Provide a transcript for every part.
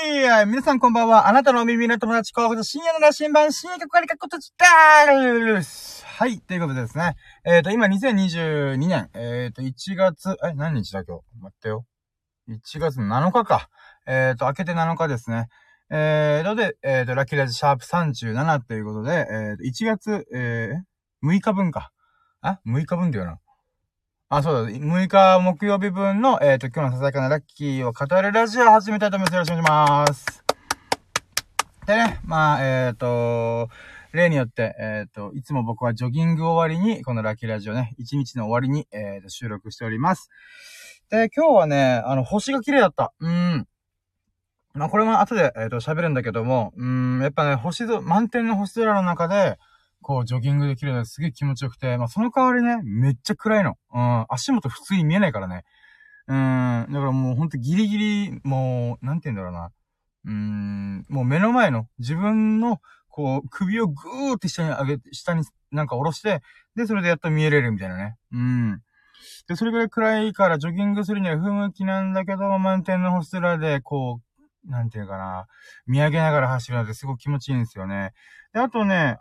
皆さんこんばんは。あなたのお耳の友達候補と深夜の羅針盤、深夜曲割りかことちだーす。はい、ということでですね。今2022年、1月、何日だ今日待ってよ。1月の7日か。明けて7日ですね。ラッキーラジシャープ37ということで、1月、6日分か。6日分だよな。そうだ。6日木曜日分の、今日のささやかなラッキーを語るラジオを始めたいと思います。よろしくお願いします。でね、例によって、いつも僕はジョギング終わりに、このラッキーラジオね、1日の終わりに、収録しております。で、今日はね、星が綺麗だった。これも後で、喋るんだけども、やっぱね、満天の星空の中で、こう、ジョギングできるのがすげえ気持ちよくて、その代わりね、めっちゃ暗いの。足元普通に見えないからね。だからもうほんとギリギリ、もう、なんて言うんだろうな。もう目の前の、自分の、こう、首をぐーって下になんか下ろして、で、それでやっと見えれるみたいなね。で、それぐらい暗いからジョギングするには不向きなんだけど、満天の星空で、こう、なんていうかな、見上げながら走るのってすごく気持ちいいんですよね。で、あとね、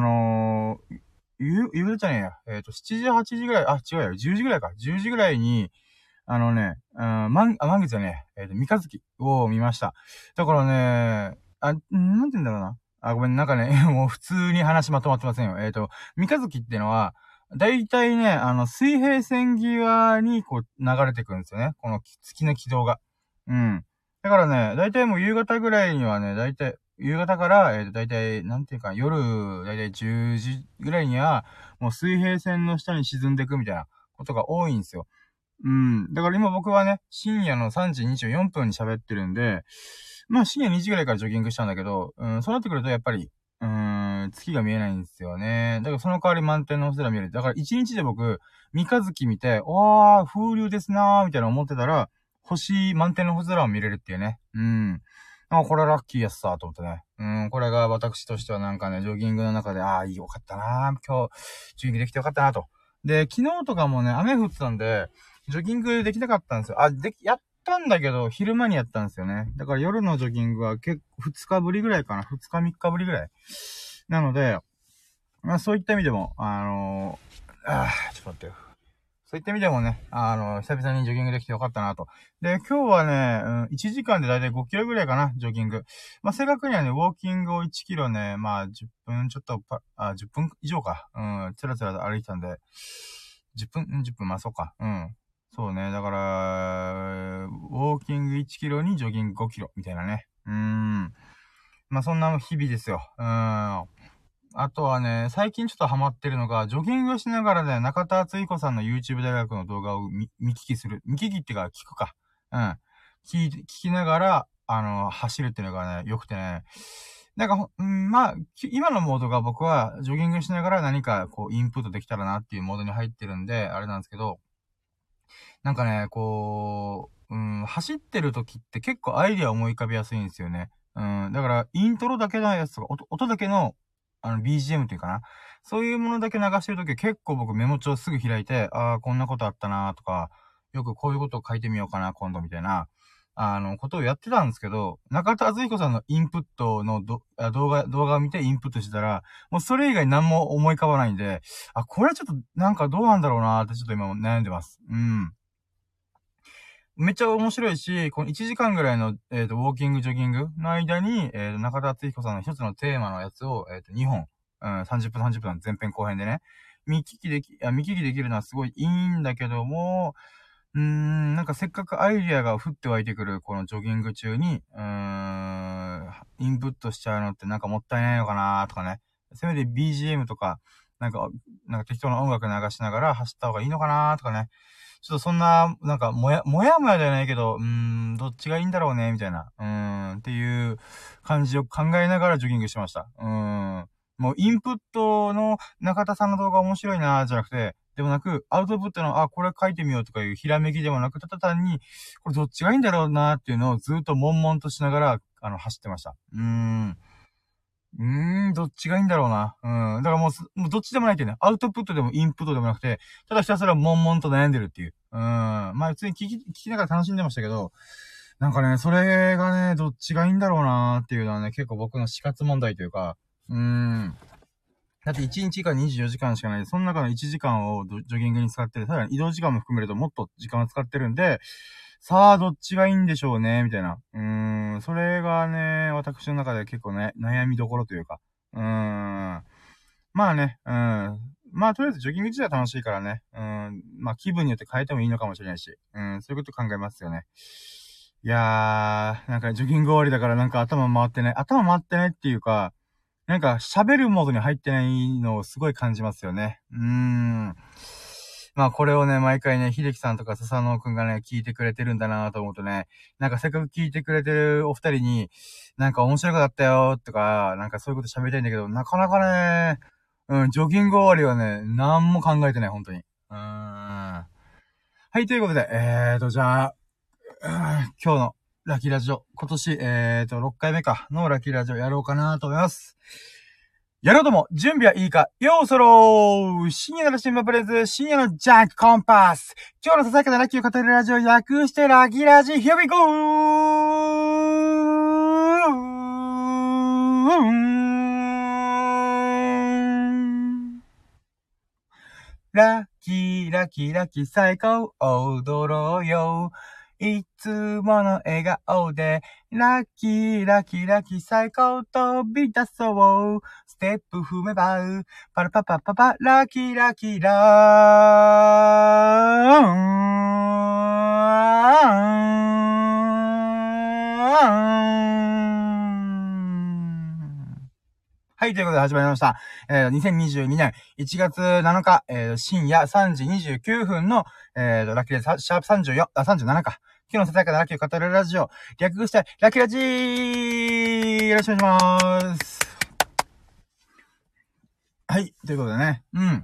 夕方じゃねえや。7時、8時ぐらい、違うよ、10時ぐらいか。10時ぐらいに、満月じゃねえ、三日月を見ました。だからね、なんて言うんだろうな。ごめん、なんかね、もう普通に話まとまってませんよ。三日月っていうのは、だいたいね、水平線際にこう流れてくるんですよね。この月の軌道が。だからね、だいたいもう夕方ぐらいにはね、だいたい、夕方から、だいたい、なんていうか、夜、だいたい10時ぐらいには、もう水平線の下に沈んでいくみたいなことが多いんですよ。だから今僕はね、深夜の3時24分に喋ってるんで、深夜2時ぐらいからジョギングしたんだけど、そうなってくるとやっぱり、月が見えないんですよね。だからその代わり満天の星空見える。だから1日で僕、三日月見て、風流ですなーみたいな思ってたら、満天の星空を見れるっていうね。これはラッキーやっさーと思ってね。これが私としてはなんかね、ジョギングの中で、よかったなー今日、ジョギングできてよかったなと。で、昨日とかもね、雨降ってたんで、ジョギングできなかったんですよ。やったんだけど、昼間にやったんですよね。だから夜のジョギングは2日ぶりぐらいかな。2日3日ぶりぐらい。なので、そういった意味でも、ちょっと待ってよ。そういった意味でもね、久々にジョギングできてよかったなと。で、今日はね、1時間でだいたい5キロぐらいかな、ジョギング。正確にはね、ウォーキングを1キロね、10分ちょっと10分以上か。つらつらと歩いてたんで、10分、そうか。そうね。だから、ウォーキング1キロにジョギング5キロ、みたいなね。そんな日々ですよ。あとはね、最近ちょっとハマってるのが、ジョギングしながらね、中田敦彦さんの YouTube 大学の動画を見聞きする。見聞きっていうか、聞くか。聞きながら、走るっていうのがね、良くてね。なんか、今のモードが僕は、ジョギングしながら何か、こう、インプットできたらなっていうモードに入ってるんで、あれなんですけど、なんかね、こう、走ってる時って結構アイディア思い浮かびやすいんですよね。だから、イントロだけのやつとか、音だけの、BGM っていうかな。そういうものだけ流してるとき結構僕メモ帳すぐ開いて、こんなことあったなとか、よくこういうことを書いてみようかな、今度みたいな、ことをやってたんですけど、中田敦彦さんのインプットの動画を見てインプットしてたら、もうそれ以外何も思い浮かばないんで、これちょっとなんかどうなんだろうなってちょっと今悩んでます。めっちゃ面白いし、この1時間ぐらいの、ウォーキング、ジョギングの間に、中田敦彦さんの一つのテーマのやつを、2本、30分30分前編後編でね、見聞きできるのはすごいいいんだけども、なんかせっかくアイディアが降って湧いてくる、このジョギング中に、インプットしちゃうのってなんかもったいないのかなとかね。せめて BGM とか、なんか適当な音楽流しながら走った方がいいのかなとかね。ちょっとそんな、なんか、もやもやではないけど、どっちがいいんだろうね、みたいな、っていう感じを考えながらジョギングしてました。もうインプットの中田さんの動画面白いな、じゃなくて、でもなく、アウトプットの、これ書いてみようとかいうひらめきでもなく、ただ単に、これどっちがいいんだろうな、っていうのをずっと悶々としながら、走ってました。どっちがいいんだろうな。だからもうどっちでもないっていうね。アウトプットでもインプットでもなくて、ただひたすら悶々と悩んでるっていう。普通に聞きながら楽しんでましたけど、 なんかね、それがね、どっちがいいんだろうなーっていうのはね、結構僕の死活問題というか、だって1日が24時間しかない。その中の1時間をジョギングに使ってる。さらに移動時間も含めるともっと時間を使ってるんで、さあ、どっちがいいんでしょうね、みたいな。それがね、私の中で結構ね、悩みどころというか。まあね、まあ、とりあえずジョギング自体は楽しいからね。まあ、気分によって変えてもいいのかもしれないし。そういうこと考えますよね。いやー、なんかジョギング終わりだからなんか頭回ってない。頭回ってないっていうか、なんか喋るモードに入ってないのをすごい感じますよね。まあこれをね、毎回ね、秀樹さんとか笹野くんがね、聞いてくれてるんだなと思うとね、なんかせっかく聞いてくれてるお二人に、なんか面白くなったよとか、なんかそういうこと喋りたいんだけど、なかなかね、ジョギング終わりはね、なんも考えてない、本当に。はい、ということで、じゃあ、今日のラッキーラジオ、今年、6回目か、のラッキーラジオやろうかなと思います。やろうとも、準備はいいか、ようそろー深夜の新聞プレゼン、深夜のジャンクコンパス今日のささやかなラッキーを語るラジオ、略してラッキーラジ、Here we go! ラッキー、ラッキー、ラッキー、最高、踊ろうよ。いつもの笑顔で、ラッキー、ラッキー、ラッキー、最高、飛び出そう。ステップ踏めば、パラパパパパ、ラッキー、ラッキー、ラーはい、ということで始まりました。2022年1月7日、深夜3時29分の、ラッキーでシャープ34、37か。今日のささやかなラッキーを語るラジオ、略して、ラッキーラジーよろしくお願いします。はい、ということでね。今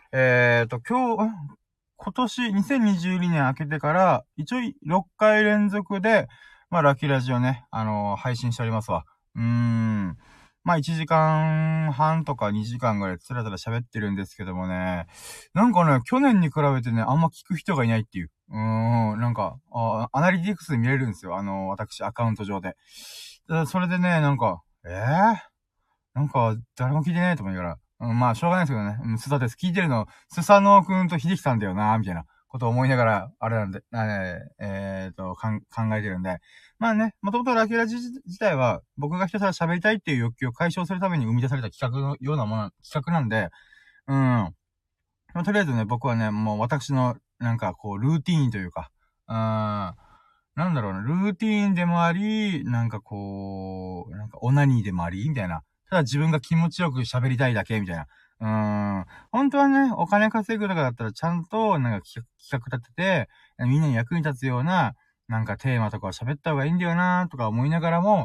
年2022年明けてから、一応6回連続で、まあ、ラッキーラジオね、配信しておりますわ。まあ、1時間半とか2時間ぐらいつらつら喋ってるんですけどもね。なんかね、去年に比べてね、あんま聞く人がいないっていう。なんか、アナリティクスで見れるんですよ。私、アカウント上で。それでね、なんか、なんか、誰も聞いてないと思いながら。まあ、しょうがないですけどね。スタです。聞いてるの、スサノオくんと秀樹さんだよな、みたいなことを思いながら、あれなんで、考えてるんで。まあね、もともとラキラジ自体は、僕がひたすら喋りたいっていう欲求を解消するために生み出された企画のような企画なんで、まあ、とりあえずね、僕はね、もう私の、なんかこう、ルーティーンというか、なんだろうな、ルーティーンでもあり、なんかこう、なんかオナニーでもあり、みたいな。ただ自分が気持ちよく喋りたいだけ、みたいな。本当はね、お金稼ぐとかだったらちゃんと、なんか企画立てて、みんなに役に立つような、なんかテーマとかを喋った方がいいんだよなとか思いながらも、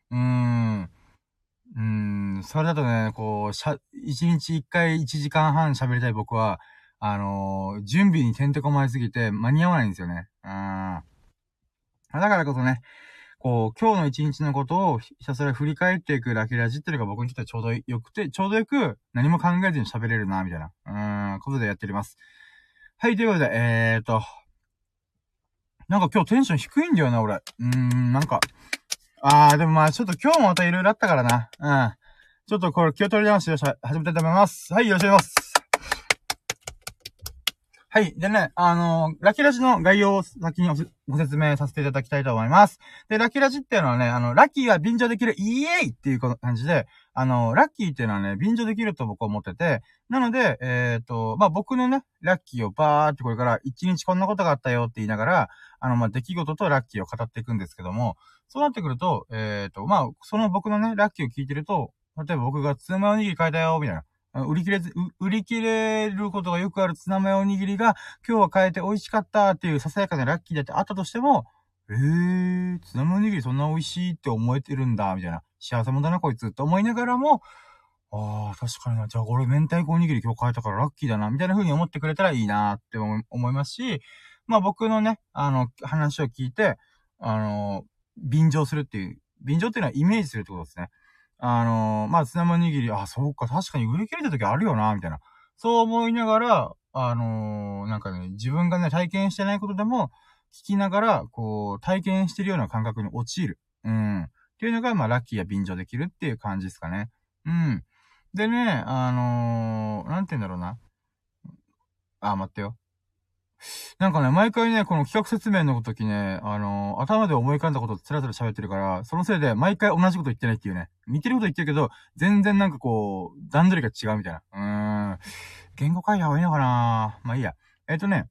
それだとね、こう、一日一回1時間半喋りたい僕は、準備にてんてこまりすぎて間に合わないんですよね。だからこそね、こう、今日の一日のことをひたすら振り返っていくラキラジっていうのが僕にとってはちょうどよくて、ちょうどよく何も考えずに喋れるな、みたいな、ことでやっております。はい、ということで、なんか今日テンション低いんだよな、俺。なんか、でもまあちょっと今日もまた色々あったからな。ちょっとこれ気を取り直して始めたいと思います。はい、よろしくお願いします。はい。でね、ラキラジの概要を先にご説明させていただきたいと思います。で、ラキラジっていうのはね、ラッキーは便乗できるイエーイっていう感じで、ラッキーっていうのはね、便乗できると僕は思ってて、なので、まあ、僕のね、ラッキーをバーってこれから一日こんなことがあったよって言いながら、まあ、出来事とラッキーを語っていくんですけども、そうなってくると、まあ、その僕のね、ラッキーを聞いてると、例えば僕がツナマヨおにぎり買えたよ、みたいな。売り切れることがよくあるツナマヨおにぎりが、今日は買えて美味しかったっていうささやかなラッキーだってあったとしても、ツナマヨおにぎりそんな美味しいって思えてるんだ、みたいな。幸せ者だな、こいつって思いながらも、確かにな。じゃあ、俺、明太子おにぎり今日買えたからラッキーだな、みたいな風に思ってくれたらいいなって思いますし、まあ僕のね、話を聞いて、便乗するっていう、便乗っていうのはイメージするってことですね。まあ、ツナマヨおにぎり、そうか、確かに売り切れた時あるよな、みたいな。そう思いながら、なんかね、自分がね、体験してないことでも、 聞きながら、こう、体験してるような感覚に陥る。うん。っていうのが、まあ、ラッキーや便乗できるっていう感じですかね。うん。でね、なんて言うんだろうな。待ってよ。なんかね、毎回ね、この企画説明の時ね、頭で思い浮かんだことをつらつら喋ってるから、そのせいで毎回同じこと言ってないっていうね。似てること言ってるけど、全然なんかこう、段取りが違うみたいな。言語変えた方がいいのかな。まあいいや。ね、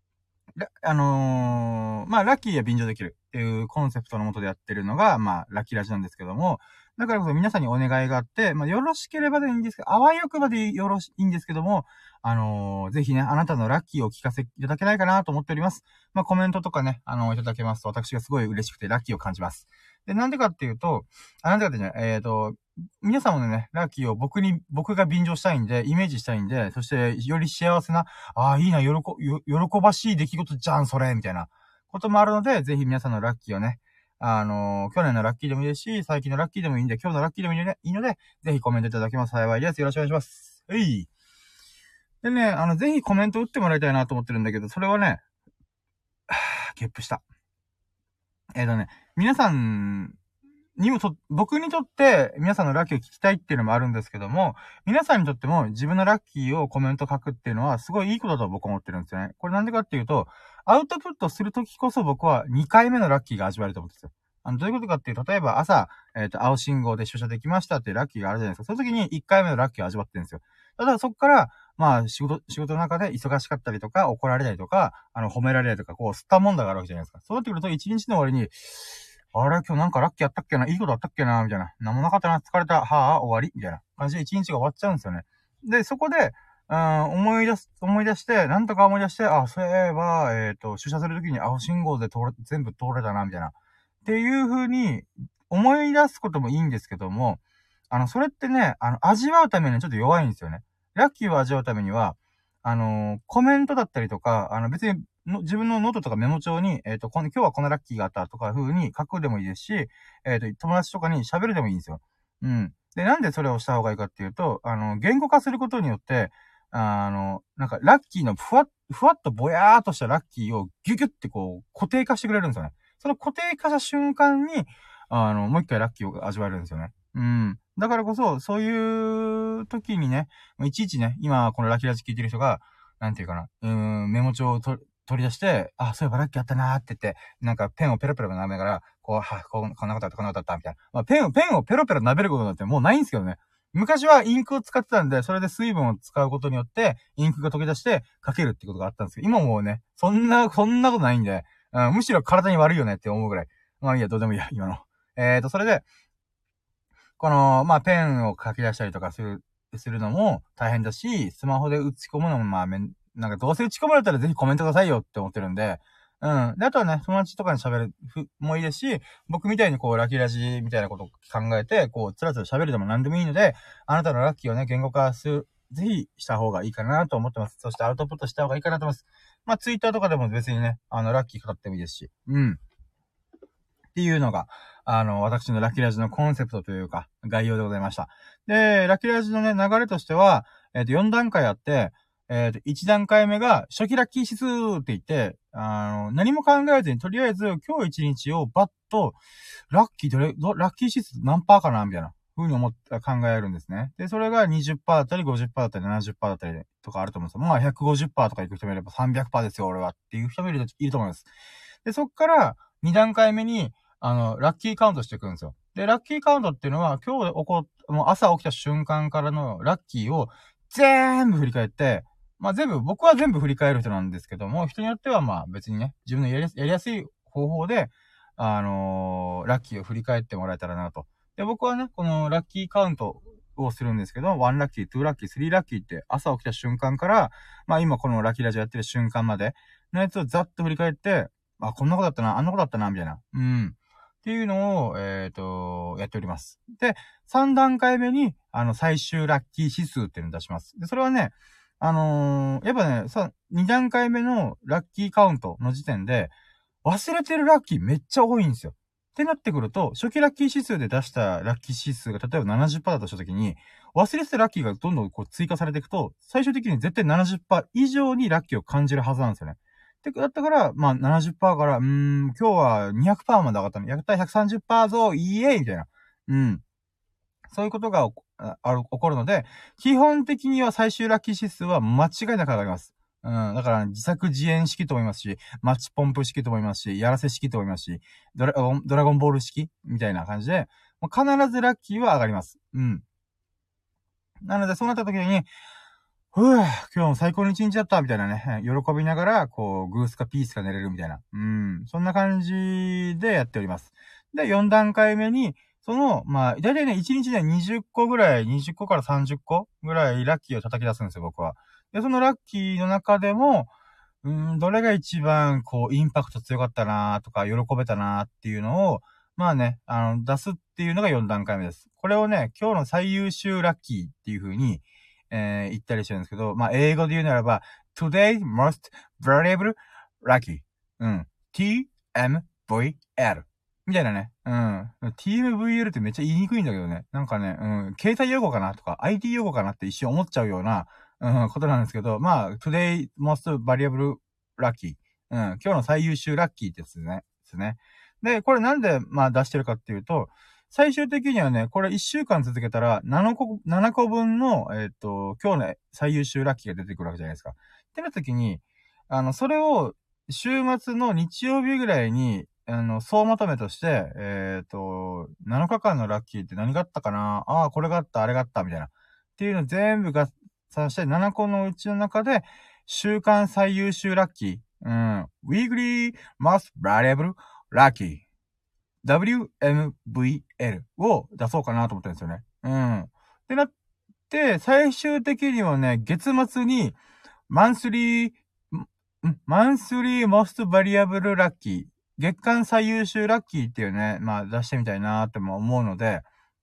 まあ、ラッキーや便乗できるっていうコンセプトのもとでやってるのが、まあ、ラッキーラジなんですけども、だからこそ皆さんにお願いがあって、まあ、よろしければでいいんですけど、あわよくばでいいんですけども、ぜひね、あなたのラッキーを聞かせいただけないかなと思っております。まあ、コメントとかね、いただけますと、私がすごい嬉しくてラッキーを感じます。で、なんでかっていうと、なんでかってね、皆さんもね、ラッキーを僕が便乗したいんで、イメージしたいんで、そして、より幸せな、いいな、喜ばしい出来事じゃん、それ、みたいなこともあるので、ぜひ皆さんのラッキーをね、去年のラッキーでもいいですし、最近のラッキーでもいいんで、今日のラッキーでもいいので、ぜひコメントいただけますと幸いです。よろしくお願いします。でね、ぜひコメント打ってもらいたいなと思ってるんだけど、それはね、ゲップした。皆さん僕にとって皆さんのラッキーを聞きたいっていうのもあるんですけども、皆さんにとっても自分のラッキーをコメント書くっていうのはすごいいいことだと僕は思ってるんですよね。これなんでかっていうと、アウトプットするときこそ僕は2回目のラッキーが味わえると思うんですよ。どういうことかっていうと、例えば朝、青信号で出社できましたっていうラッキーがあるじゃないですか。その時に1回目のラッキーを味わってるんですよ。ただそこから、まあ仕事の中で忙しかったりとか、怒られたりとか、褒められたりとか、こう、吸ったもんだがあるわけじゃないですか。そうなってくると、1日の終わりに、あれ今日なんかラッキーあったっけな、いいことあったっけなみたいな。なんもなかったな、疲れた、はあ、終わりみたいな感じで一日が終わっちゃうんですよね。で、そこで、思い出して、なんとか思い出して、そういえば、出社するときに青信号で全部通れたな、みたいな。っていう風に、思い出すこともいいんですけども、それってね、味わうためにちょっと弱いんですよね。ラッキーを味わうためには、コメントだったりとか、別に自分のノートとかメモ帳に、今日はこのラッキーがあったとか風に書くでもいいですし、友達とかに喋るでもいいんですよ。うん。で、なんでそれをした方がいいかっていうと、言語化することによって、なんか、ラッキーのふわっとぼやーっとしたラッキーをギュギュってこう、固定化してくれるんですよね。その固定化した瞬間に、もう一回ラッキーを味わえるんですよね。うん。だからこそ、そういう時にね、いちいちね、今このラッキーラジ聞いてる人が、なんていうかな、メモ帳を取り出して、そういえばラッキーあったなーって言って、なんかペンをペロペロ舐めながら、こんなことあった、こんなことあった、みたいな。まあ、ペンをペロペロ舐めることなんてもうないんですけどね。昔はインクを使ってたんで、それで水分を使うことによって、インクが溶け出して書けるってことがあったんですけど、今もうね、そんなことないんで、むしろ体に悪いよねって思うぐらい。まあいいや、どうでもいいや、今の。それで、この、まあ、ペンを書き出したりとかするのも大変だし、スマホで打ち込むのもまあ、なんかどうせ打ち込まれたらぜひコメントくださいよって思ってるんで、うん。で、あとはね、友達とかに喋るもいいですし、僕みたいにこう、ラッキーラジみたいなことを考えて、こう、つらつら喋るでも何でもいいので、あなたのラッキーをね、言語化ぜひした方がいいかなと思ってます。そしてアウトプットした方がいいかなと思います。まあ、ツイッターとかでも別にね、ラッキーかかってもいいですし、うん。っていうのが、私のラッキーラジのコンセプトというか、概要でございました。で、ラッキーラジのね、流れとしては、4段階あって、1段階目が、初期ラッキー指数って言って、何も考えずに、とりあえず、今日1日をバッと、ラッキー指数何パーかなみたいな、風に考えるんですね。で、それが20%だったり、50%だったり、70%だったりとかあると思うんですよ。まあ、150%とか行く人もいれば300%ですよ、俺は。っていう人もいると思います。で、そっから、2段階目に、ラッキーカウントしていくんですよ。で、ラッキーカウントっていうのは、今日もう朝起きた瞬間からのラッキーを全部振り返って、まあ僕は全部振り返る人なんですけども、人によってはまあ別にね、自分のやりやすい方法で、ラッキーを振り返ってもらえたらなと。で、僕はね、このラッキーカウントをするんですけど、1ラッキー、2ラッキー、3ラッキーって朝起きた瞬間から、まあ今このラッキーラジオやってる瞬間までのやつをざっと振り返って、こんなことだったな、あんなことだったな、みたいな。うん。っていうのを、やっております。で、3段階目に、最終ラッキー指数っていうのを出します。で、それはね、やっぱね、2段階目のラッキーカウントの時点で、忘れてるラッキーめっちゃ多いんですよ。ってなってくると、初期ラッキー指数で出したラッキー指数が例えば 70% だとしたときに、忘れてたラッキーがどんどんこう追加されていくと、最終的に絶対 70% 以上にラッキーを感じるはずなんですよね。っだったから、まあ70%から、今日は200%まで上がったの。やったら130%ぞ、イエーイみたいな。うん。そういうことが起こるので、基本的には最終ラッキー指数は間違いなく上がります。うん。だから、自作自演式と思いますし、マッチポンプ式と思いますし、やらせ式と思いますし、ドラゴンボール式みたいな感じで、もう必ずラッキーは上がります。うん。なので、そうなった時に、今日も最高の一日だった、みたいなね、喜びながら、こう、グースかピースか寝れるみたいな。うん。そんな感じでやっております。で、4段階目に、まあ、だいたいね、1日で20個ぐらい、20個から30個ぐらいラッキーを叩き出すんですよ、僕は。で、そのラッキーの中でも、どれが一番、こう、インパクト強かったなとか、喜べたなっていうのを、まあね、出すっていうのが4段階目です。これをね、今日の最優秀ラッキーっていう風に、言ったりしてるんですけど、まあ、英語で言うならば、today most valuable lucky。うん。TMVL。みたいなね。うん。TMVL ってめっちゃ言いにくいんだけどね。なんかね、携帯用語かなとか、IT 用語かなって一瞬思っちゃうような、ことなんですけど、まあ、today most valuable lucky。今日の最優秀ラッキーってやつですね。で、これなんで、まあ出してるかっていうと、最終的にはね、これ1週間続けたら、7個分の、今日の最優秀ラッキーが出てくるわけじゃないですか。ってなった時に、それを、週末の日曜日ぐらいに、総まとめとして、7日間のラッキーって何があったかなああ、これがあった、あれがあった、みたいな。っていうの全部合算して、7個のうちの中で、週間最優秀ラッキー、weekly most valuable lucky。WMVL を出そうかなと思ってるんですよね。ってなって、最終的にはね、月末に、マンスリーモストバリアブルラッキー、月間最優秀ラッキーっていうね、まあ出してみたいなーっても思うので、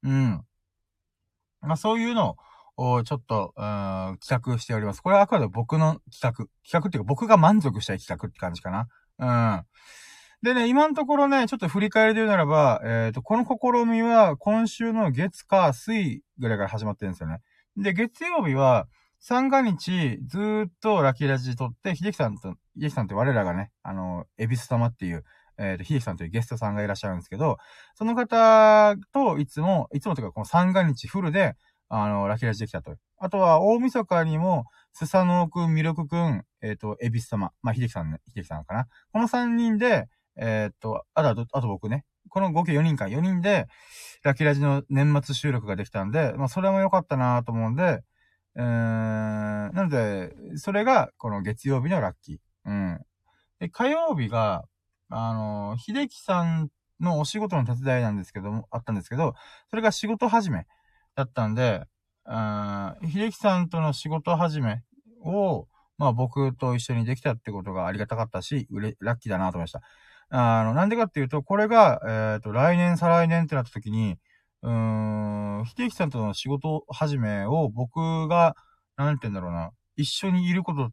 まあそういうのをちょっと、企画しております。これはあくまで僕の企画っていうか僕が満足したい企画って感じかな。でね、今のところね、ちょっと振り返りで言うならば、この試みは今週の月火水ぐらいから始まってるんですよね。で、月曜日は、三が日ずーっとラッキーラジ撮って、秀樹さんって我らがね、恵比寿様っていう、秀樹さんというゲストさんがいらっしゃるんですけど、その方といつもというかこの三が日フルで、ラッキーラジできたと。あとは、大晦日にも、スサノオくん、ミルクくん、恵比寿様。まあ、秀樹さんかな。この3人で、あと僕ね。この合計4人で、ラッキーラジの年末収録ができたんで、まあ、それも良かったなと思うんで、なので、それが、この月曜日のラッキー。で、火曜日が、秀樹さんのお仕事の手伝いなんですけども、あったんですけど、それが仕事始めだったんで、秀樹さんとの仕事始めを、まあ僕と一緒にできたってことがありがたかったし、ラッキーだなと思いました。なんでかっていうと、これが、来年、再来年ってなった時に、秀樹さんとの仕事始めを僕が、なんて言うんだろうな、一緒にいることって、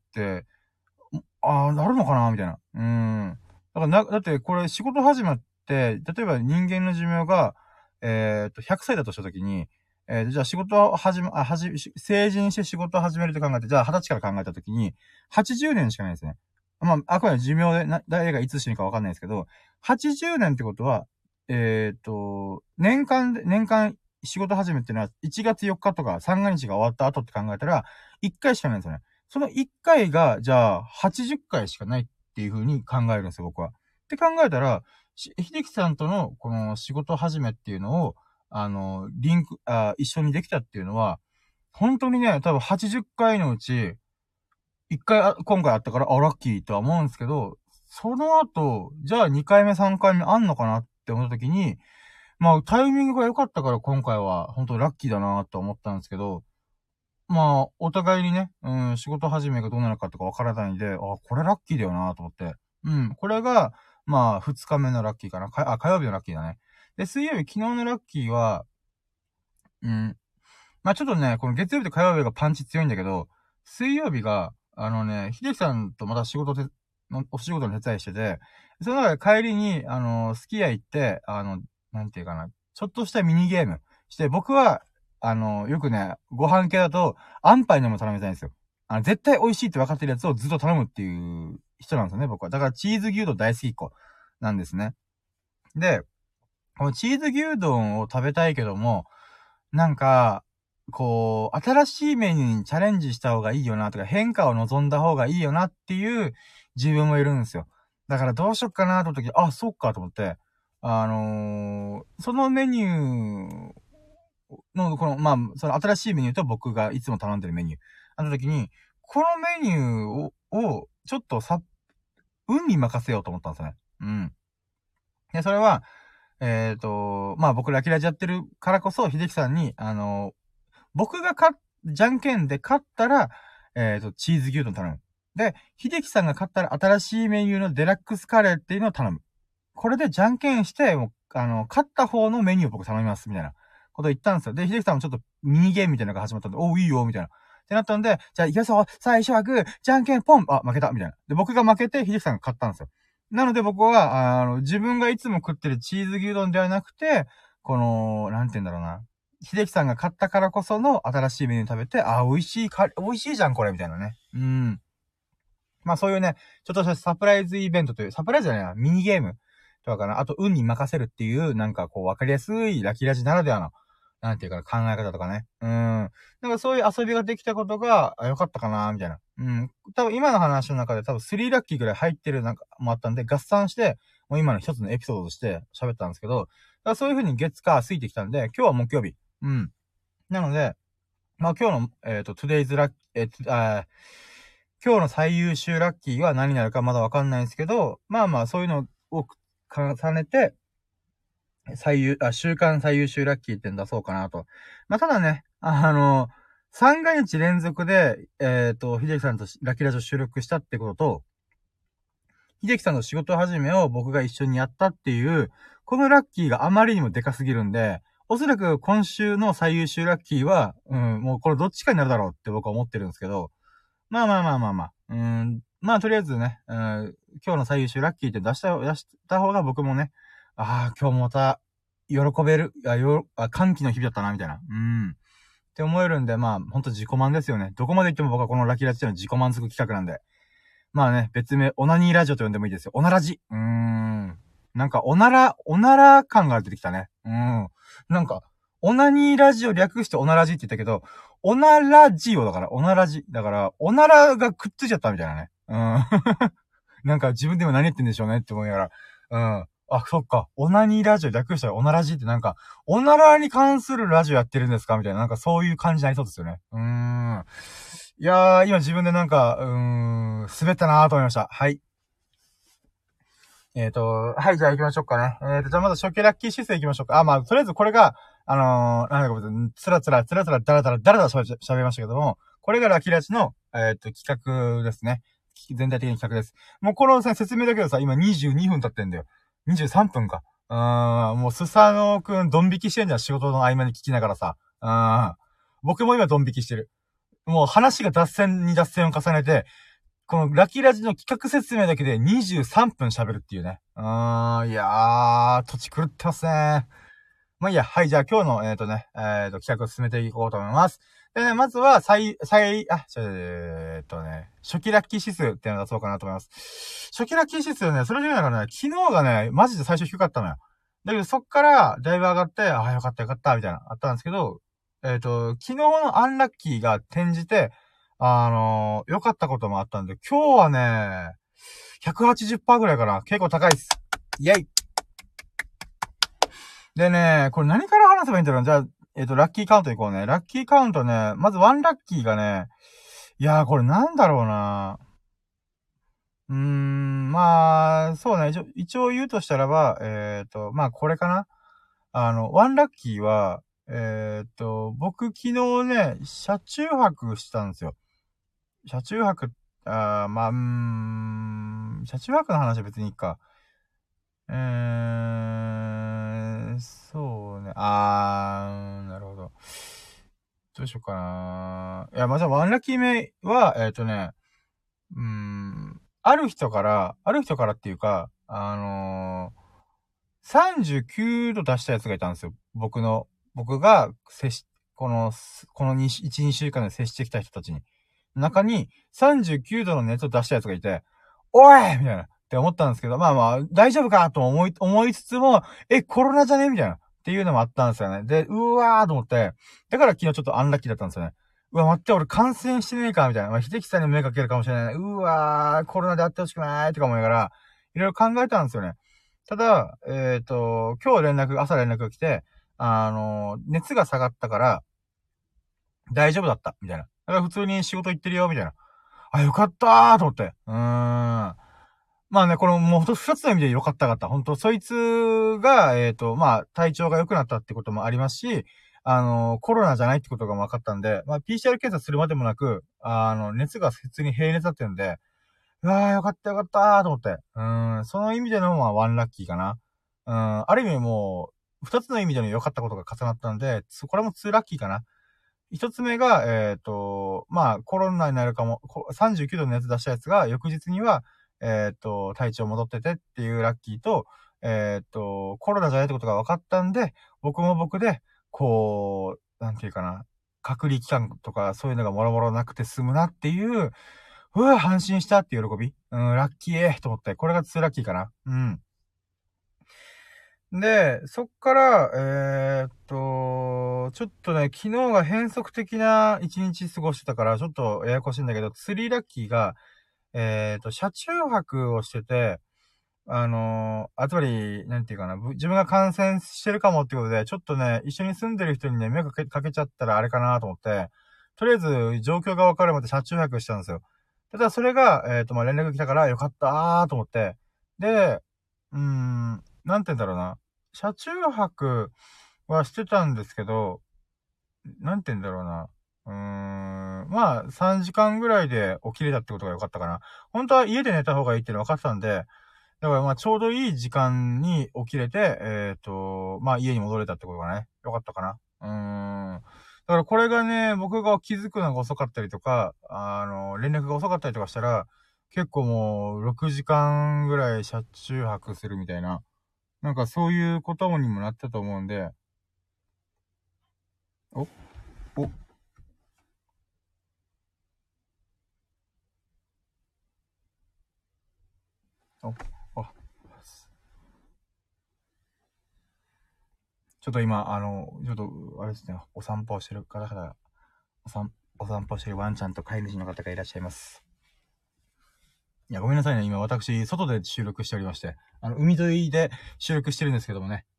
なるのかなみたいな。だってこれ仕事始めって、例えば人間の寿命が、100歳だとした時に、じゃあ仕事を成人して仕事を始めると考えて、じゃあ20歳から考えた時に、80年しかないですね。まあ、あくまで寿命で、誰がいつ死ぬかわかんないですけど、80年ってことは、年間仕事始めっていうのは1月4日とか三が日が終わった後って考えたら、1回しかないんですよね。その1回が、じゃあ80回しかないっていう風に考えるんですよ、僕は。って考えたら、秀樹さんとのこの仕事始めっていうのを、一緒にできたっていうのは、本当にね、多分80回のうち、1回今回あったから、ラッキーとは思うんですけど、その後、じゃあ2回目、3回目あんのかなって思った時に、まあ、タイミングが良かったから今回は、本当ラッキーだなと思ったんですけど、まあ、お互いにね、仕事始めがどうなるかとかわからないんで、これラッキーだよなと思って。これが、まあ、2日目のラッキーかな。火曜日のラッキーだね。で、水曜日、昨日のラッキーは、まあちょっとね、この月曜日と火曜日がパンチ強いんだけど、水曜日が、秀樹さんとまたお仕事の手伝いしてて、その中で帰りに、スキヤ行って、なんていうかな、ちょっとしたミニゲームして、僕は、よくね、ご飯系だと、アンパイのも頼みたいんですよ。絶対美味しいって分かってるやつをずっと頼むっていう人なんですよね、僕は。だからチーズ牛丼大好きっ子なんですね。で、このチーズ牛丼を食べたいけども、なんか、こう、新しいメニューにチャレンジした方がいいよなとか、変化を望んだ方がいいよなっていう自分もいるんですよ。だからどうしよっかなと思った時、あ、そっかと思って、そのメニューの、まあ、その新しいメニューと僕がいつも頼んでるメニュー。あの時に、このメニューちょっと運に任せようと思ったんですよね。うん。で、それは、まあ僕ラキラジやってるからこそ、秀樹さんに、僕がじゃんけんで勝ったら、チーズ牛丼頼む。で、秀樹さんが勝ったら新しいメニューのデラックスカレーっていうのを頼む。これでじゃんけんして、もう、勝った方のメニューを僕頼みます、みたいなことを言ったんですよ。で、秀樹さんもちょっとミニゲームみたいなのが始まったんで、おう、いいよ、みたいな。ってなったんで、じゃあ行きますよ、最初はグー、じゃんけんポン、あ、負けた、みたいな。で、僕が負けて、秀樹さんが勝ったんですよ。なので僕は、自分がいつも食ってるチーズ牛丼ではなくて、この、なんて言うんだろうな。秀樹さんが買ったからこその新しいメニュー食べて、あ、美味しいじゃん、これ、みたいなね。うん。まあそういうね、ちょっとしたサプライズイベントという、サプライズじゃないな、ミニゲームとかかな。あと、運に任せるっていう、なんかこう、わかりやすいラキラジならではの、なんていうか考え方とかね。なんかそういう遊びができたことが、良かったかな、みたいな。多分今の話の中で多分3ラッキーぐらい入ってるなんかもあったんで、合算して、もう今の一つのエピソードとして喋ったんですけど、だからそういう風に月火ついてきたんで、今日は木曜日。なので、まあ今日の、today's lucky、今日の最優秀ラッキーは何になるかまだわかんないんですけど、まあまあそういうのを重ねて、週間最優秀ラッキーって出そうかなと。まあただね、3ヶ日連続で、秀樹さんとラッキーラジオ収録したってことと、秀樹さんの仕事始めを僕が一緒にやったっていう、このラッキーがあまりにもでかすぎるんで、おそらく今週の最優秀ラッキーは、もうこれどっちかになるだろうって僕は思ってるんですけど、まあまあまあまあまあ。まあとりあえずね、今日の最優秀ラッキーって出した方が僕もね、ああ、今日もまた、喜べる、歓喜の日々だったな、みたいな。って思えるんで、まあ、ほんと自己満ですよね。どこまで行っても僕はこのラッキーラジっていうのは自己満足企画なんで。まあね、別名、オナニーラジオと呼んでもいいですよ。オナラジ。なんか、オナラ感が出てきたね。なんか、オナニーラジオ略してオナラジって言ったけど、オナラジオだから、オナラジ。だから、オナラがくっついちゃったみたいなね。なんか自分でも何言ってんでしょうねって思いながら。あ、そっか。オナニーラジオ略したらオナラジってなんか、オナラに関するラジオやってるんですかみたいな、なんかそういう感じになりそうですよね。いやー、今自分でなんか、滑ったなーと思いました。はい。はい、じゃあ行きましょうかね。じゃあまず初期ラッキー指数行きましょうか。あ、まあ、とりあえずこれが、なんだかつらつら、だらだら喋りましたけども、これがラッキーラッチの、企画ですね。全体的に企画です。もうこの説明だけどさ、今22分経ってんだよ。23分か。もうスサノオくんドン引きしてんじゃん、仕事の合間に聞きながらさ。僕も今ドン引きしてる。もう話が脱線に脱線を重ねて、このラキラジの企画説明だけで23分喋るっていうね。いやー、土地狂ってますね。まあいいや、はい、じゃあ今日の、企画を進めていこうと思います。でね、まずは、初期ラッキー指数っていうのを出そうかなと思います。初期ラッキー指数ね、それじゃないからね、昨日がね、マジで最初低かったのよ。だけどそっから、だいぶ上がって、あ、よかったよかった、みたいな、あったんですけど、昨日のアンラッキーが転じて、良かったこともあったんで、今日はね、180%ぐらいかな。結構高いっす。イェイ。でね、これ何から話せばいいんだろう。じゃあ、ラッキーカウントいこうね。ラッキーカウントね、まずワンラッキーがね、いやー、これなんだろうな。まあ、そうね。一応言うとしたらば、まあ、これかな。ワンラッキーは、僕昨日ね、車中泊したんですよ。車中泊、まあ、車中泊の話は別にいいか。そうね。なるほど。どうしようかな。いや、まずワンラッキー目は、ある人からっていうか、39度出したやつがいたんですよ。僕がこの1、2週間で接してきた人たちに。中に39度の熱を出したやつがいて、 おいみたいな。って思ったんですけど、まあまあ、大丈夫かと思いつつも、コロナじゃねみたいな。っていうのもあったんですよね。で、うわーと思って、だから昨日ちょっとアンラッキーだったんですよね。うわ、待って、俺感染してねえかみたいな。まあ、秀樹さんにも目かけるかもしれない。うわー、コロナであってほしくないとか思いながら、いろいろ考えたんですよね。ただ、今日朝連絡が来て、熱が下がったから、大丈夫だった、みたいな。だから普通に仕事行ってるよ、みたいな。あ、よかったーと思って。まあね、このもう二つの意味でよかったかった。本当そいつが、まあ、体調が良くなったってこともありますし、コロナじゃないってことが分かったんで、まあ、PCR 検査するまでもなく、熱が普通に平熱だってるんで、うわーよかったよかったーと思って。その意味での、まあ、ワンラッキーかな。ある意味もう、二つの意味での良かったことが重なったんで、これもツーラッキーかな。一つ目が、まあ、コロナになるかも、39度の熱出したやつが、翌日には、体調戻っててっていうラッキーと、コロナじゃないってことが分かったんで、僕も僕で、こう、なんていうかな、隔離期間とかそういうのがもろもろなくて済むなっていう、うわ、安心したっていう喜び。ラッキーと思って、これが2ラッキーかな。うん。で、そっから、ちょっとね、昨日が変則的な一日過ごしてたから、ちょっとややこしいんだけど、スリーラッキーが、車中泊をしてて、つまり、なんていうかな、自分が感染してるかもってことで、ちょっとね、一緒に住んでる人にね、かけちゃったらあれかなと思って、とりあえず、状況がわかるまで車中泊したんですよ。ただ、それが、まあ、連絡来たから、よかったと思って、で、なんて言うんだろうな。車中泊はしてたんですけど、なんて言うんだろうな。まあ、3時間ぐらいで起きれたってことが良かったかな。本当は家で寝た方がいいっていうの分かってたんで、だからまあちょうどいい時間に起きれて、まあ家に戻れたってことがね、良かったかな。だからこれがね、僕が気づくのが遅かったりとか、連絡が遅かったりとかしたら、結構もう6時間ぐらい車中泊するみたいな、なんかそういうことにもなったと思うんで、お、お、お、あ、ちょっと今、ちょっと、あれですね、お散歩をしてる方々、お散歩してるワンちゃんと飼い主の方がいらっしゃいます。いや、ごめんなさいね。今私、外で収録しておりまして、海沿いで収録してるんですけどもね、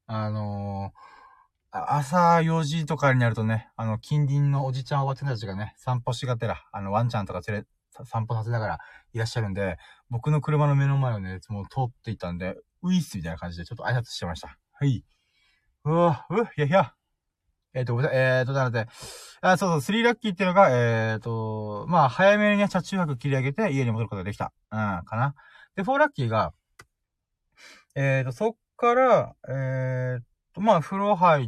朝4時とかになるとね、近隣のおじちゃんおばちゃんたちがね、散歩しがてら、ワンちゃんとか散歩させながらいらっしゃるんで、僕の車の目の前をね、もう通っていたんで、ウィースみたいな感じでちょっと挨拶してました。はい。いやいや。ごめんなさい。なので、そうそう、スリーラッキーっていうのが、まあ、早めにね、車中泊切り上げて家に戻ることができた。かな。で、フォーラッキーが、そっから、まあ、風呂入って、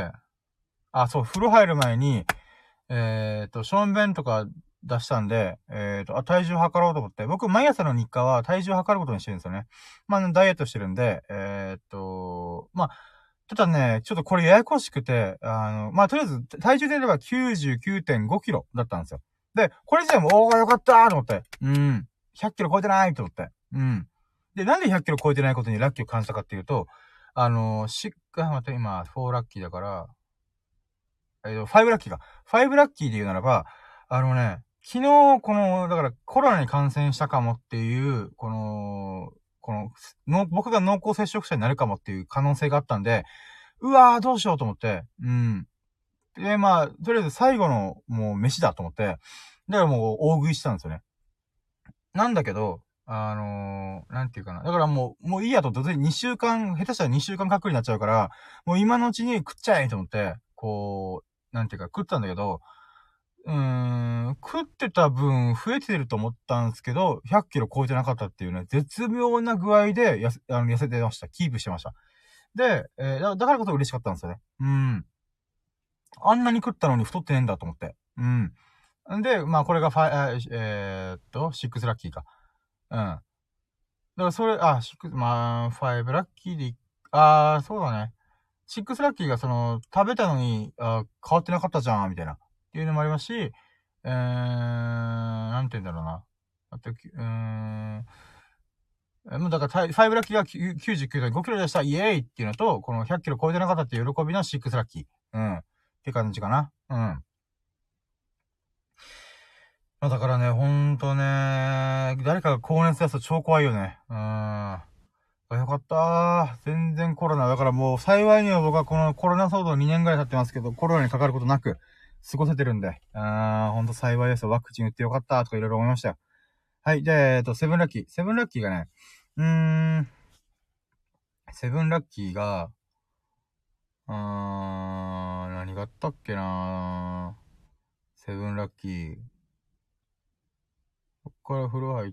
そう、風呂入る前に、ションベンとか出したんで、体重測ろうと思って、僕、毎朝の日課は体重測ることにしてるんですよね。まあ、ダイエットしてるんで、まあ、ただね、ちょっとこれややこしくて、まあ、とりあえず、体重で言えば99.5キロだったんですよ。で、これ自体も、おー、よかったーと思って。100キロ超えてないと思って。で、なんで100キロ超えてないことにラッキーを感じたかっていうと、待って、今、4ラッキーだから、5ラッキーか。5ラッキーで言うならば、昨日、だからコロナに感染したかもっていう、僕が濃厚接触者になるかもっていう可能性があったんで、うわーどうしようと思って、で、まあ、とりあえず最後のもう飯だと思って、だからもう大食いしたんですよね。なんだけど、なんていうかな。だからもういいやと思って、2週間、下手したら2週間隔離になっちゃうから、もう今のうちに食っちゃえと思って、なんていうか食ったんだけど、食ってた分増えてると思ったんですけど、100キロ超えてなかったっていうね、絶妙な具合で痩せてました。キープしてました。で、だからこそ嬉しかったんですよね。あんなに食ったのに太ってねえんだと思って。んで、まあこれがシックスラッキーか。だからそれ、まあ、5ラッキーでそうだね。シックスラッキーが食べたのに、変わってなかったじゃん、みたいな。っていうのもありますし、なんて言うんだろうな。 あと、もうだから、5ラッキーが99で5キロでした、イエーイっていうのと、この100キロ超えてなかったっていう喜びの6ラッキー。うん。って感じかな。うん。まあだからね、ほんとね、誰かが高熱出すと超怖いよね。よかったー。全然コロナ。だからもう幸いには僕はこのコロナ騒動2年ぐらい経ってますけど、コロナにかかることなく過ごせてるんで。ほんと幸いですよ。ワクチン打ってよかったとかいろいろ思いましたよ。はい。で、セブンラッキー。セブンラッキーがね、セブンラッキーが、何があったっけなセブンラッキー。こっから風呂入って、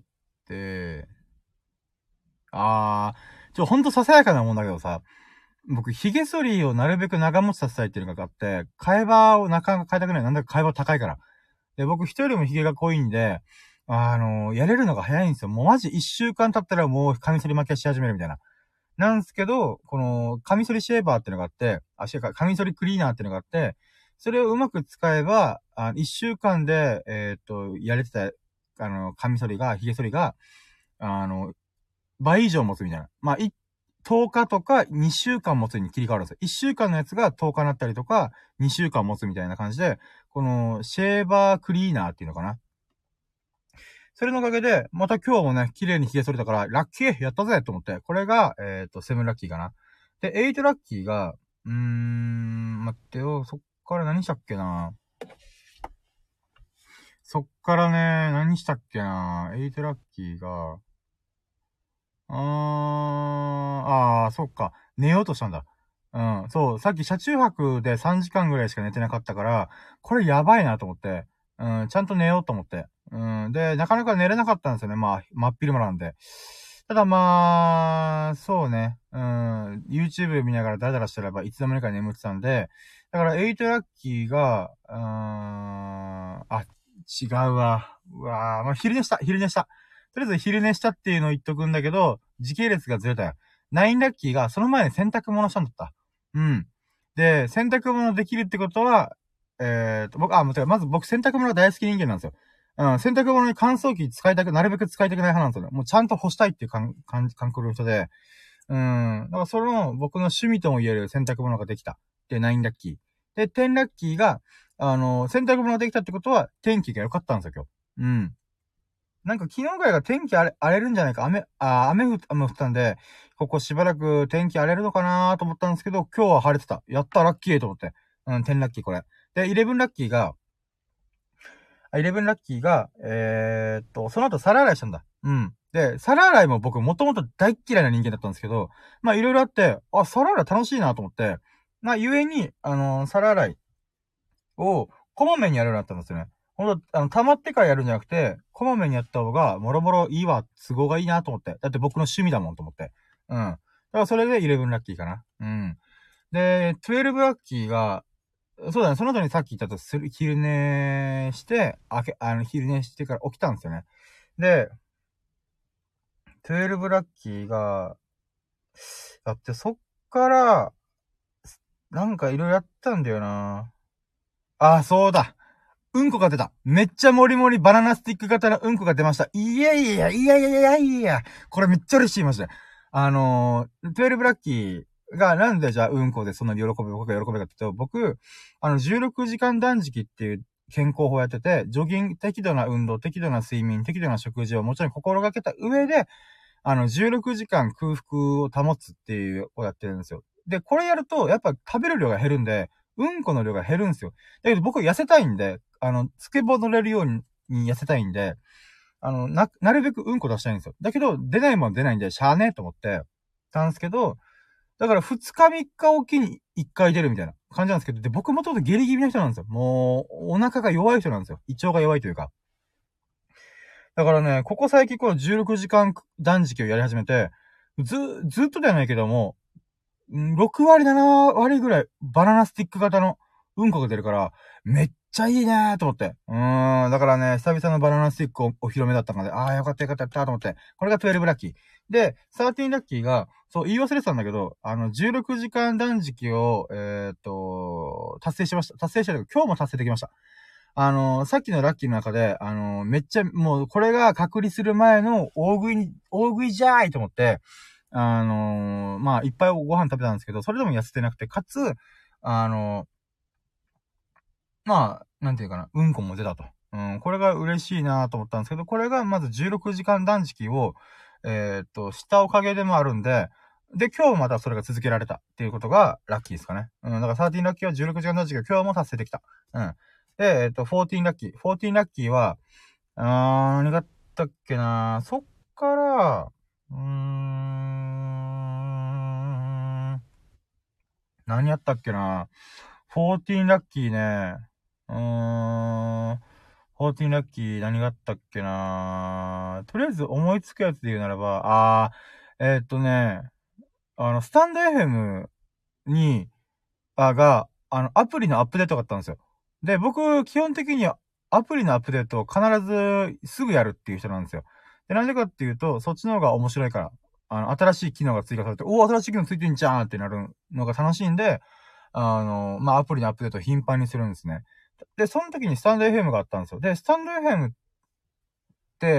ほんとささやかなもんだけどさ、僕、髭剃りをなるべく長持ちさせたいっていうのがあって、替え刃をなかなか変えたくない。なんだか替え刃高いから。で、僕人よりも髭が濃いんで、やれるのが早いんですよ。もうマジ一週間経ったらもうカミソリ負けし始めるみたいな。なんすけど、この、カミソリシェーバーってのがあって、カミソリクリーナーってのがあって、それをうまく使えば、一週間で、やれてた、カミソリが、髭剃りが、あの、倍以上持つみたいな。まあ、10日とか2週間持つに切り替わるんですよ。1週間のやつが10日になったりとか、2週間持つみたいな感じで、この、シェーバークリーナーっていうのかな。それのおかげで、また今日もね、綺麗に髭剃れたから、ラッキーやったぜと思って、これが、セブンラッキーかな。で、エイトラッキーが、待ってよ、そっから何したっけな。そっからね、何したっけな。エイトラッキーが、そっか。寝ようとしたんだ。うん、そう、さっき車中泊で3時間ぐらいしか寝てなかったから、これやばいなと思って、ちゃんと寝ようと思って。で、なかなか寝れなかったんですよね。まあ、真っ昼間なんで。ただまあ、そうね。YouTube 見ながらダラダラしてればいつの間にか眠ってたんで、だから8ラッキーが、違うわ。うわー、まあ、昼寝した。昼寝した。とりあえず昼寝したっていうのを言っとくんだけど、時系列がずれたよ。9ラッキーがその前に洗濯物したんだった。うん。で、洗濯物できるってことは、まず僕洗濯物が大好き人間なんですよ。洗濯物に乾燥機なるべく使いたくない派なんですよね。もうちゃんと干したいっていう感覚の人で、だからその僕の趣味とも言える洗濯物ができた。で、9ラッキー。で、10ラッキーが、洗濯物ができたってことは天気が良かったんですよ、今日。なんか昨日ぐらいが天気荒れるんじゃないか。雨降ったんで、ここしばらく天気荒れるのかなと思ったんですけど、今日は晴れてた。やった、ラッキーと思って。10ラッキーこれ。で、11ラッキーが、その後皿洗いしたんだ。で、皿洗いも僕もともと大っ嫌いな人間だったんですけど、まあいろいろあって、皿洗い楽しいなと思って、ゆえに、皿洗いをこまめにやるようになったんですよね。ほんと、溜まってからやるんじゃなくて、こまめにやった方が、もろもろいいわ、都合がいいなと思って。だって僕の趣味だもんと思って。だからそれで11ラッキーかな。で、12ラッキーが、そうだね、その後にさっき言ったと昼寝して、昼寝してから起きたんですよね。で、12ラッキーが、だってそっから、なんかいろいろやったんだよな。そうだ。うんこが出た。めっちゃもりもりバナナスティック型のうんこが出ました。いやいやいやいやいやいやいやこれめっちゃ嬉しい、マジで。12ラッキーがなんでじゃあうんこでそんなに僕が喜べかって言うと、僕、16時間断食っていう健康法をやってて、ジョギング、適度な運動、適度な睡眠、適度な食事をもちろん心がけた上で、16時間空腹を保つっていうをやってるんですよ。で、これやると、やっぱ食べる量が減るんで、うんこの量が減るんですよ。だけど僕痩せたいんで、つけぼ乗れるように痩せたいんで、なるべくうんこ出したいんですよ。だけど、出ないもん出ないんで、しゃーねえと思って、たんですけど、だから2日3日おきに1回出るみたいな感じなんですけど、で、僕もともと下痢気味な人なんですよ。もう、お腹が弱い人なんですよ。胃腸が弱いというか。だからね、ここ最近この16時間断食をやり始めて、ずっとではないけども、6割、7割ぐらいバナナスティック型のうんこが出るから、めっちゃいいねーと思って。だからね、久々のバナナスティックお披露目だったので、よかったよかったやったと思って。これが12ラッキー。で、13ラッキーが、そう、言い忘れてたんだけど、16時間断食を、達成しました。達成したけど、今日も達成できました。 さっきのラッキーの中で、めっちゃ、もう、これが隔離する前の大食いじゃーいと思って、まあ、いっぱいご飯食べたんですけど、それでも痩せてなくて、かつ、まあ、なんていうかな、うんこも出たと。これが嬉しいなと思ったんですけど、これがまず16時間断食を、したおかげでもあるんで、で、今日またそれが続けられたっていうことがラッキーですかね。だから13ラッキーは16時間断食を今日も達成できた。で、14ラッキー。14ラッキーは、何があったっけなそっから、何やったっけな14ラッキーね。14ラッキー何があったっけなとりあえず思いつくやつで言うならば、スタンド FM に、アプリのアップデートがあったんですよ。で、僕、基本的にアプリのアップデートを必ずすぐやるっていう人なんですよ。で、なんでかっていうと、そっちの方が面白いから。新しい機能が追加されて、新しい機能ついてんじゃんってなるのが楽しいんで、まあ、アプリのアップデートを頻繁にするんですね。で、その時にスタンド FM があったんですよ。で、スタンド FM って、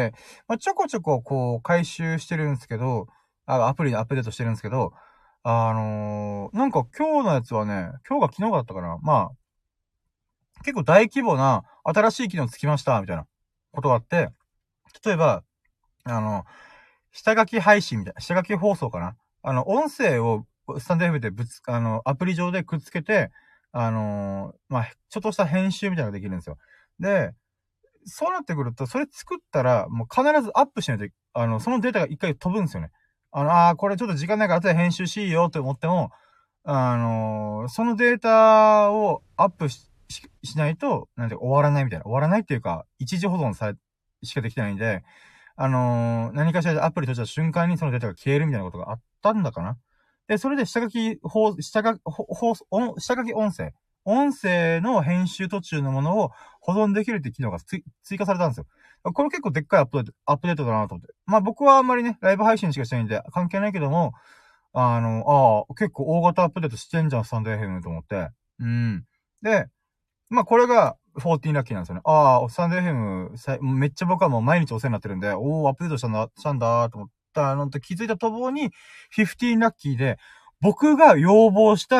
まあ、ちょこちょここう、回収してるんですけど、アプリのアップデートしてるんですけど、なんか今日のやつはね、今日が昨日だったかなまあ、結構大規模な新しい機能つきました、みたいなことがあって、例えば、あの、下書き配信みたいな、下書き放送かな音声をスタンド FM でアプリ上でくっつけて、まあ、ちょっとした編集みたいなのができるんですよ。で、そうなってくると、それ作ったら、もう必ずアップしないと、そのデータが一回飛ぶんですよね。これちょっと時間ないから後で編集しようと思っても、そのデータをアップしないと、なんて終わらないみたいな。終わらないっていうか、一時保存しかできてないんで、何かしらでアプリ閉じた瞬間にそのデータが消えるみたいなことがあったんだかな。で、それで下書き音声。音声の編集途中のものを保存できるって機能が追加されたんですよ。これ結構でっかいアップデートだなと思って。まあ僕はあんまりね、ライブ配信しかしてないんで関係ないけども、結構大型アップデートしてんじゃん、スタンド FM と思って。で、まあこれが14ラッキーなんですよね。スタンド FM、めっちゃ僕はもう毎日お世話になってるんで、アップデートしたんだと思ったのと気づいたとぼに、15ラッキーで、僕が要望した、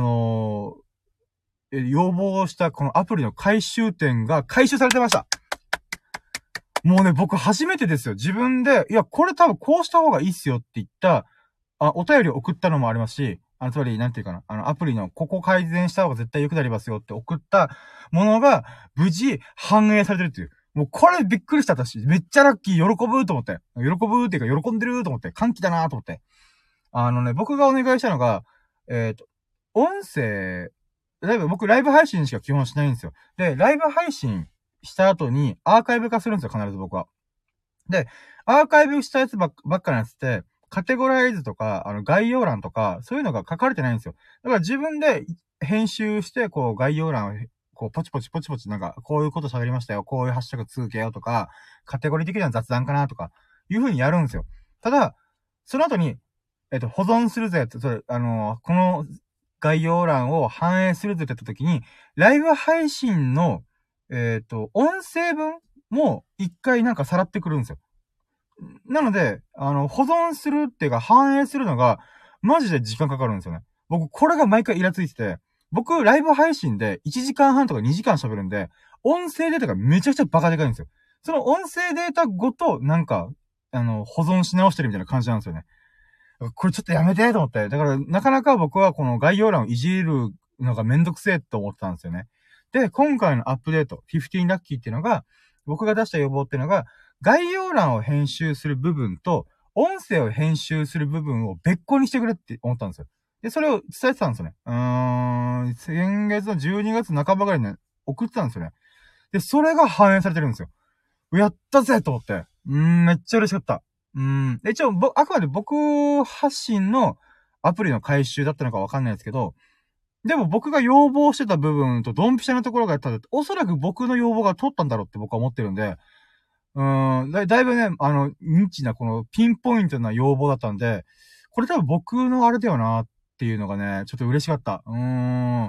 このアプリの回収点が回収されてました。もうね、僕初めてですよ。自分で、いや、これ多分こうした方がいいっすよって言った、お便りを送ったのもありますし、つまり、なんていうかな、アプリの、ここ改善した方が絶対良くなりますよって送ったものが、無事、反映されてるっていう。もう、これびっくりした私。めっちゃラッキー、喜ぶと思って。喜ぶっていうか、喜んでると思って。歓喜だなと思って。僕がお願いしたのが、音声、僕ライブ配信しか基本しないんですよ。で、ライブ配信した後にアーカイブ化するんですよ、必ず僕は。で、アーカイブしたやつばっかのやつって、カテゴライズとか、概要欄とか、そういうのが書かれてないんですよ。だから自分で編集して、こう、概要欄を、こう、ポチポチ、なんか、こういうこと喋りましたよ。こういうハッシュタグ続けようとか、カテゴリー的な雑談かなとか、いう風にやるんですよ。ただ、その後に、保存するぜって、この概要欄を反映するぜって言った時に、ライブ配信の、音声文も一回なんかさらってくるんですよ。なので、保存するっていうか反映するのが、マジで時間かかるんですよね。僕、これが毎回イラついてて、僕、ライブ配信で1時間半とか2時間喋るんで、音声データがめちゃくちゃバカでかいんですよ。その音声データごと、なんか、保存し直してるみたいな感じなんですよね。これちょっとやめてと思って。だから、なかなか僕はこの概要欄をいじるのがめんどくせえと思ってたんですよね。で、今回のアップデート、15ラッキーっていうのが、僕が出した要望っていうのが、概要欄を編集する部分と、音声を編集する部分を別個にしてくれって思ったんですよ。で、それを伝えてたんですよね。先月の12月半ばぐらいに送ってたんですよね。で、それが反映されてるんですよ。やったぜと思って。めっちゃ嬉しかった。で、一応、あくまで僕発信のアプリの回収だったのかわかんないですけど、でも僕が要望してた部分とドンピシャなところがやったら、おそらく僕の要望が通ったんだろうって僕は思ってるんで、だいぶね、ニッチなこのピンポイントな要望だったんで、これ多分僕のあれだよなっていうのがね、ちょっと嬉しかった。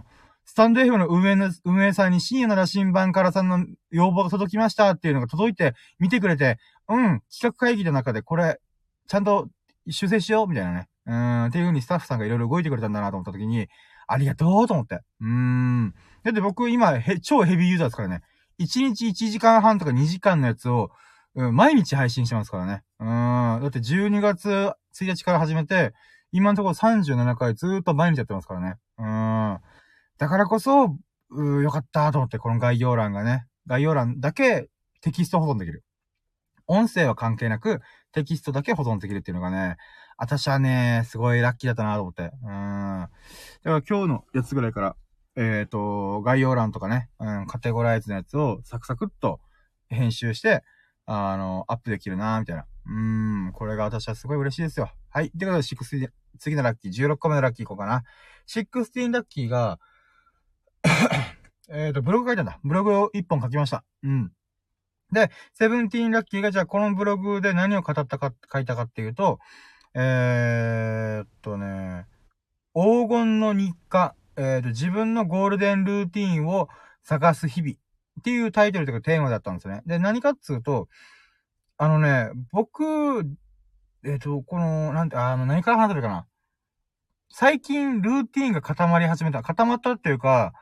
スタンド F の運営さんに深夜の羅針盤からさんの要望が届きましたっていうのが届いて、見てくれて、企画会議の中でこれ、ちゃんと修正しようみたいなね。っていう風にスタッフさんがいろいろ動いてくれたんだなと思った時に、ありがとうと思って。だって僕今、超ヘビーユーザーですからね。1日1時間半とか2時間のやつを、毎日配信してますからね。だって12月1日から始めて、今のところ37回ずーっと毎日やってますからね。だからこそ、よかったと思って、この概要欄だけテキスト保存できる。音声は関係なく、テキストだけ保存できるっていうのがね、私はね、すごいラッキーだったなと思って。だから今日のやつぐらいから、概要欄とかね、カテゴライズのやつをサクサクっと編集して、アップできるなみたいな。これが私はすごい嬉しいですよ。はい。ってことで、次のラッキー、16個目のラッキーいこうかな。16ラッキーが、ブログ書いたんだ。ブログを1本書きました。で、17ラッキーが、じゃあこのブログで何を書いたかっていうと、黄金の日課、自分のゴールデンルーティーンを探す日々っていうタイトルというかテーマだったんですよね。で、何かっつうと、僕、この、何から話せるかな。最近ルーティーンが固まったっていうか、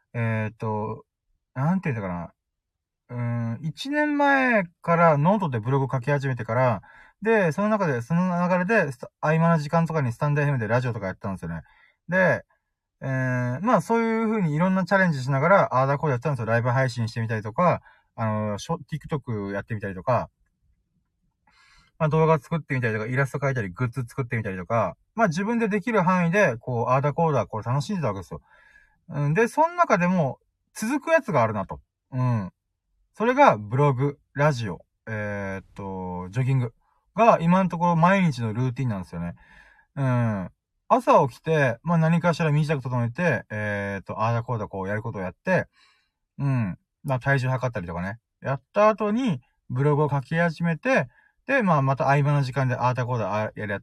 なんて言うんだかな。1年前からノートでブログ書き始めてから、で、その流れで、合間の時間とかにスタンド FM でラジオとかやったんですよね。で、まあそういう風にいろんなチャレンジしながら、あーだこうだやったんですよ。ライブ配信してみたりとか、TikTok やってみたりとか、まあ動画作ってみたりとか、イラスト描いたり、グッズ作ってみたりとか、まあ自分でできる範囲で、こう、あーだこうだ、これ楽しんでたわけですよ。で、その中でも、続くやつがあるなと。それが、ブログ、ラジオ、ジョギングが今のところ毎日のルーティンなんですよね。朝起きて、まあ何かしら身支度整えて、ああだこうだこうやることをやって、まあ体重測ったりとかね。やった後に、ブログを書き始めて、で、まあまた合間の時間でああだこうだやって、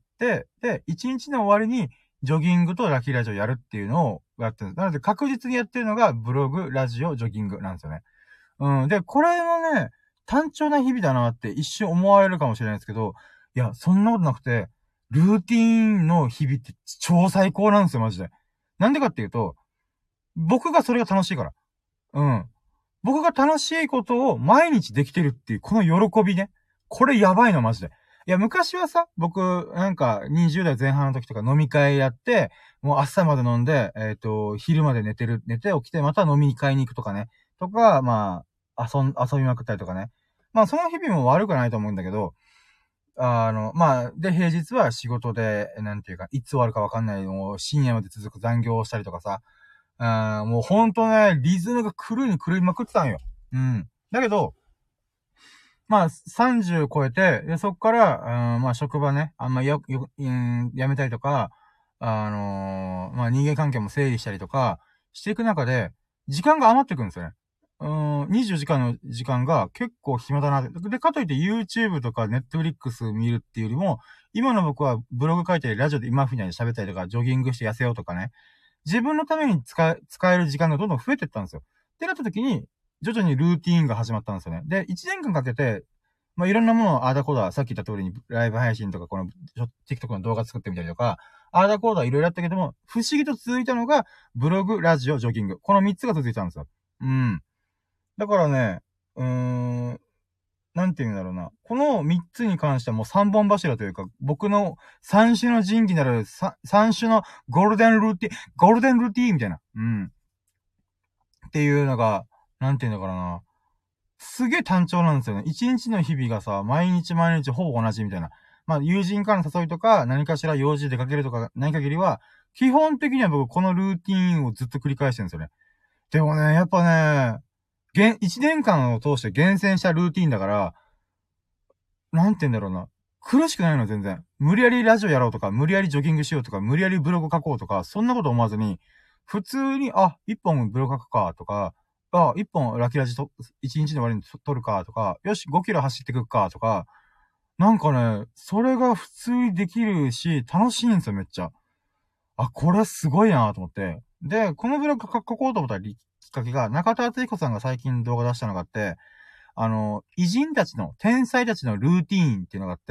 で、一日の終わりに、ジョギングとラッキーラジオやるっていうのをやってるんです。なので確実にやってるのが、ブログ、ラジオ、ジョギングなんですよね。で、これのね、単調な日々だなって一瞬思われるかもしれないですけど、いや、そんなことなくて、ルーティーンの日々って超最高なんですよ、マジで。なんでかっていうと、僕がそれが楽しいから。僕が楽しいことを毎日できてるっていう、この喜びね。これやばいの、マジで。いや、昔はさ、僕、なんか、20代前半の時とか飲み会やって、もう朝まで飲んで、昼まで寝て起きて、また飲みに買いに行くとかね。とか、まあ、遊びまくったりとかね。まあ、その日々も悪くないと思うんだけど、まあ、で、平日は仕事で、なんていうか、いつ終わるかわかんないのを深夜まで続く残業をしたりとかさ、もうほんとね、リズムが狂いまくってたんよ。だけど、まあ、30超えて、で、そっから、まあ、職場ね、あんま辞めたりとか、まあ、人間関係も整理したりとか、していく中で、時間が余ってくんですよね。24時間の時間が結構暇だなって。で、かといって YouTube とか Netflix 見るっていうよりも、今の僕はブログ書いたり、ラジオで今みたいに喋ったりとか、ジョギングして痩せようとかね。自分のために使える時間がどんどん増えてったんですよ。ってなった時に、徐々にルーティーンが始まったんですよね。で、1年間かけて、まあ、いろんなものをあーだこーだ、さっき言った通りにライブ配信とか、この TikTok の動画作ってみたりとか、あーだこーだいろいろやったけども、不思議と続いたのが、ブログ、ラジオ、ジョギング。この3つが続いたんですよ。だからね、なんて言うんだろうな。この3つに関してはもう3本柱というか、僕の3種の神器なる3種のゴールデンルーティーンみたいな。っていうのが、なんて言うんだからな。すげえ単調なんですよね。一日の日々がさ、毎日ほぼ同じみたいな。まあ、友人からの誘いとか、何かしら用事出かけるとかない限りは、基本的には僕このルーティーンをずっと繰り返してるんですよね。でもね、やっぱね、1年間を通して厳選したルーティーンだから、なんて言うんだろうな。苦しくないの、全然。無理やりラジオやろうとか、無理やりジョギングしようとか、無理やりブログ書こうとか、そんなこと思わずに、普通に、一本ブログ書くか、とか、一本ラキラジと、一日の終わりに撮るか、とか、よし、5キロ走ってくか、とか、なんかね、それが普通にできるし、楽しいんですよ、めっちゃ。これすごいなと思って。 で、このブログ書こうと思ったきっかけが、中田敦彦さんが最近動画出したのがあって、偉人たちの、天才たちのルーティーンっていうのがあって、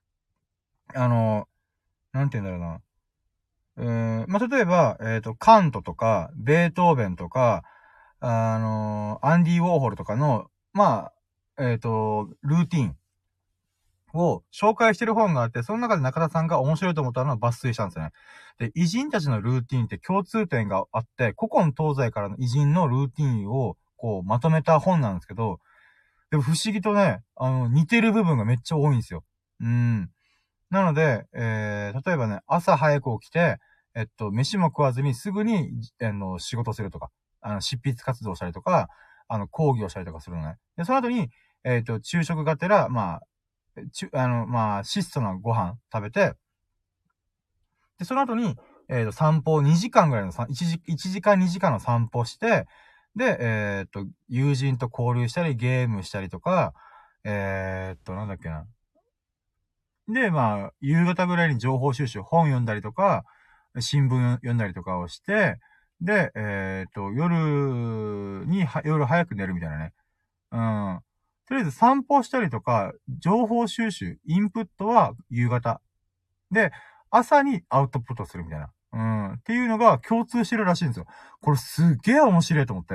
なんて言うんだろうな。まあ、例えば、カントとか、ベートーベンとか、アンディ・ウォーホルとかの、まあ、ルーティンを紹介してる本があって、その中で中田さんが面白いと思ったのを抜粋したんですよね。で、偉人たちのルーティンって共通点があって、古今東西からの偉人のルーティンを、こう、まとめた本なんですけど、でも不思議とね、似てる部分がめっちゃ多いんですよ。なので、例えばね、朝早く起きて、飯も食わずにすぐに、仕事するとか、執筆活動したりとか、講義をしたりとかするのね。で、その後に、昼食がてら、まあ、まあ、質素なご飯食べて、で、その後に、散歩を2時間ぐらいの1時間2時間の散歩して、で、友人と交流したり、ゲームしたりとか、なんだっけな。で、まあ、夕方ぐらいに情報収集、本読んだりとか、新聞読んだりとかをして、で、夜早く寝るみたいなね。うん。とりあえず散歩したりとか、情報収集、インプットは夕方。で、朝にアウトプットするみたいな。っていうのが共通してるらしいんですよ。これすっげえ面白いと思って。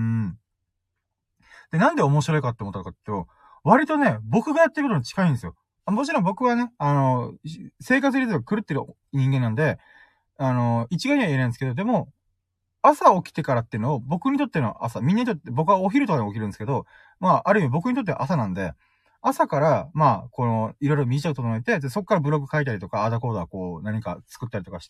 で、なんで面白いかって思ったのかっていうと、割とね、僕がやってることに近いんですよ。もちろん僕はね、生活リズムが狂ってる人間なんで、一概には言えないんですけど、でも、朝起きてからっていうのを、僕にとっての朝、みんなにとって、僕はお昼とかに起きるんですけど、まあ、ある意味僕にとっては朝なんで、朝から、まあ、いろいろ短く整えて、で、そっからブログ書いたりとか、あーだこーだ、こう、何か作ったりとかして、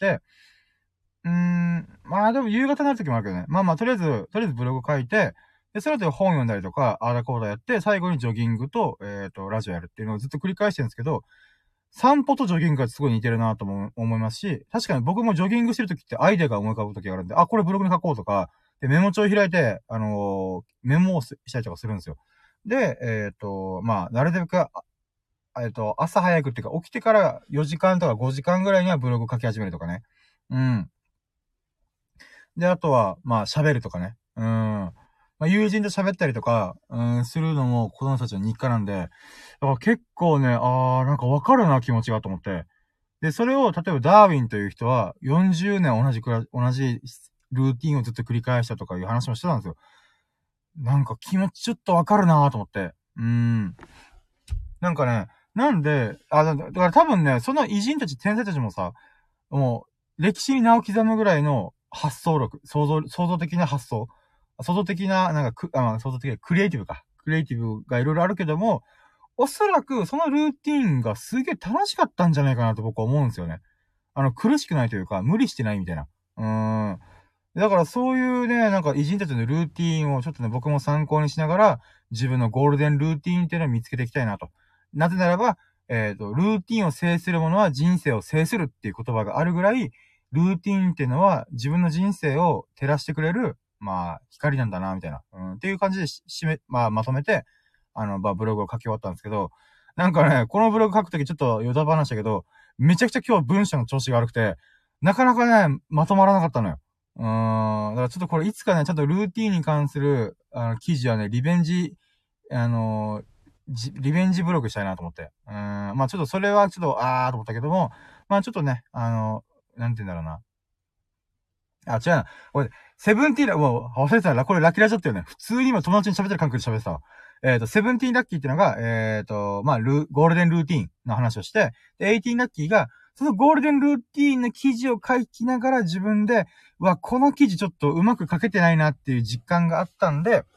まあでも夕方になる時もあるけどね。まあまあ、とりあえずブログ書いて、で、その後本読んだりとか、あーだこーだやって、最後にジョギングと、ラジオやるっていうのをずっと繰り返してるんですけど、散歩とジョギングがすごい似てるなとも思いますし、確かに僕もジョギングしてる時ってアイデアが思い浮かぶ時があるんで、あ、これブログに書こうとか、で、メモ帳開いて、メモをしたりとかするんですよ。で、まあ、なるべく、朝早くっていうか、起きてから4時間とか5時間ぐらいにはブログ書き始めるとかね。うん。で、あとは、まあ、喋るとかね。まあ、友人と喋ったりとか、するのも子供たちの日課なんで、だから結構ね、なんかわかるな気持ちがと思って。で、それを、例えばダーウィンという人は、40年同じルーティンをずっと繰り返したとかいう話もしてたんですよ。なんか気持ちちょっとわかるなと思って。なんかね、なんで、だから多分ね、その偉人たち、天才たちもさ、もう、歴史に名を刻むぐらいの発想力、創造的な発想。創造的な、なんか創造的なクリエイティブか。クリエイティブがいろいろあるけども、おそらくそのルーティンがすげえ楽しかったんじゃないかなと僕は思うんですよね。苦しくないというか、無理してないみたいな。だからそういうね、なんか偉人たちのルーティンをちょっとね、僕も参考にしながら、自分のゴールデンルーティンっていうのを見つけていきたいなと。なぜならば、ルーティンを制する者は人生を制するっていう言葉があるぐらい、ルーティンっていうのは自分の人生を照らしてくれる、まあ、光なんだな、みたいな。っていう感じでまとめて、ブログを書き終わったんですけど、なんかね、このブログ書くときちょっと余談話だけど、めちゃくちゃ今日文章の調子が悪くて、なかなかね、まとまらなかったのよ。だからちょっとこれいつかね、ちゃんとルーティーンに関する、記事はね、あのリベンジブログしたいなと思って。まあちょっとそれはちょっと、と思ったけども、まあちょっとね、なんて言うんだろうな。違うな。俺、セブンティーンもう忘れてたら、これラッキーラジオってよね。普通に今友達に喋ってる感覚で喋ってたわ。セブンティーンラッキーっていうのが、まあ、ゴールデンルーティーンの話をして、で、エイティーンラッキーが、そのゴールデンルーティーンの記事を書きながら自分で、この記事ちょっとうまく書けてないなっていう実感があったんで、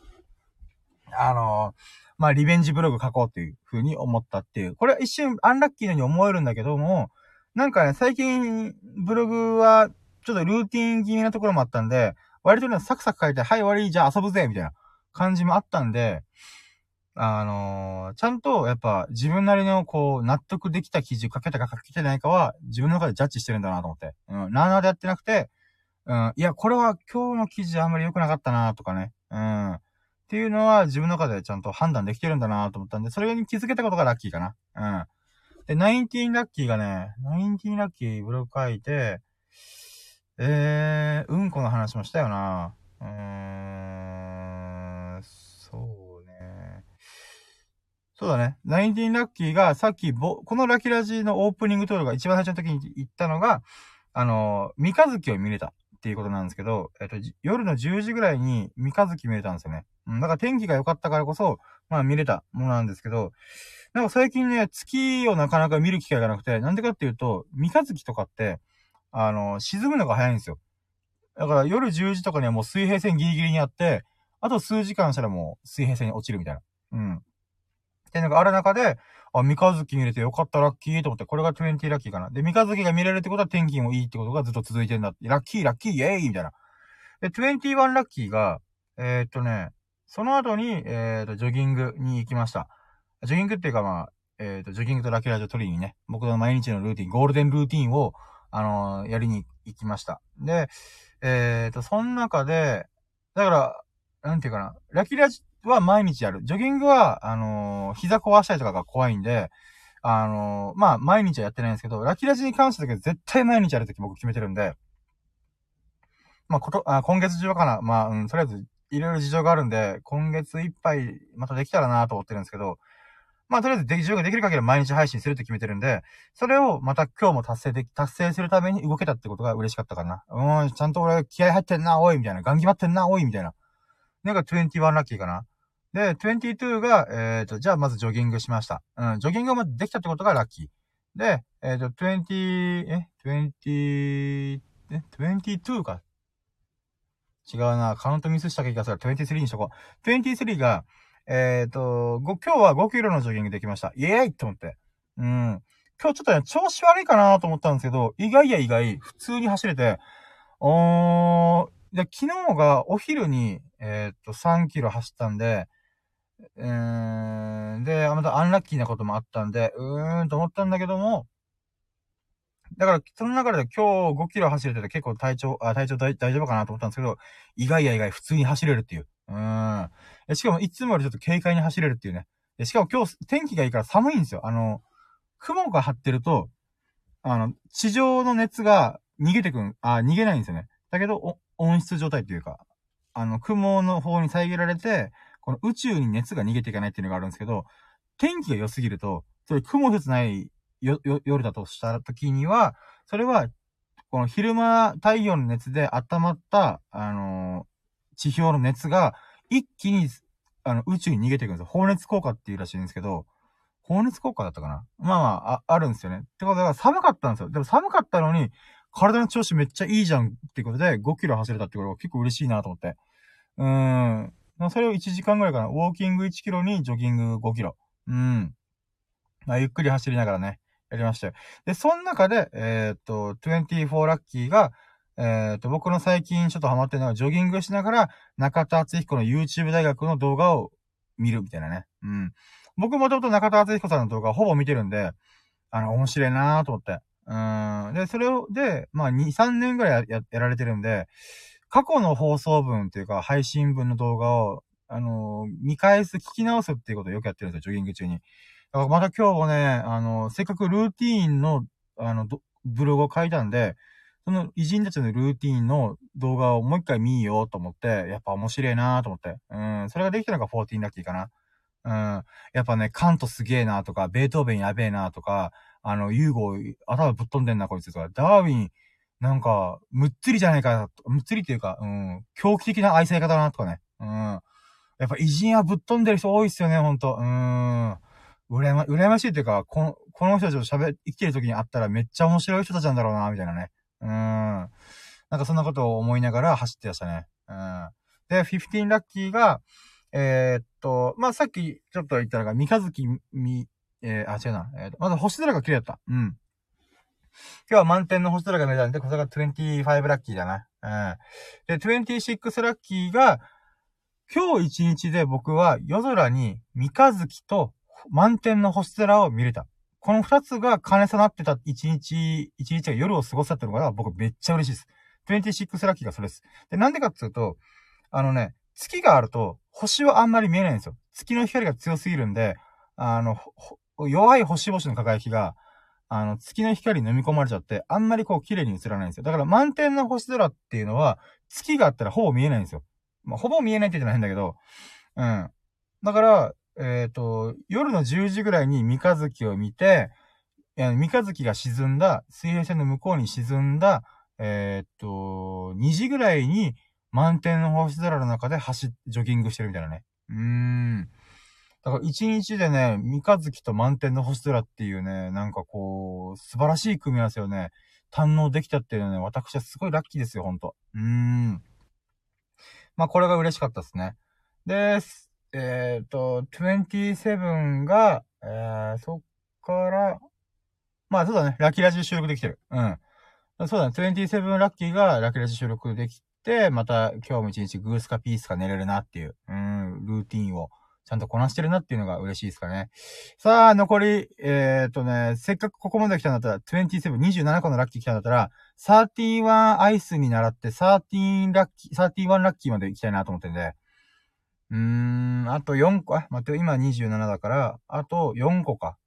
まあ、リベンジブログ書こうっていう風に思ったっていう。これは一瞬アンラッキーのように思えるんだけども、なんかね、最近、ブログは、ちょっとルーティン気味なところもあったんで、割とね、サクサク書いて、はい、終わり、じゃあ遊ぶぜみたいな感じもあったんで、ちゃんと、やっぱ、自分なりの、こう、納得できた記事を書けたか書けてないかは、自分の中でジャッジしてるんだなと思って。なーでやってなくて、いや、これは今日の記事あんまり良くなかったなとかね。っていうのは自分の中でちゃんと判断できてるんだなと思ったんで、それに気づけたことがラッキーかな。で、ナインティーンラッキーがね、ナインティーンラッキーブログ書いて、 うんこの話もしたよな。そうね。そうだね。ナインティーンラッキーがさっきこのラキラジのオープニングトールが一番最初の時に言ったのが、三日月を見れたっていうことなんですけど、夜の10時ぐらいに三日月見れたんですよね。うん、だから天気が良かったからこそ、まあ見れたものなんですけど、なんか最近ね、月をなかなか見る機会がなくて、なんでかっていうと、三日月とかって、沈むのが早いんですよ。だから夜10時とかにはもう水平線ギリギリにあって、あと数時間したらもう水平線に落ちるみたいな。うん。っていうのがある中で、三日月見れてよかった、ラッキーと思って、これが20ラッキーかな。で、三日月が見れるってことは天気もいいってことがずっと続いてるんだって、ラッキー、ラッキー、イェーイみたいな。で、21ラッキーが、その後に、ジョギングに行きました。ジョギングっていうかまあ、ジョギングとラッキーラジオ取りにね、僕の毎日のルーティン、ゴールデンルーティンを、やりに行きました。で、その中で、だから、なんていうかな、ラッキーラジは毎日やる。ジョギングは、膝壊したりとかが怖いんで、まあ、毎日はやってないんですけど、ラッキーラジに関してだけ絶対毎日やるとき僕決めてるんで、まあ、今月中かな。まあ、とりあえず、いろいろ事情があるんで、今月いっぱい、またできたらなと思ってるんですけど、まあ、とりあえず事情ができる限り毎日配信するって決めてるんで、それをまた今日も達成するために動けたってことが嬉しかったかな。ちゃんと俺気合入ってんな、おい、みたいな。ガン決まってんな、おい、みたいな。なんか21ラッキーかな。で、22が、じゃあまずジョギングしました。うん、ジョギングがまずできたってことがラッキー。で、22か。違うな。カウントミスした気がする。23にしとこう。23が、今日は5キロのジョギングできました。イエーイって思って。うん。今日ちょっとね、調子悪いかなと思ったんですけど、意外や意外、普通に走れて、で、昨日がお昼に、3キロ走ったんで、で、またアンラッキーなこともあったんで、と思ったんだけども、だから、その中で今日5キロ走れてて結構体調大丈夫かなと思ったんですけど、意外や意外普通に走れるっていう。しかもいつもよりちょっと軽快に走れるっていうね。しかも今日天気がいいから寒いんですよ。雲が張ってると、地上の熱が逃げないんですよね。だけど、温室状態っていうか、雲の方に遮られて、この宇宙に熱が逃げていかないっていうのがあるんですけど、天気が良すぎると、それ雲一つない夜だとした時には、それは、この昼間太陽の熱で温まった、地表の熱が一気に、宇宙に逃げていくんですよ。放熱効果っていうらしいんですけど、放熱効果だったかな。まあまあ、あるんですよね。ってことは寒かったんですよ。でも寒かったのに、体の調子めっちゃいいじゃんってことで5キロ走れたってことが結構嬉しいなと思って。それを1時間ぐらいかな。ウォーキング1キロにジョギング5キロ。まあ、ゆっくり走りながらね、やりましたよ。で、その中で、24ラッキーが、僕の最近ちょっとハマってるのは、ジョギングしながら、中田敦彦の YouTube 大学の動画を見るみたいなね。僕もともと中田敦彦さんの動画をほぼ見てるんで、面白いなぁと思って。で、それを、で、まあ、2、3年ぐらいやられてるんで、過去の放送分っていうか、配信分の動画を、見返す、聞き直すっていうことをよくやってるんですよ、ジョギング中に。だからまた今日もね、せっかくルーティーンの、ブログを書いたんで、その偉人たちのルーティーンの動画をもう一回見ようと思って、やっぱ面白いなぁと思って。それができたのが14ラッキーかな。やっぱね、カントすげえなとか、ベートーベンやべえなとか、ユーゴ頭ぶっ飛んでんなこいつとか、ダーウィン、なんか、むっつりじゃないか、むっつりっていうか、狂気的な愛され方だなとかね。やっぱ偉人はぶっ飛んでる人多いっすよね、ほんと。羨ましいっていうか、この人たちと生きてる時に会ったらめっちゃ面白い人たちなんだろうな、みたいなね。なんかそんなことを思いながら走ってましたね。で、15ラッキーが、まあ、さっきちょっと言ったのが、三日月違うな。まず星空が綺麗だった。今日は満天の星空が見えたんで、これが25ラッキーだな。で、26ラッキーが、今日一日で僕は夜空に三日月と満天の星空を見れた。この二つが兼ね備ってた一日が夜を過ごせたっていうのが僕めっちゃ嬉しいです。26ラッキーがそれです。で、なんでかっていうと、月があると星はあんまり見えないんですよ。月の光が強すぎるんで、弱い星々の輝きが、 月の光に飲み込まれちゃって、あんまりこう綺麗に映らないんですよ。だから満天の星空っていうのは、月があったらほぼ見えないんですよ。まあ、ほぼ見えないって言ってのは変だけど、うん。だから、夜の10時ぐらいに三日月を見て、三日月が沈んだ、水平線の向こうに沈んだ、2時ぐらいに満天の星空の中でジョギングしてるみたいなね。だから一日でね、三日月と満天の星空っていうね、なんかこう、素晴らしい組み合わせをね、堪能できたっていうのはね、私はすごいラッキーですよ、ほんと。まあ、これが嬉しかったですね。で、27が、そっから、まあ、そうだね、ラッキーラジ収録できてる。うん。そうだね、27ラッキーがラッキーラジ収録できて、また今日も一日グースかピースか寝れるなっていう、ルーティンをちゃんとこなしてるなっていうのが嬉しいですかね。さあ、残り、せっかくここまで来たんだったら、27、27個のラッキー来たんだったら、31アイスに習って、31ラッキーまで行きたいなと思ってんで、あと4個、待って、今27だから、あと4個か。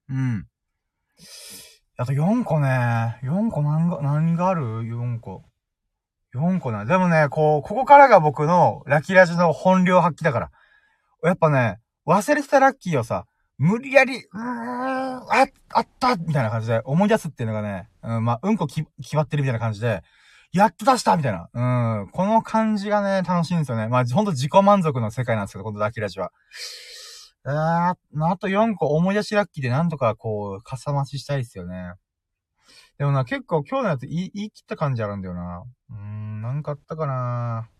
あと4個ね。4個何がある ?4 個。4個ね。でもね、ここからが僕のラッキーラジの本領発揮だから。やっぱね、忘れてたラッキーをさ、無理やり、あったみたいな感じで思い出すっていうのがね、まあ、決まってるみたいな感じで、やっと出したみたいな。この感じがね、楽しいんですよね。まあ、ほんと自己満足の世界なんですけど、このラッキーラジは。あと4個思い出しラッキーでなんとかこう、かさ増ししたいですよね。でもな、結構今日のやつ言い切った感じあるんだよな。なんかあったかな。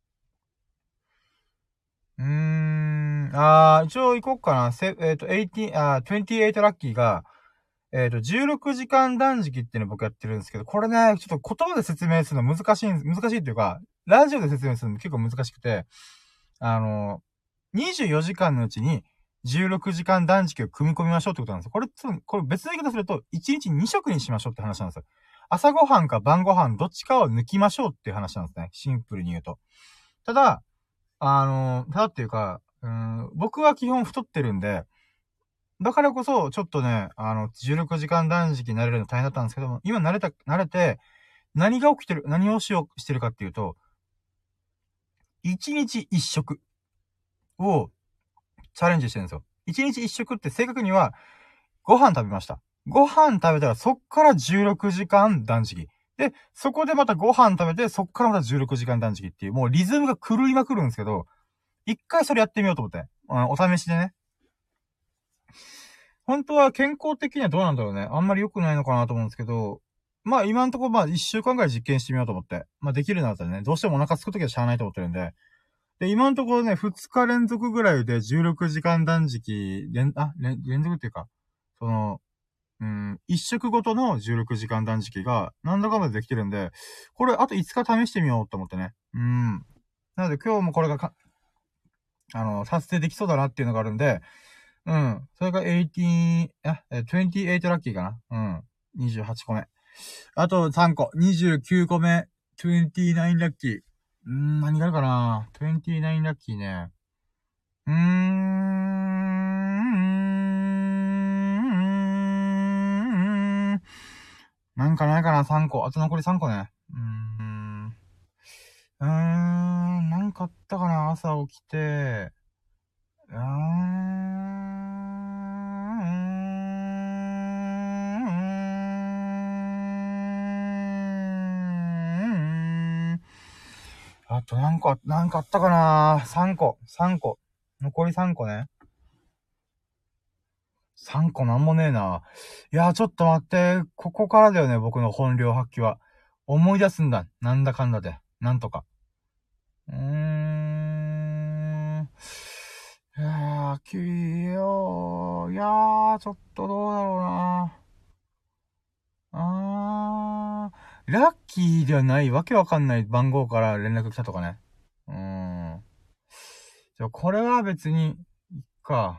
一応行こうかな。28ラッキーが、16時間断食っていうの僕やってるんですけど、これね、ちょっと言葉で説明するの難しいっていうか、ラジオで説明するの結構難しくて、24時間のうちに16時間断食を組み込みましょうってことなんですよ。これ別の言い方すると、1日2食にしましょうって話なんですよ。朝ごはんか晩ごはんどっちかを抜きましょうっていう話なんですね。シンプルに言うと。ただっていうか、僕は基本太ってるんで、だからこそ、ちょっとね、16時間断食になれるの大変だったんですけども、今慣れて、何をしてるかっていうと、1日1食をチャレンジしてるんですよ。1日1食って正確には、ご飯食べました。ご飯食べたらそっから16時間断食。で、そこでまたご飯食べて、そっからまた16時間断食っていう、もうリズムが狂いまくるんですけど、一回それやってみようと思って。お試しでね。本当は健康的にはどうなんだろうね。あんまり良くないのかなと思うんですけど、まあ今んところまあ1週間ぐらい実験してみようと思って。まあできるんだったらね、どうしてもお腹すくときはしゃあないと思ってるんで。で、今んところね、2日連続ぐらいで16時間断食、連続っていうか、1食ごとの16時間断食が何度かまでできてるんで、これあと5日試してみようと思ってね。なので今日もこれが達成できそうだなっていうのがあるんで、それが28ラッキーかな。28個目。あと3個。29個目。29ラッキー。何があるかな ?29 ラッキーね。なんかないかな ?3 個。あと残り3個ね。なんかあったかな朝起きて。あとなんかあったかな ?3 個。残り3個ね。3個なんもねえな。いや、ちょっと待って。ここからだよね、僕の本領発揮は。思い出すんだ。なんだかんだで。なんとか。いやー、ちょっとどうだろうな。ラッキーではない、わけわかんない番号から連絡来たとかね。じゃあ、これは別に、いっか。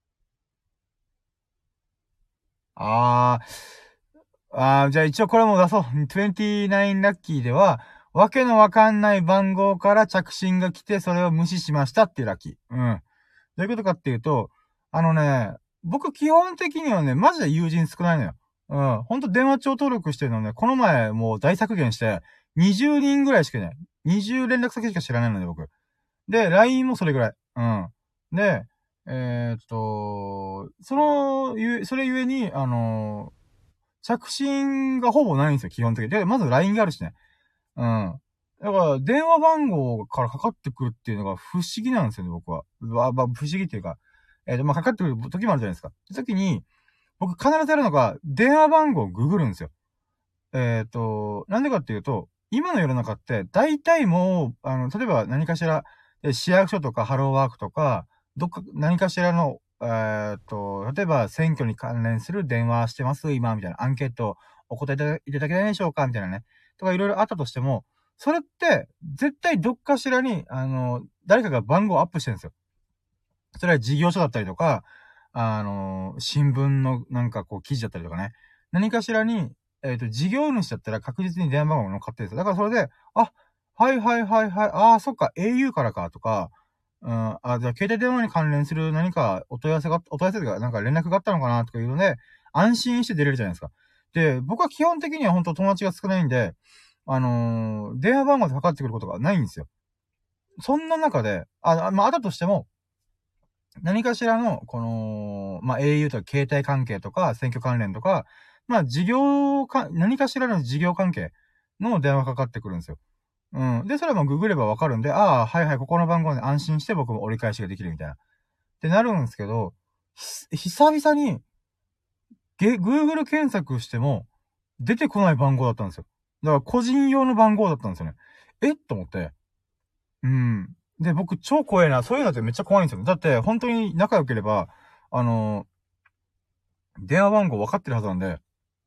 じゃあ一応これも出そう。29ラッキーでは、わけのわかんない番号から着信が来て、それを無視しましたっていうラッキー。どういうことかっていうと、僕基本的にはね、マジで友人少ないのよ。 ほんと電話帳登録してるのね、この前もう大削減して、20人ぐらいしかいない。20連絡先しか知らないので、僕。で、LINE もそれぐらい。で、それゆえに、着信がほぼないんですよ、基本的に。で、まず LINE があるしね。だから、電話番号からかかってくるっていうのが不思議なんですよね、僕は。不思議っていうか、かかってくる時もあるじゃないですか。時に、僕必ずやるのが、電話番号をググるんですよ。なんでかっていうと、今の世の中って、大体もう、例えば何かしら、市役所とかハローワークとか、何かしらの、例えば選挙に関連する電話してます今、みたいなアンケートお答えいただけないでしょうかみたいなね。とかいろいろあったとしても、それって、絶対どっかしらに、誰かが番号をアップしてるんですよ。それは事業所だったりとか、新聞のなんかこう記事だったりとかね。何かしらに、事業主だったら確実に電話番号が乗っかってるんですよ。だからそれで、あ、はいはいはいはい、ああ、そっか、au からかとか、じゃあ携帯電話に関連する何かお問い合わせというか、なんか連絡があったのかなとかいうので、安心して出れるじゃないですか。で、僕は基本的には本当友達が少ないんで、電話番号でかかってくることがないんですよ。そんな中で、あったとしても、何かしらの、au とか携帯関係とか、選挙関連とか、何かしらの事業関係の電話かかってくるんですよ。で、それはもうググればわかるんで、はいはい、ここの番号で安心して僕も折り返しができるみたいな。ってなるんですけど、久々に、Google 検索しても、出てこない番号だったんですよ。だから個人用の番号だったんですよね。と思って。で、僕超怖いな。そういうのってめっちゃ怖いんですよ。だって、本当に仲良ければ、あの電話番号分かってるはずなんで。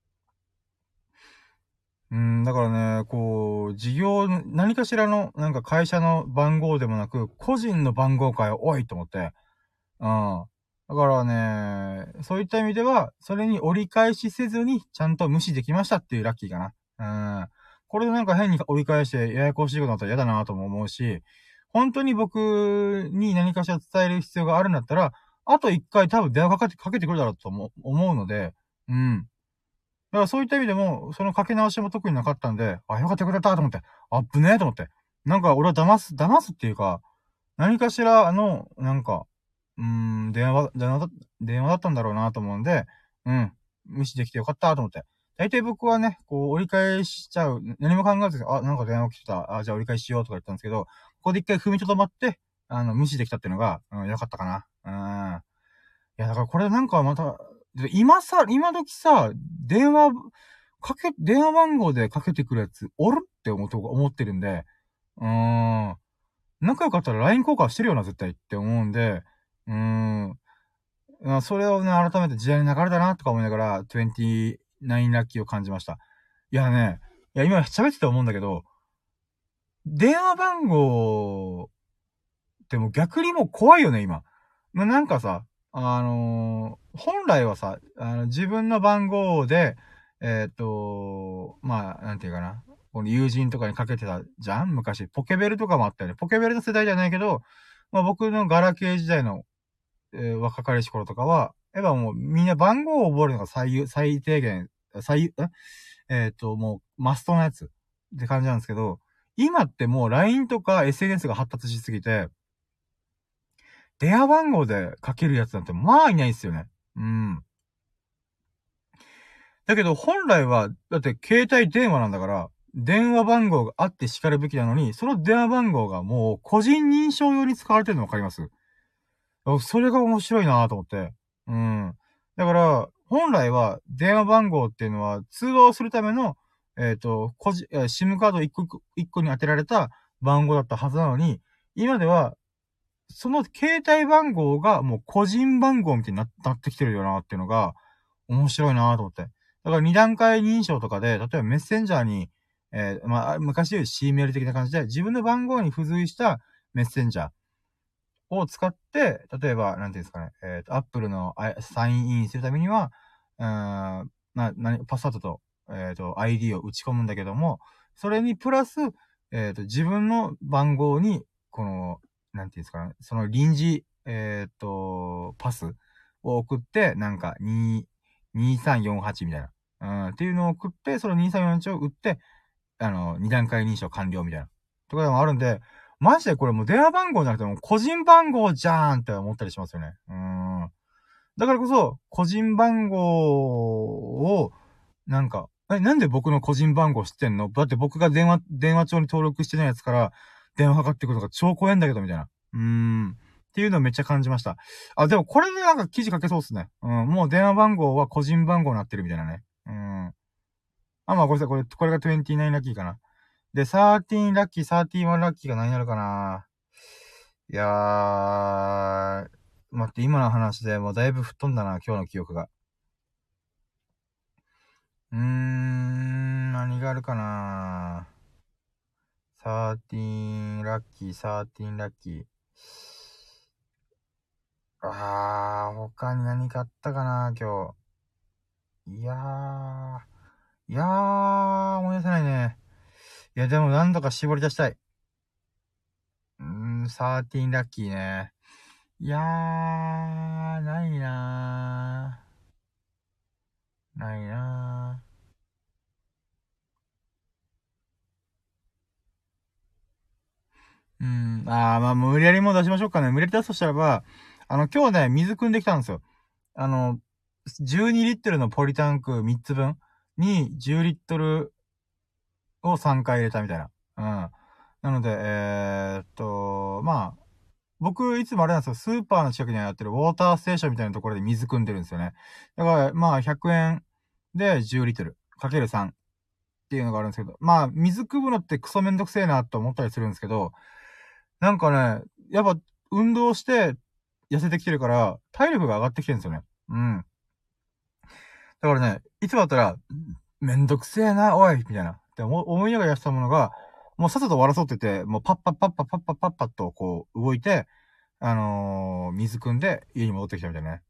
だからね、こう、何かしらの、なんか会社の番号でもなく、個人の番号かよ、おいと思って。だからね、そういった意味では、それに折り返しせずに、ちゃんと無視できましたっていうラッキーかな。これでなんか変に折り返してややこしいことになったら嫌だなとも思うし、本当に僕に何かしら伝える必要があるんだったら、あと一回多分電話かけてくるだろうと思うので、うん。だからそういった意味でも、そのかけ直しも特になかったんで、よかったよかったと思って、あっぶねえと思って。なんか俺は騙すっていうか、何かしらなんか、電話だったんだろうなと思うんで、無視できてよかったと思って。大体僕はね、こう折り返しちゃう。何も考えずに、なんか電話来てた。じゃあ折り返ししようとか言ったんですけど、ここで一回踏みとどまって、無視できたっていうのが、良かったかな。いや、だからこれなんかまた、今時さ、電話番号でかけてくるやつ、おるって思ってるんで、うーん。仲良かったら LINE 交換してるよな、絶対って思うんで、うーん。それをね、改めて時代の流れだな、とか思いながら、29ラッキーを感じました。今喋ってて思うんだけど、電話番号ってもう逆にもう怖いよね、今。なんかさ、本来はさ、自分の番号で、なんていうかな。この友人とかにかけてたじゃん昔。ポケベルとかもあったよね。ポケベルの世代じゃないけど、僕のガラケー時代の、若かりし頃とかは、やっぱもうみんな番号を覚えるのが最低限、もうマストなやつって感じなんですけど、今ってもう LINE とか SNS が発達しすぎて、電話番号でかけるやつなんてまあいないっすよね。だけど本来は、だって携帯電話なんだから、電話番号があって叱るべきなのに、その電話番号がもう個人認証用に使われてるのわかります？それが面白いなぁと思って。だから、本来は電話番号っていうのは通話をするための、SIM カード一個に当てられた番号だったはずなのに、今ではその携帯番号がもう個人番号みたいになってきてるよなっていうのが面白いなと思って。だから二段階認証とかで、例えばメッセンジャーに、昔でいう C メール的な感じで自分の番号に付随したメッセンジャーを使って、例えば、なんていうんですかね、Apple のサインインするためには、パスワードと、ID を打ち込むんだけども、それにプラス、自分の番号に、なんていうんですかね、その臨時、パスを送って、なんか、2348みたいな。 っていうのを送って、その2341を打って、二段階認証完了みたいな。とかでもあるんで、マジでこれもう電話番号じゃなくても個人番号じゃーんって思ったりしますよね。だからこそ、個人番号を、なんか、なんで僕の個人番号知ってんの？だって僕が電話帳に登録してないやつから、電話かかってくるのが超怖いんだけど、みたいな。っていうのをめっちゃ感じました。あ、でもこれでなんか記事書けそうっすね。もう電話番号は個人番号になってるみたいなね。まあ、ごめんなさい。これが29ラッキーかな。で、13ラッキー、31ラッキーが何になるかな。いやー、待って、今の話でもうだいぶ吹っ飛んだな、今日の記憶が。何があるかな。13ラッキー、13ラッキー。他に何かあったかな、今日。いやー、思い出せないね。いや、でも何度か絞り出したい。13ラッキーね。いやー、ないなー。ないなまあ、無理やりもう出しましょうかね。無理やり出すとしたらば、今日ね、水汲んできたんですよ。12リットルのポリタンク3つ分に10リットルを3回入れたみたいな。なので、まあ、僕、いつもあれなんですよ、スーパーの近くにやってるウォーターステーションみたいなところで水汲んでるんですよね。だから、まあ、100円で10リットル、かける3っていうのがあるんですけど、まあ、水汲むのってクソめんどくせえなと思ったりするんですけど、なんかね、やっぱ、運動して痩せてきてるから、体力が上がってきてるんですよね。だからね、いつもだったら、めんどくせえな、おいみたいな。って思いながらやってたものが、もうさっさと終わらそうって言って、もうパッパッパッパッパッパッパッパッとこう動いて、水汲んで家に戻ってきたみたいなね。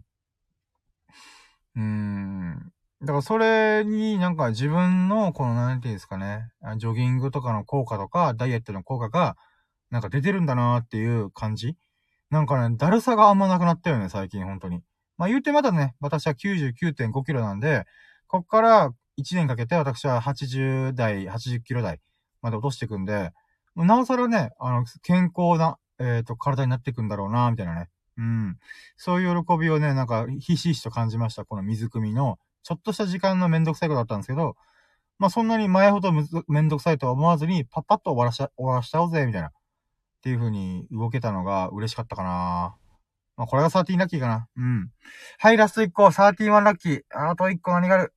だからそれになんか自分のこのなんていうんですかね、ジョギングとかの効果とか、ダイエットの効果が、なんか出てるんだなーっていう感じ。なんかね、だるさがあんまなくなったよね、最近本当に。まあ言うてまだね、私は99.5キロなんで、こっから1年かけて私は80代、80キロ台まで落としていくんで、なおさらね、健康な、体になっていくんだろうな、みたいなね。そういう喜びをね、なんか、ひしひしと感じました。この水汲みの、ちょっとした時間のめんどくさいことだったんですけど、まあそんなに前ほどめんどくさいとは思わずに、パッパッと終わらしちゃおうぜ、みたいな。っていう風に動けたのが嬉しかったかな。まあこれが13ラッキーかな。はい、ラスト1個、31ラッキー。あと1個何がある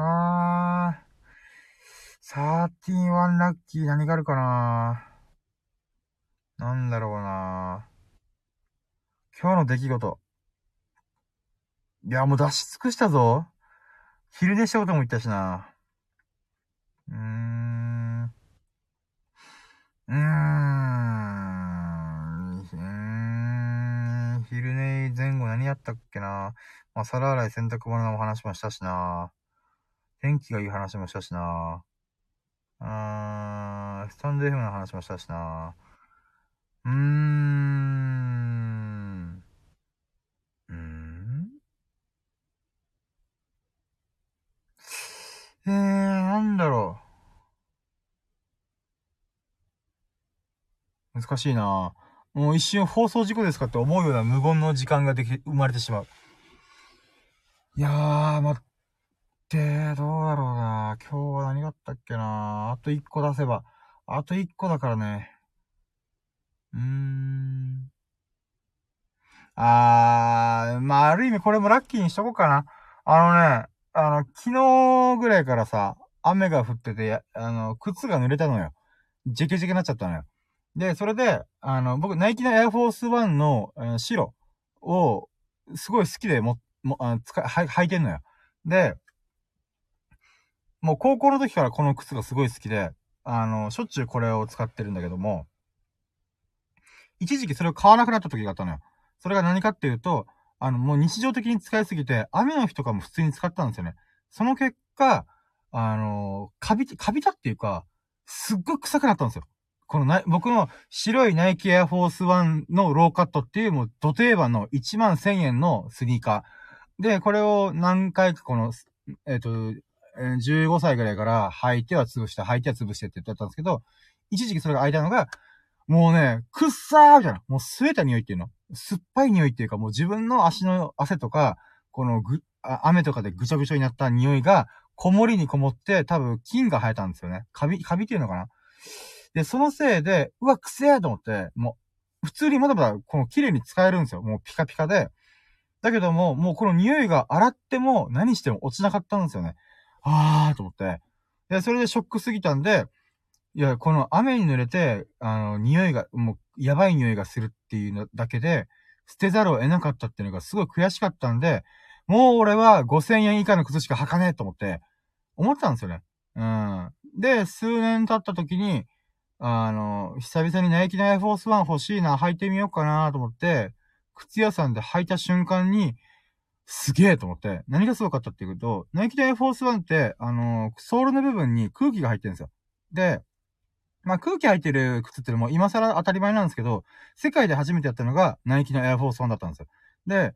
31ラッキー何があるかな。なんだろうな。今日の出来事。いや、もう出し尽くしたぞ。昼寝したことも言ったしな。うーん。昼寝前後何やったっけな。まあ、皿洗い洗濯物の話もしたしな。天気がいい話もしたしな。スタンド FM の話もしたしな。うーん。なんだろう。難しいな。もう一瞬放送事故ですかって思うような無言の時間が生まれてしまう。いやー、待って、どうだろうな。今日は何があったっけな。あと1個出せば。あと1個だからね。まあ、ある意味これもラッキーにしとこうかな。昨日ぐらいからさ、雨が降ってて、靴が濡れたのよ。ジェケジェケになっちゃったのよ。で、それで、僕、ナイキのエアフォースワンの、白を、すごい好きで履いてんのよ。で、もう高校の時からこの靴がすごい好きで、しょっちゅうこれを使ってるんだけども、一時期それを買わなくなった時があったのよ。それが何かっていうと、もう日常的に使いすぎて、雨の日とかも普通に使ったんですよね。その結果、カビたっていうか、すっごい臭くなったんですよ。僕の白いナイキエアフォースワンのローカットっていうもう土定番の1万1000円のスニーカー。で、これを何回か 15歳ぐらいから履いては潰して、履いては潰してって言ってたんですけど、一時期それが空いたのが、もうね、くっさーみたいな。もう吸えた匂いっていうの。酸っぱい匂いっていうか、もう自分の足の汗とか、この雨とかでぐちゃぐちゃになった匂いが、こもりにこもって、多分菌が生えたんですよね。カビっていうのかな。で、そのせいで、うわ、くせーと思って、もう、普通にまだまだ、この綺麗に使えるんですよ。もうピカピカで。だけども、もうこの匂いが洗っても何しても落ちなかったんですよね。と思って。で、それでショックすぎたんで、いや、この雨に濡れて、匂いが、もう、やばい匂いがするっていうのだけで、捨てざるを得なかったっていうのがすごい悔しかったんで、もう俺は5000円以下の靴しか履かねえと思って、思ったんですよね。うん。で、数年経った時に、久々にナイキのエアフォースワン欲しいな、履いてみようかなと思って、靴屋さんで履いた瞬間に、すげえと思って、何がすごかったっていうと、ナイキのエアフォースワンって、ソールの部分に空気が入ってるんですよ。で、まあ空気入ってる靴ってのも今更当たり前なんですけど、世界で初めてやったのがナイキのエアフォースワンだったんですよ。で、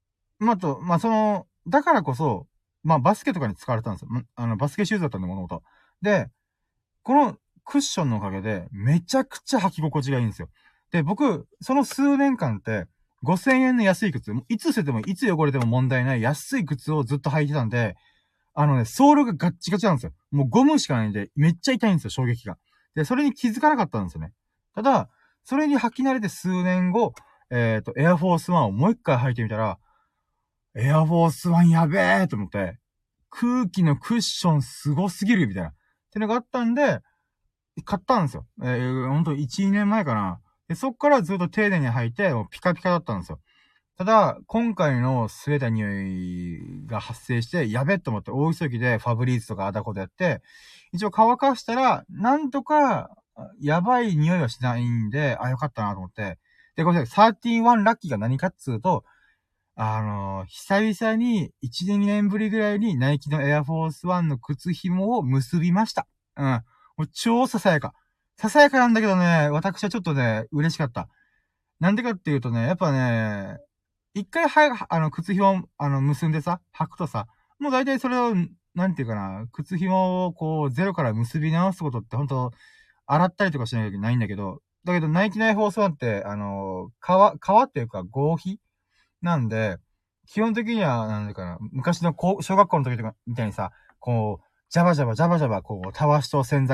だからこそ、まあバスケとかに使われたんですよ。バスケシューズだったんで、物事。で、このクッションのおかげで、めちゃくちゃ履き心地がいいんですよ。で、僕、その数年間って、5000円の安い靴、いつ捨ててもいつ汚れても問題ない安い靴をずっと履いてたんで、ソールがガッチガチなんですよ。もうゴムしかないんで、めっちゃ痛いんですよ、衝撃が。で、それに気づかなかったんですよね。ただ、それに履き慣れて数年後、エアフォースワンをもう一回履いてみたら、エアフォースワンやべえと思って、空気のクッションすごすぎるみたいな。ってのがあったんで、買ったんですよ。ほんと1、2年前かな。で、そっからずっと丁寧に履いて、もうピカピカだったんですよ。ただ、今回の吸えた匂いが発生して、やべえと思って大急ぎでファブリーズとかアダコでやって、一応乾かしたら、なんとか、やばい匂いはしないんで、よかったなと思って。で、ごめんなさい、31ラッキーが何かっつうと、久々に1年2年ぶりぐらいにナイキのエアフォースワンの靴紐を結びました。うん。もう超ささやか。ささやかなんだけどね、私はちょっとね、嬉しかった。なんでかっていうとね、やっぱね、一回靴紐、結んでさ、履くとさ、もう大体それを、なんていうかな、靴紐をこう、ゼロから結び直すことってほんと、洗ったりとかしなきゃいけないんだけど、だけどナイキのエアフォースワンって、革っていうか合皮なんで、基本的には、なんだかな、昔の小学校の時とかみたいにさ、こう、ジャバジャバ、こう、たわしと洗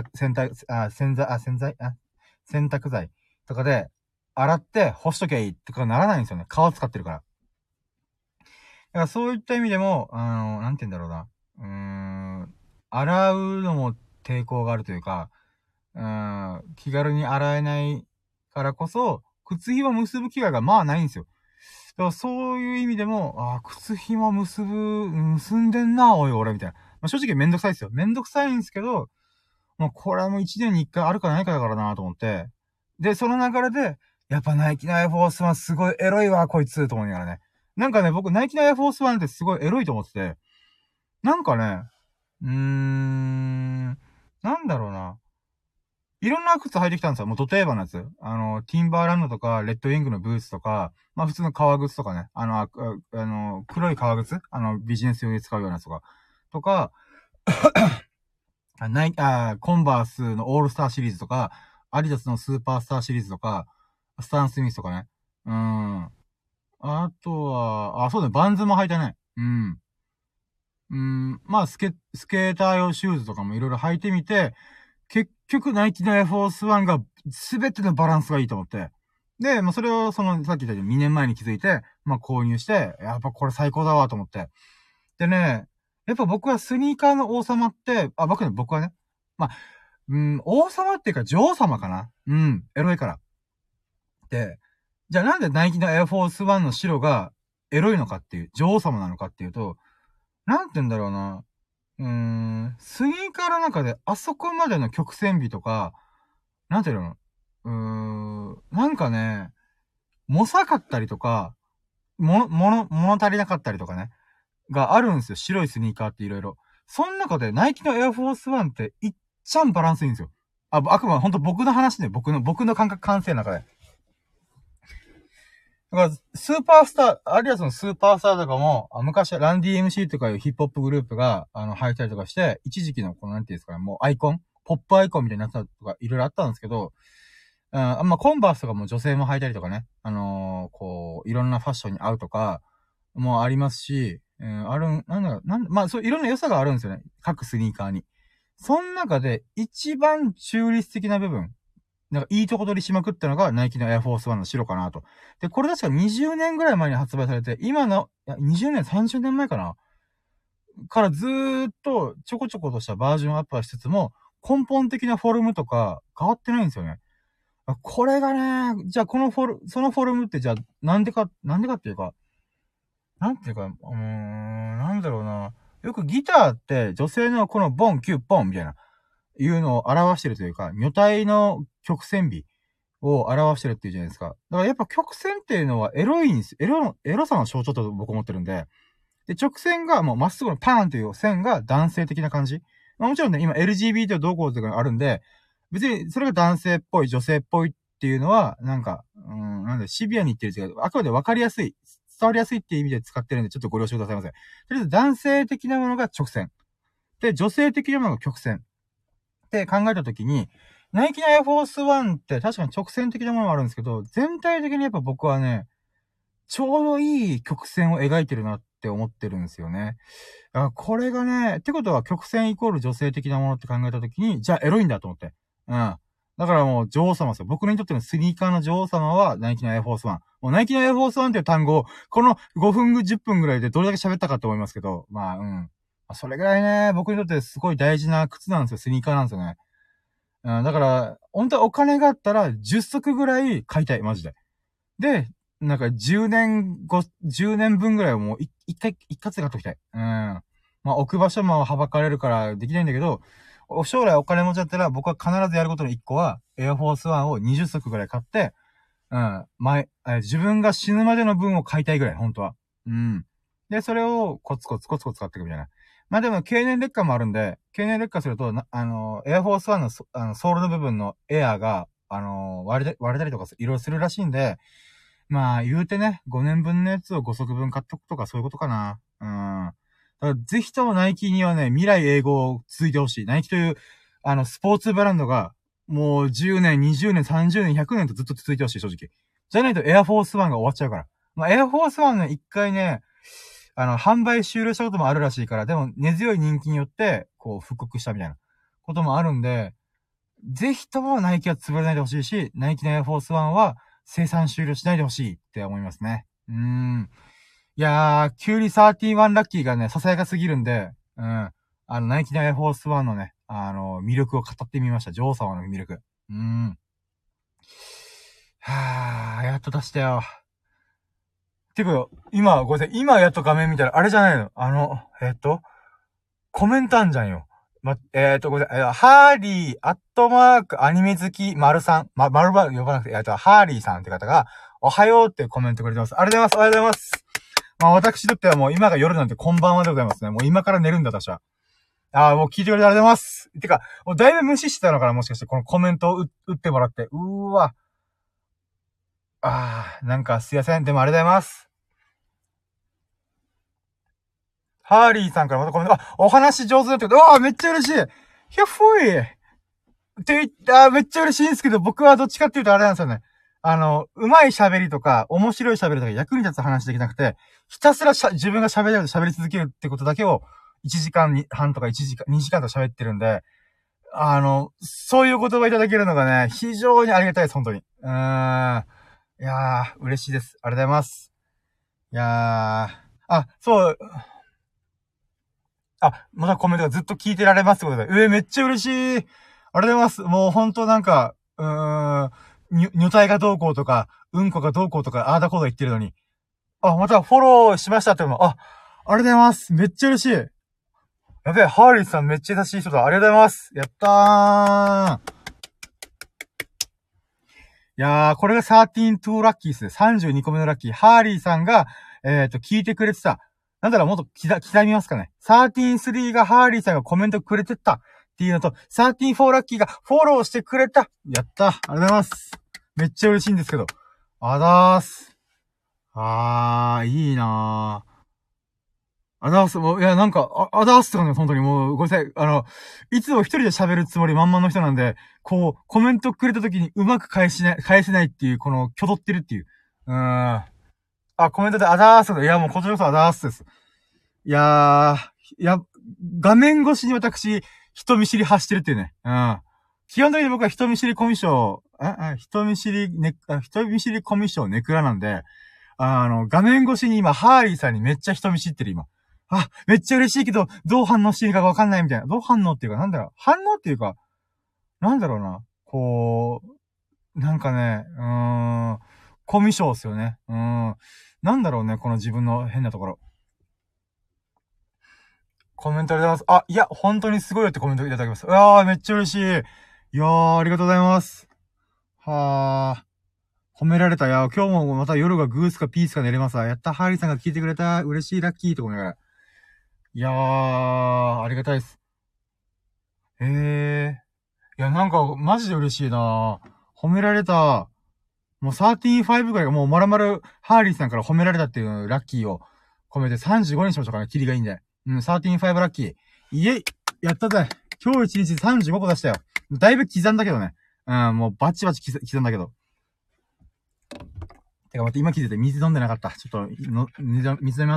濯剤とかで、洗って干しときゃいいとかならないんですよね。皮使ってるから。だからそういった意味でも、なんて言うんだろうな。洗うのも抵抗があるというか、気軽に洗えないからこそ、靴ひも結ぶ機会がまあないんですよ。だからそういう意味でも、靴紐結んでんな、おい、俺、みたいな。まあ、正直めんどくさいですよ。めんどくさいんですけど、まあ、これはもう1年に1回あるかないかだからなと思って。で、その流れで、やっぱナイキのエアフォースワンすごいエロいわ、こいつ、と思いながらね。なんかね、僕、ナイキのエアフォースワンってすごいエロいと思ってて、なんかね、なんだろうな。いろんな靴履いてきたんですよ。もう、ド定番のやつ。ティンバーランドとか、レッドウィングのブーツとか、まあ、普通の革靴とかね。黒い革靴ビジネス用で使うようなやつとか。とか、コンバースのオールスターシリーズとか、アディダスのスーパースターシリーズとか、スタンスミスとかね。あとは、そうだね、バンズも履いたね。まあ、スケーター用シューズとかもいろいろ履いてみて、結局ナイキのエアフォースワンが全てのバランスがいいと思って。で、まあ、それをさっき言ったように2年前に気づいて、まあ、購入して、やっぱこれ最高だわと思って。でね、やっぱ僕はスニーカーの王様って、僕はね、まあ、王様っていうか女王様かな。エロいから。で、じゃあなんでナイキのエアフォースワンの白がエロいのかっていう、女王様なのかっていうと、なんて言うんだろうな。スニーカーの中であそこまでの曲線美とか、なんて言うのなんかね、もさかったりとか、物足りなかったりとかね、があるんですよ。白いスニーカーっていろいろ。その中でナイキのエアフォースワンっていっちゃんバランスいいんですよ。あくまでほんと僕の話ね、僕の感性の中で。 から、スーパースター、あるいはそのスーパースターとかも、昔はランディ MC とかいうヒップホップグループが、履いたりとかして、一時期の、なんていうんですかね、もうアイコンポップアイコンみたいになったとか、いろいろあったんですけど、コンバースとかも女性も履いたりとかね、いろんなファッションに合うとか、もありますし、そう、いろんな良さがあるんですよね。各スニーカーに。その中で、一番中立的な部分、なんかいいとこ取りしまくったのが、ナイキのエアフォースワンの白かなと。で、これ確か20年ぐらい前に発売されて、今の、20年、30年前かなからずーっと、ちょこちょことしたバージョンアップはしつつも、根本的なフォルムとか、変わってないんですよね。これがね、じゃあそのフォルムってじゃあ、なんでかっていうか、なんだろうな。よくギターって女性のこのボン、キュッ、ポンみたいな、いうのを表してるというか、女体の曲線美を表してるっていうじゃないですか。だからやっぱ曲線っていうのはエロいんです。エロさの象徴と僕思ってるんで。で、直線がもうまっすぐのパーンという線が男性的な感じ。もちろんね、今 LGBT どうこうとかあるんで、別にそれが男性っぽい、女性っぽいっていうのは、シビアに言ってるんですけど、あくまで分かりやすい、伝わりやすいっていう意味で使ってるんで、ちょっとご了承くださいませ。とりあえず男性的なものが直線。で、女性的なものが曲線。って考えたときに、ナイキのエアフォースワンって確かに直線的なものもあるんですけど、全体的にやっぱ僕はね、ちょうどいい曲線を描いてるなって思ってるんですよね。これがね、ってことは曲線イコール女性的なものって考えたときに、じゃあエロいんだと思って。うん。だからもう女王様ですよ。僕にとってのスニーカーの女王様はナイキのエアフォースワン。もうナイキのエアフォースワンっていう単語を、この5分10分ぐらいでどれだけ喋ったかと思いますけど、それぐらいね、僕にとってすごい大事な靴なんですよ。スニーカーなんですよね。だから、本当はお金があったら10足ぐらい買いたい、マジで。で、なんか10年分ぐらいをもう一括で買っときたい。置く場所もはばかれるからできないんだけど、将来お金持ちだったら僕は必ずやることの1個は、エアフォースワンを20足ぐらい買って、自分が死ぬまでの分を買いたいぐらい、本当は。で、それをコツコツ買っていくみたいな。でも、経年劣化もあるんで、経年劣化すると、エアフォースワンのソールの部分のエアが、割れたりとかいろいろするらしいんで、言うてね、5年分のやつを5足分買っとくとかそういうことかな。だからぜひともナイキにはね、未来永劫続いてほしい。ナイキという、スポーツブランドが、もう10年、20年、30年、100年とずっと続いてほしい、正直。じゃないとエアフォースワンが終わっちゃうから。エアフォースワンね、一回ね、販売終了したこともあるらしいから、でも根強い人気によって、復刻したみたいなこともあるんで、ぜひともナイキは潰れないでほしいし、ナイキのエアフォースワンは生産終了しないでほしいって思いますね。いやー、キュウリ31ラッキーがね、ささやかすぎるんで、ナイキのエアフォースワンのね、魅力を語ってみました。女王様の魅力。やっと出したよ。てか、今、ごめんなさい。今やっと画面見たら、あれじゃないの。コメントあんじゃんよ。ごめんなさい。ハーリー、アニメ好き、丸さん。丸ば呼ばなくて、ハーリーさんって方が、おはようってコメントくれてます。ありがとうございます。おはようございます。私にとってはもう今が夜なんてこんばんはでございますね。もう今から寝るんだ、私は。もう聞いてくれてありがとうございます。てか、もうだいぶ無視してたのかな、もしかして、このコメントを打ってもらって。わ。なんかすいません。でもありがとうございます。ハーリーさんからまたコメント、お話上手だってこと、めっちゃ嬉しい。ひゃっほい。って言めっちゃ嬉しいんですけど、僕はどっちかっていうとあれなんですよね。うまい喋りとか、面白い喋りとか役に立つ話できなくて、ひたすら自分が喋り続けるってことだけを、1時間半とか1時間、2時間とか喋ってるんで、そういう言葉いただけるのがね、非常にありがたいです、本当に。いやー、嬉しいです。ありがとうございます。いやー、そう、またコメントがずっと聞いてられますってことで。めっちゃ嬉しい。ありがとうございます。もうほんとなんか、女体がどうこうとか、うんこがどうこうとか、あーだこうだ言ってるのに。またフォローしましたっても、ありがとうございます。めっちゃ嬉しい。やべえ、ハーリーさんめっちゃ優しい人だ。ありがとうございます。やったー。いやー、これが13-2ラッキーですね。32個目のラッキー。ハーリーさんが、聞いてくれてた。なんだろう、もっと刻みますかね。13-3がハーリーさんがコメントくれてたっていうのと、13-4ラッキーがフォローしてくれた。やった。ありがとうございます。めっちゃ嬉しいんですけど。あざーす。 いいなぁ。アダース、もう、いや、なんか、アダースとかね、本当にもう、ごめんなさい。いつも一人で喋るつもり満々の人なんで、こう、コメントくれた時にうまく返せないっていう、この、挙動ってるっていう。コメントでアダースとか、いや、もうこちらこそアダースです。いやー、画面越しに私、人見知り発してるっていうね。基本的に僕は人見知りコミュ障、人見知りコミュ障ネクラなんで、画面越しに今、ハーリーさんにめっちゃ人見知ってる今。めっちゃ嬉しいけど、どう反応していいかわかんないみたいな。どう反応っていうか、なんだろう。反応っていうか、なんだろうな。こう、なんかね、コミュ障っすよね。なんだろうね、この自分の変なところ。コメントありがとうございます。いや、本当にすごいよってコメントいただきます。めっちゃ嬉しい。いやー、ありがとうございます。はー。褒められた。今日もまた夜がグースかピースか寝れますわ。やった、ハーリーさんが聞いてくれた。嬉しい、ラッキーと思いながら。いやー、ありがたいです。いや、なんか、マジで嬉しいな褒められた。もう13-5ぐらいがもう丸々、ハーリーさんから褒められたっていうラッキーを込めて35にしましょうかね。キリがいいんで。13-5ラッキー。イエイやったぜ。今日1日35個出したよ。だいぶ刻んだけどね。もうバチバチ刻んだけど。てか待って、今気づいて水飲んでなかった。ちょっと、水飲みます。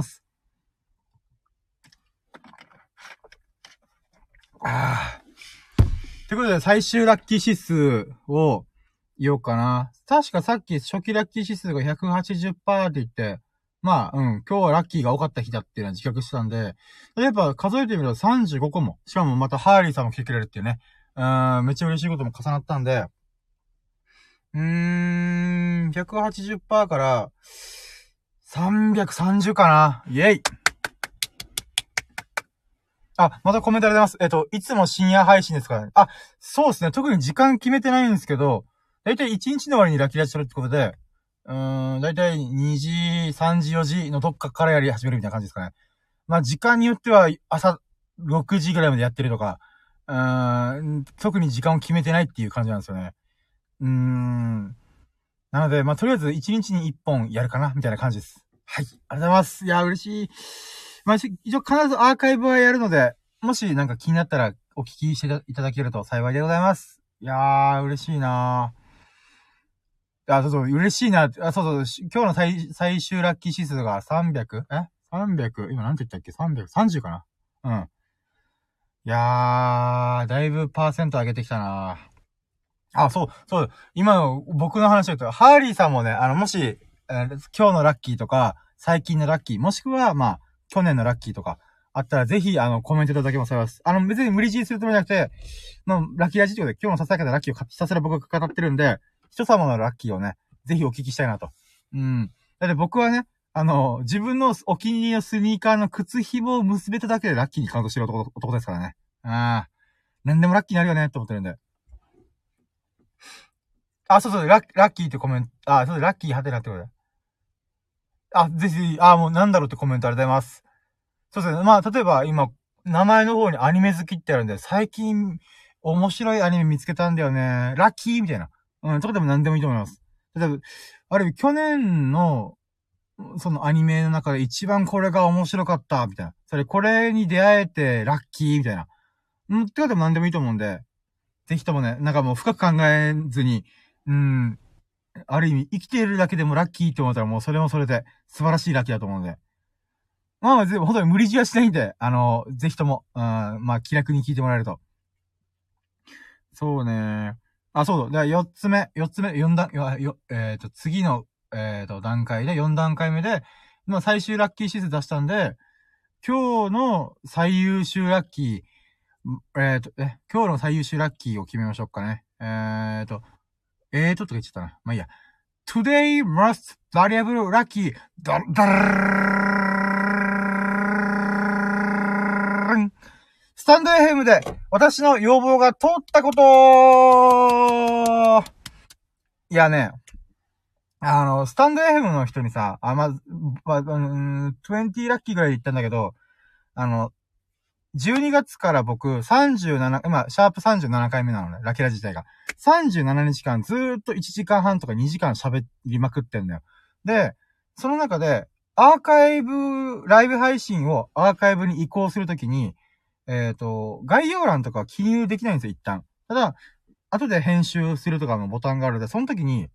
ということで、最終ラッキー指数を言おうかな。確かさっき初期ラッキー指数が 180% って言って、今日はラッキーが多かった日だっていうのは自覚したんで、例えば数えてみると35個も、しかもまたハーリーさんも来てくれるっていうね、めっちゃ嬉しいことも重なったんで、180% から330かな。イェイまたコメントありがとうございます。いつも深夜配信ですからね。そうですね。特に時間決めてないんですけど、だいたい1日の終わりにラッキーラッチするってことで、だいたい2時、3時、4時のどっかからやり始めるみたいな感じですかね。まあ、時間によっては朝6時ぐらいまでやってるとか、特に時間を決めてないっていう感じなんですよね。なので、まあ、とりあえず1日に1本やるかな、みたいな感じです。はい。ありがとうございます。いや、嬉しい。まあ、一応必ずアーカイブはやるので、もしなんか気になったらお聞きしていただけると幸いでございます。いやー、嬉しいなー。そうそう、嬉しいな。そうそう、今日の最終ラッキー指数が 300？ 今なんて言ったっけ？ 330 かな。うん。いやー、だいぶパーセント上げてきたなそう。今の僕の話を言うと、ハーリーさんもね、もし、今日のラッキーとか、最近のラッキー、もしくは、まあ、去年のラッキーとか、あったらぜひ、コメントいただけます。別に無理強いするつもりじゃなくて、ラッキーラジってことで、今日のささやかなラッキーをひたすら僕が語ってるんで、人様のラッキーをね、ぜひお聞きしたいなと。だって僕はね、自分のお気に入りのスニーカーの靴紐を結べただけでラッキーにカウントしてる男ですからね。何でもラッキーになるよね、と思ってるんで。そう、ラッキーってコメント、そう、ラッキーはてなってことだ。ぜひ、もうなんだろうってコメントありがとうございます。そうですね。まあ、例えば今、名前の方にアニメ好きってあるんで、最近、面白いアニメ見つけたんだよね。ラッキーみたいな。とかでも何でもいいと思います。例えば、ある意味、去年の、そのアニメの中で一番これが面白かった、みたいな。これに出会えてラッキー、みたいな。ってかでも何でもいいと思うんで、ぜひともね、なんかもう深く考えずに、ある意味、生きているだけでもラッキーって思ったらもうそれもそれで素晴らしいラッキーだと思うので。まあ、本当に無理強いはしないんで、ぜひとも、まあ、気楽に聞いてもらえると。そうね。そうだ。4つ目、4段、次の、段階で、4段階目で、まあ、最終ラッキー指数出したんで、今日の最優秀ラッキー、今日の最優秀ラッキーを決めましょうかね。とか言っちゃったな。まあいいや。Today most valuable lucky. スタンド FM で私の要望が通ったこといやね、スタンド FM の人にさ、20ラッキーぐらいで言ったんだけど、12月から僕37、今、シャープ37回目なのね、ラキラ自体が。37日間ずーっと1時間半とか2時間喋りまくってんだよ。で、 その中で、アーカイブ、ライブ配信をアーカイブに移行するときに、概要欄とかは記入できないんですよ、一旦。ただ、後で編集するとかのボタンがあるので、その時に、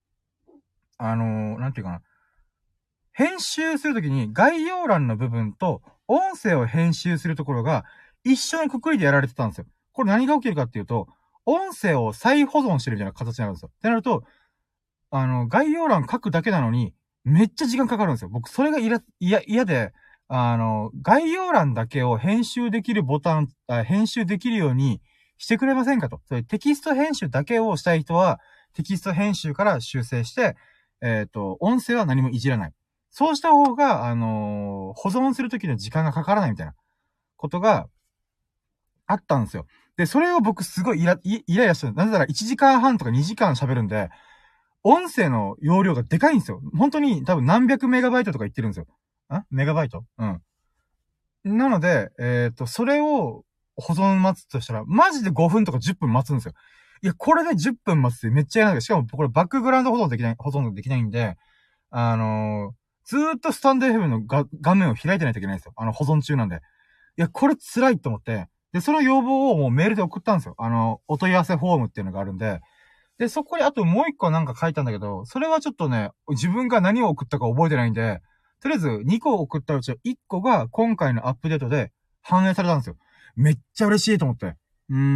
なんていうかな。編集するときに概要欄の部分と音声を編集するところが一緒にくくりでやられてたんですよ。これ何が起きるかっていうと、音声を再保存してるみたいな形になるんですよ。ってなると、概要欄書くだけなのに、めっちゃ時間かかるんですよ。僕、それが嫌で、概要欄だけを編集できるボタン、編集できるようにしてくれませんかと。それテキスト編集だけをしたい人は、テキスト編集から修正して、音声は何もいじらない。そうした方が、保存するときの時間がかからないみたいなことがあったんですよ。で、それを僕すごいイライラしてる。なぜなら1時間半とか2時間喋るんで、音声の容量がでかいんですよ。本当に多分何百メガバイトとか言ってるんですよ。メガバイトうん。なので、それを保存待つとしたら、マジで5分とか10分待つんですよ。いや、これで10分待つってめっちゃ嫌なんだけど、しかもこれバックグラウンド保存できないんで、ずーっとスタンド FM の画面を開いてないといけないんですよ。保存中なんで。いや、これ辛いと思って、で、その要望をもうメールで送ったんですよ。お問い合わせフォームっていうのがあるんで、で、そこにあともう一個なんか書いたんだけど、それはちょっとね、自分が何を送ったか覚えてないんで、とりあえず2個送ったうち1個が今回のアップデートで反映されたんですよ。めっちゃ嬉しいと思って。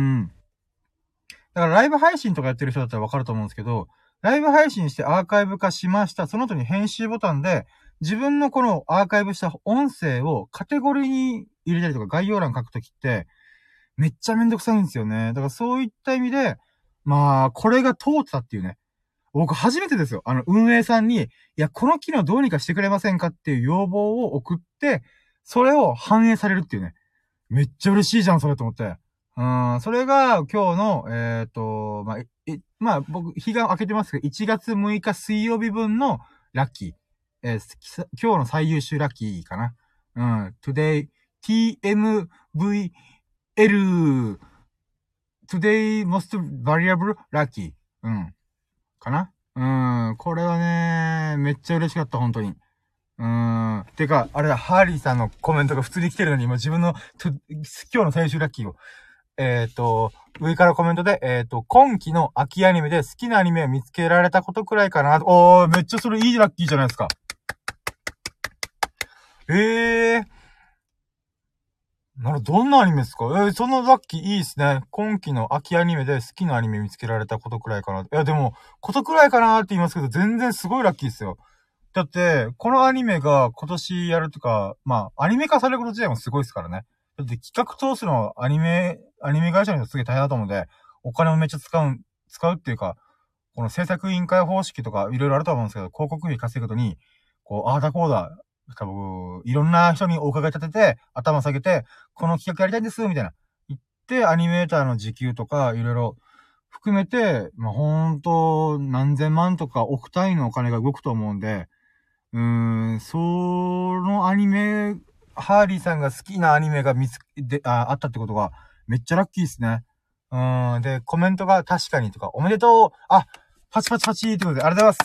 だからライブ配信とかやってる人だったらわかると思うんですけど、ライブ配信してアーカイブ化しました。その後に編集ボタンで、自分のこのアーカイブした音声をカテゴリーに入れたりとか概要欄書くときって、めっちゃめんどくさいんですよね。だからそういった意味で、まあ、これが通ったっていうね。僕初めてですよ。運営さんに、いや、この機能どうにかしてくれませんかっていう要望を送って、それを反映されるっていうね。めっちゃ嬉しいじゃん、それと思って。それが今日の、僕、日が明けてますけど、1月6日水曜日分のラッキー。今日の最優秀ラッキーかな。today, TMVL, today most variable lucky. かなこれはね、めっちゃ嬉しかった、本当に。てか、あれだ、ハーリーさんのコメントが普通に来てるのに、もう自分の、今日の最終ラッキーを。上からコメントで、今期の秋アニメで好きなアニメを見つけられたことくらいかな。めっちゃそれいいラッキーじゃないですか。どんなアニメですか？そのラッキーいいですね。今期の秋アニメで好きなアニメ見つけられたことくらいかな。いや、でも、ことくらいかなって言いますけど、全然すごいラッキーですよ。だって、このアニメが今年やるとか、アニメ化されること自体もすごいですからね。だって企画通すのはアニメ会社の人すげえ大変だと思うんで、お金もめっちゃ使うっていうか、この制作委員会方式とかいろいろあると思うんですけど、広告費稼ぐことに、ああだこうだ、多分、いろんな人にお伺い立てて、頭下げて、この企画やりたいんです、みたいな。言って、アニメーターの時給とか、いろいろ含めて、ほんと、何千万とか億単位のお金が動くと思うんで、そのアニメ、ハーリーさんが好きなアニメがあったってことが、めっちゃラッキーですね。で、コメントが確かにとか、おめでとうパチパチパチってことで、ありがとうございます。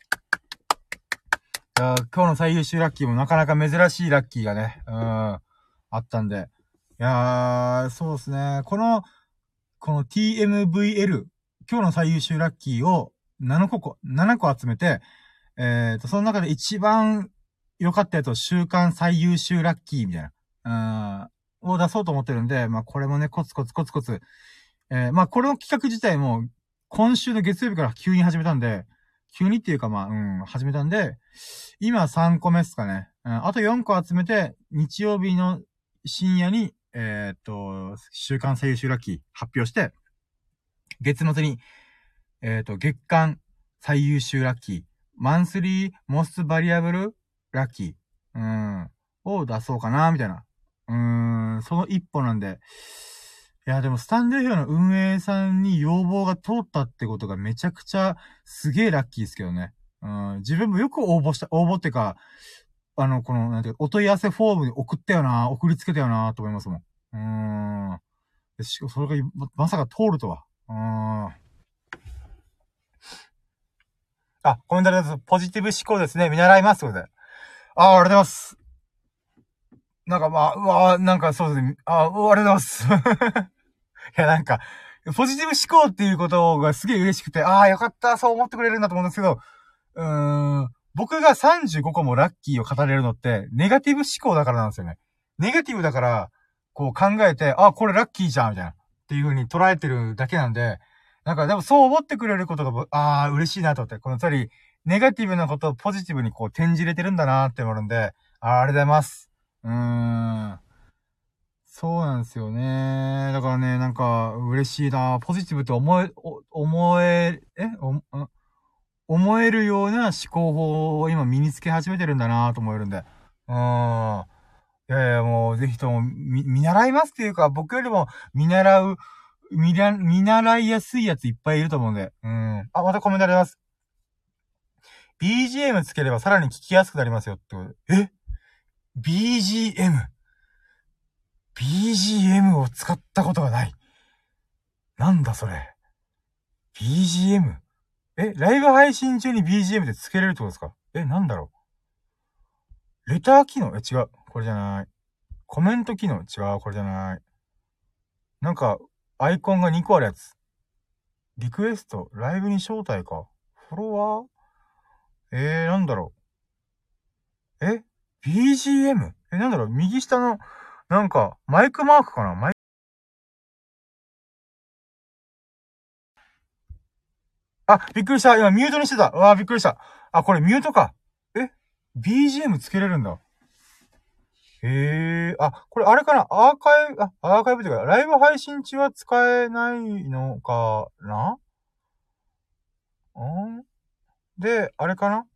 今日の最優秀ラッキーもなかなか珍しいラッキーがね、あったんで。そうですね。この TMVL、今日の最優秀ラッキーを7個集めて、その中で一番良かったやつを週間最優秀ラッキーみたいな、を出そうと思ってるんで、これもね、コツコツ。これの企画自体も、今週の月曜日から急に始めたんで、急にっていうか始めたんで、今3個目っすかね。あと4個集めて、日曜日の深夜に、週間最優秀ラッキー発表して、月末に、月間最優秀ラッキー、マンスリーモスバリアブルラッキー、を出そうかな、みたいな。その一歩なんで。いや、でもスタンド F の運営さんに要望が通ったってことがめちゃくちゃすげえラッキーですけどね。自分もよく応募ってか、なんていうか、お問い合わせフォームに送りつけたよな、と思いますもん。しかもそれがまさか通るとは。 あ、コメントありがとうございます。ポジティブ思考ですね。見習います。ということで。あ、ありがとうございます。なんかまあ、うわなんかそうですね。あ、ありがとうございます。いや、なんか、ポジティブ思考っていうことがすげえ嬉しくて、ああ、よかった、そう思ってくれるんだと思うんですけど、僕が35個もラッキーを語れるのって、ネガティブ思考だからなんですよね。ネガティブだから、こう考えて、あ、これラッキーじゃん、みたいな。っていう風に捉えてるだけなんで、なんかでもそう思ってくれることが、嬉しいなと思って、このつまり、ネガティブなことをポジティブにこう転じれてるんだなって思うんで、ありがとうございます。そうなんですよね。だからね、なんか、嬉しいな。ポジティブと思えるような思考法を今身につけ始めてるんだなと思えるんで。いやいや、もうぜひとも見習いますっていうか、僕よりも見習いやすいやついっぱいいると思うんで。あ、またコメントあります。BGM つければさらに聞きやすくなりますよってこと。BGM を使ったことがない。なんだそれ。BGM? ライブ配信中に BGM でつけれるってことですか？なんだろう。レター機能違う。これじゃない。コメント機能違う。これじゃない。なんか、アイコンが2個あるやつ。リクエスト、ライブに招待か。フォロワーなんだろう。BGM? なんだろう。右下の、なんか、マイクマークかな。びっくりした。今ミュートにしてた。びっくりした。これミュートか。BGM つけれるんだ。これあれかな。アーカイブというか、ライブ配信中は使えないのかな。で、あれかな。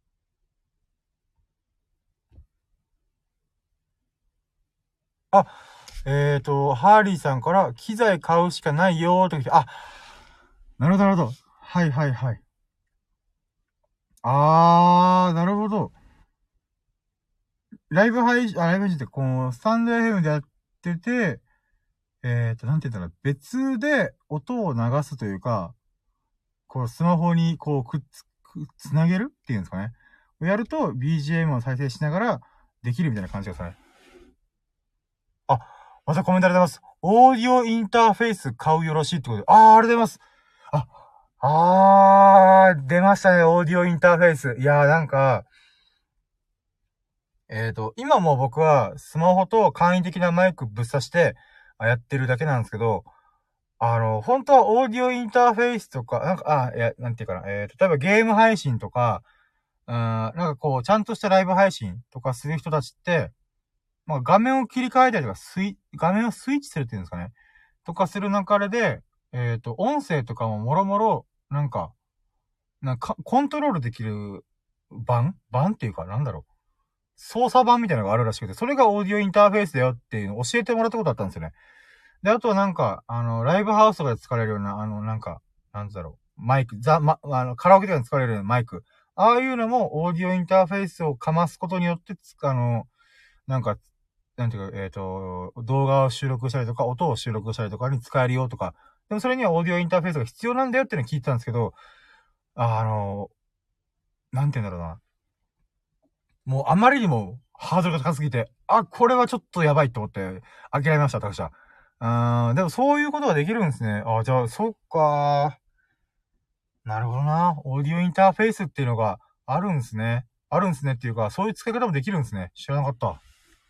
ハーリーさんから機材買うしかないよーって来て、なるほど、なるほど。はいはいはい。なるほど。ライブ配信って、この、スタンド FM でやってて、なんて言ったら、別で音を流すというか、こう、スマホにこう、つなげるっていうんですかね。やると、BGM を再生しながら、できるみたいな感じですかね。またコメントありがとうございます。オーディオインターフェース買うよろしいってことで。ありがとうございます。出ましたね、オーディオインターフェース。いやーなんか、今も僕はスマホと簡易的なマイクぶっ刺して、やってるだけなんですけど、本当はオーディオインターフェースとか、なんていうかな、例えばゲーム配信とか、なんかこう、ちゃんとしたライブ配信とかする人たちって、まあ画面を切り替えたりとか、画面をスイッチするっていうんですかね。とかする流れで、音声とかももろもろ、コントロールできる版っていうか、なんだろう。操作版みたいなのがあるらしくて、それがオーディオインターフェースだよっていうのを教えてもらったことあったんですよね。で、あとなんか、ライブハウスとかで使われるような、なんだろう、マイク、カラオケとかで使われるようなマイク。ああいうのも、オーディオインターフェースをかますことによって、なんか、なんていうか、動画を収録したりとか、音を収録したりとかに使えるよとか、でもそれにはオーディオインターフェースが必要なんだよっていうのを聞いてたんですけど、なんて言うんだろうな。もうあまりにもハードルが高すぎて、これはちょっとやばいと思って諦めました、私は。でもそういうことができるんですね。じゃあ、そっかー。なるほどな。オーディオインターフェースっていうのがあるんですね。あるんですねっていうか、そういう使い方もできるんですね。知らなかった。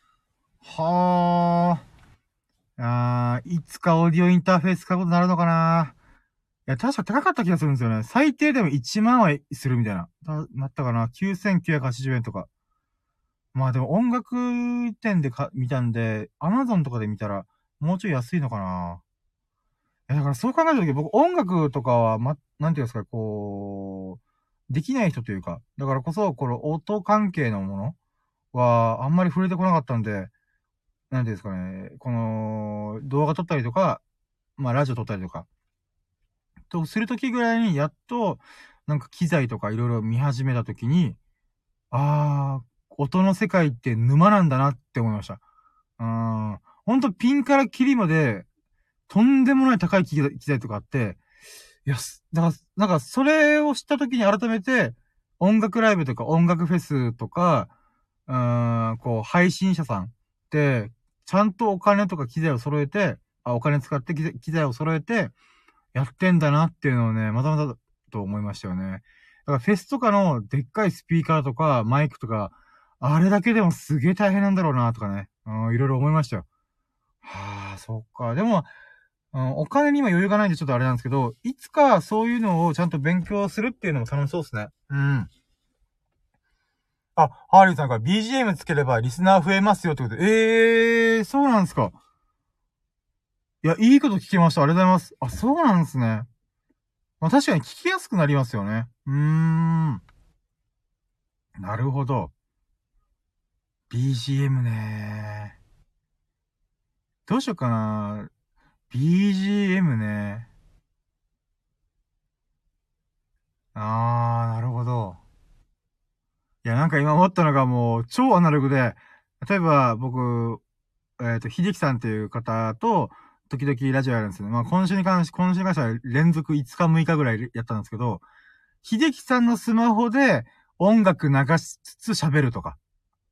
はいつかオーディオインターフェース使うことになるのかないや、確か高かった気がするんですよね。最低でも1万はするみたいな。なったかな ?9980 円とか。まあでも音楽店で見たんで、アマゾンとかで見たら、もうちょい安いのかな。だからそう考えたとき僕音楽とかは、なんていうんですか、こう、できない人というか、だからこそ、この音関係のものは、あんまり触れてこなかったんで、なんていうんですかね、この、動画撮ったりとか、まあラジオ撮ったりとか、とするときぐらいに、やっと、なんか機材とかいろいろ見始めたときに、音の世界って沼なんだなって思いました。ほんとピンからキリまで、とんでもない高い機材とかあって、いいや、なんか、それを知った時に改めて、音楽ライブとか音楽フェスとか、こう、配信者さんって、ちゃんとお金とか機材を揃えて、お金使って機材を揃えて、やってんだなっていうのをね、またまたと思いましたよね。だからフェスとかのでっかいスピーカーとかマイクとか、あれだけでもすげえ大変なんだろうなとかね、いろいろ思いましたよ。はあ、そっか。でも、お金に今余裕がないんでちょっとあれなんですけど、いつかそういうのをちゃんと勉強するっていうのも楽しそうですね。うん。あ、ハーリーさんから BGM つければリスナー増えますよってことで。そうなんですか。いや、いいこと聞きました。ありがとうございます。あ、そうなんですね。まあ確かに聞きやすくなりますよね。なるほど。BGM ね。どうしようかな。BGM ね。なるほど。いや、なんか今思ったのがもう超アナログで、例えば僕、秀樹さんっていう方と、時々ラジオやるんですよね。まあ今週に関しては連続5日6日ぐらいやったんですけど、秀樹さんのスマホで音楽流しつつ喋るとか。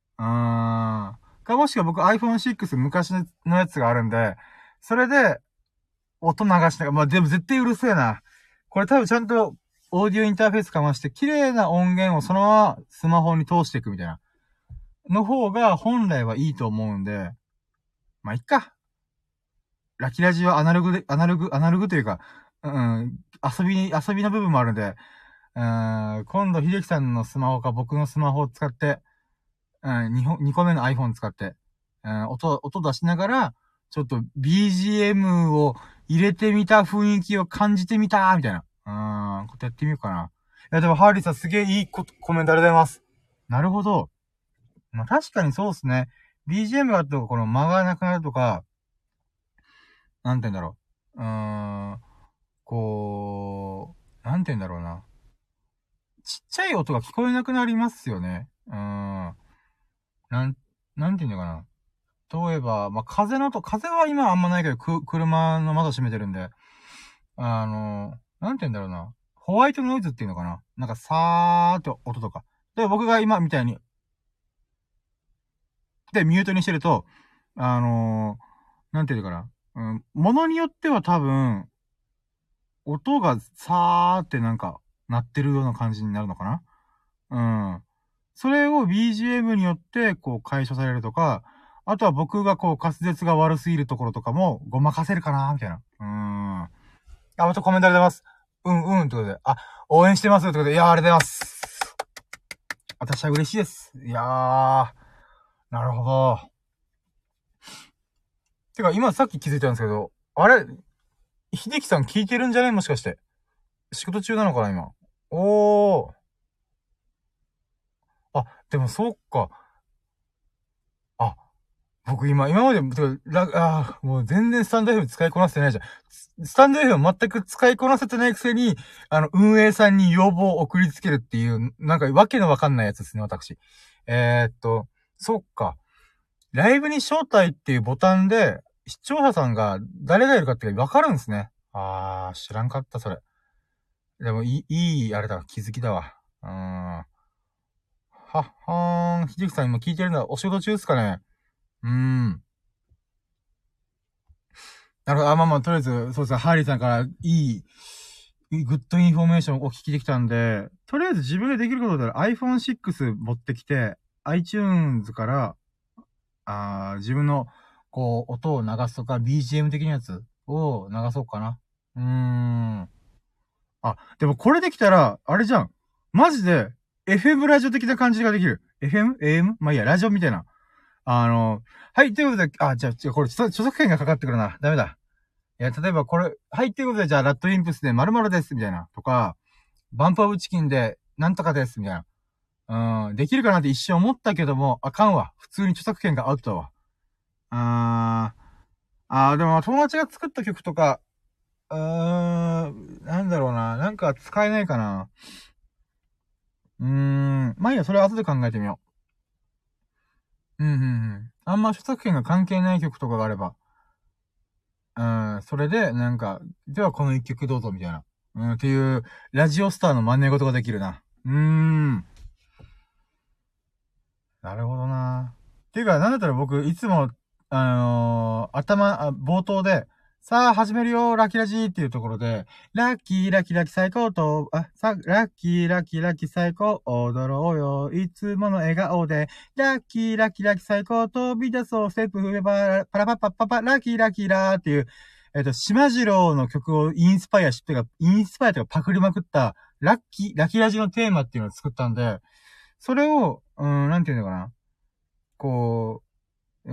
もしくは僕 iPhone6 昔のやつがあるんで、それで音流しながら、まあでも絶対うるせえな。これ多分ちゃんとオーディオインターフェースかまして、綺麗な音源をそのままスマホに通していくみたいな。の方が本来はいいと思うんで、まあ、いっか。ラキラジはアナログというか、遊びの部分もあるんで、今度、秀樹さんのスマホか僕のスマホを使って、2個目の iPhone 使って、音出しながら、ちょっと BGM を入れてみた雰囲気を感じてみたみたいな。ことやってみようかな。いや、でも、ハーリーさんすげえいいコメントありがとうございます。なるほど。まあ、確かにそうっすね。BGM があると、この間がなくなるとか、なんて言うんだろう。なんて言うんだろうな。ちっちゃい音が聞こえなくなりますよね。なんて言うのかな。例えば、まあ、風は今あんまないけど、車の窓閉めてるんで、なんて言うんだろうな。ホワイトノイズっていうのかな。なんかさーって音とか。で、僕が今みたいに、で、ミュートにしてると、なんていうのかな。ものによっては多分、音がさーってなんか、鳴ってるような感じになるのかな。それを BGM によって、こう解消されるとか、あとは僕がこう滑舌が悪すぎるところとかもごまかせるかなみたいな。またコメントありがとうございます。ってことで。応援してますってことで。いやー、ありがとうございます。私は嬉しいです。いやー、なるほど。てか、今さっき気づいたんですけど、あれ、秀樹さん聞いてるんじゃねもしかして。仕事中なのかな今。おー。でもそっか。あ、僕今まで、もう全然スタンド FM 使いこなせてないじゃん。スタンド FM 全く使いこなせてないくせに、運営さんに要望を送りつけるっていう、なんかわけのわかんないやつですね、私。そっか。ライブに招待っていうボタンで、視聴者さんが誰がいるかってわかるんですね。知らんかった、それ。でも、あれだ、気づきだわ。ひじきさん今聞いてるのはお仕事中ですかね。なるほど。まあ、とりあえず、そうですね、ハーリーさんからグッドインフォメーションをお聞きできたんで、とりあえず自分でできることで iPhone6 持ってきて、iTunes から、自分の、こう、音を流すとか、BGM 的なやつを流そうかな。でもこれできたら、あれじゃん。マジで、FM ラジオ的な感じができる。FM?AM? まあいいや、ラジオみたいな。はい、ということで、これ、著作権がかかってくるな。ダメだ。いや、例えばこれ、はい、ということで、じゃあ、ラッドインプスで〇〇です、みたいな。とか、バンプオブチキンで、なんとかです、みたいな。できるかなって一瞬思ったけども、あかんわ。普通に著作権がアウトだわ。でも友達が作った曲とか、なんだろうな。なんか使えないかな。まあいいや、それは後で考えてみよう。あんま著作権が関係ない曲とかがあれば、それで、なんか、ではこの一曲どうぞ、みたいな。 っていう、ラジオスターの真似事ができるな。なるほどな。っていうか、なんだったら僕、いつも、冒頭で、さあ、始めるよ、ラッキーラジーっていうところで、ラッキー、ラッキー、ラッキー最高と、ラッキー、ラッキー、ラッキー最高、踊ろうよ、いつもの笑顔で、ラッキー、ラッキー、ラッキー最高、飛び出そう、ステップ踏めば、パラパッパッパッパ、ラッキー、ラッキーラーっていう、島次郎の曲をインスパイアというかパクりまくった、ラッキーラジのテーマっていうのを作ったんで、それを、なんていうのかな。こう、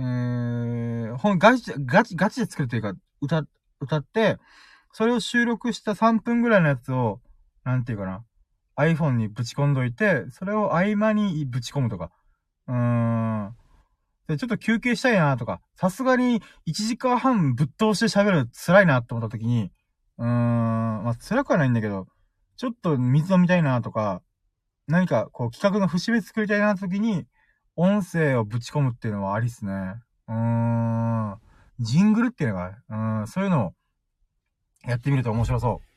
ガチで作るというか、歌って、それを収録した3分ぐらいのやつを、なんていうかな。iPhone にぶち込んどいて、それを合間にぶち込むとか。で、ちょっと休憩したいなとか、さすがに1時間半ぶっ通して喋るの辛いなと思った時に、まあ、辛くはないんだけど、ちょっと水飲みたいなとか、何かこう企画の節目作りたいなって時に、音声をぶち込むっていうのはありっすね。ジングルっていうのが、そういうのをやってみると面白そう。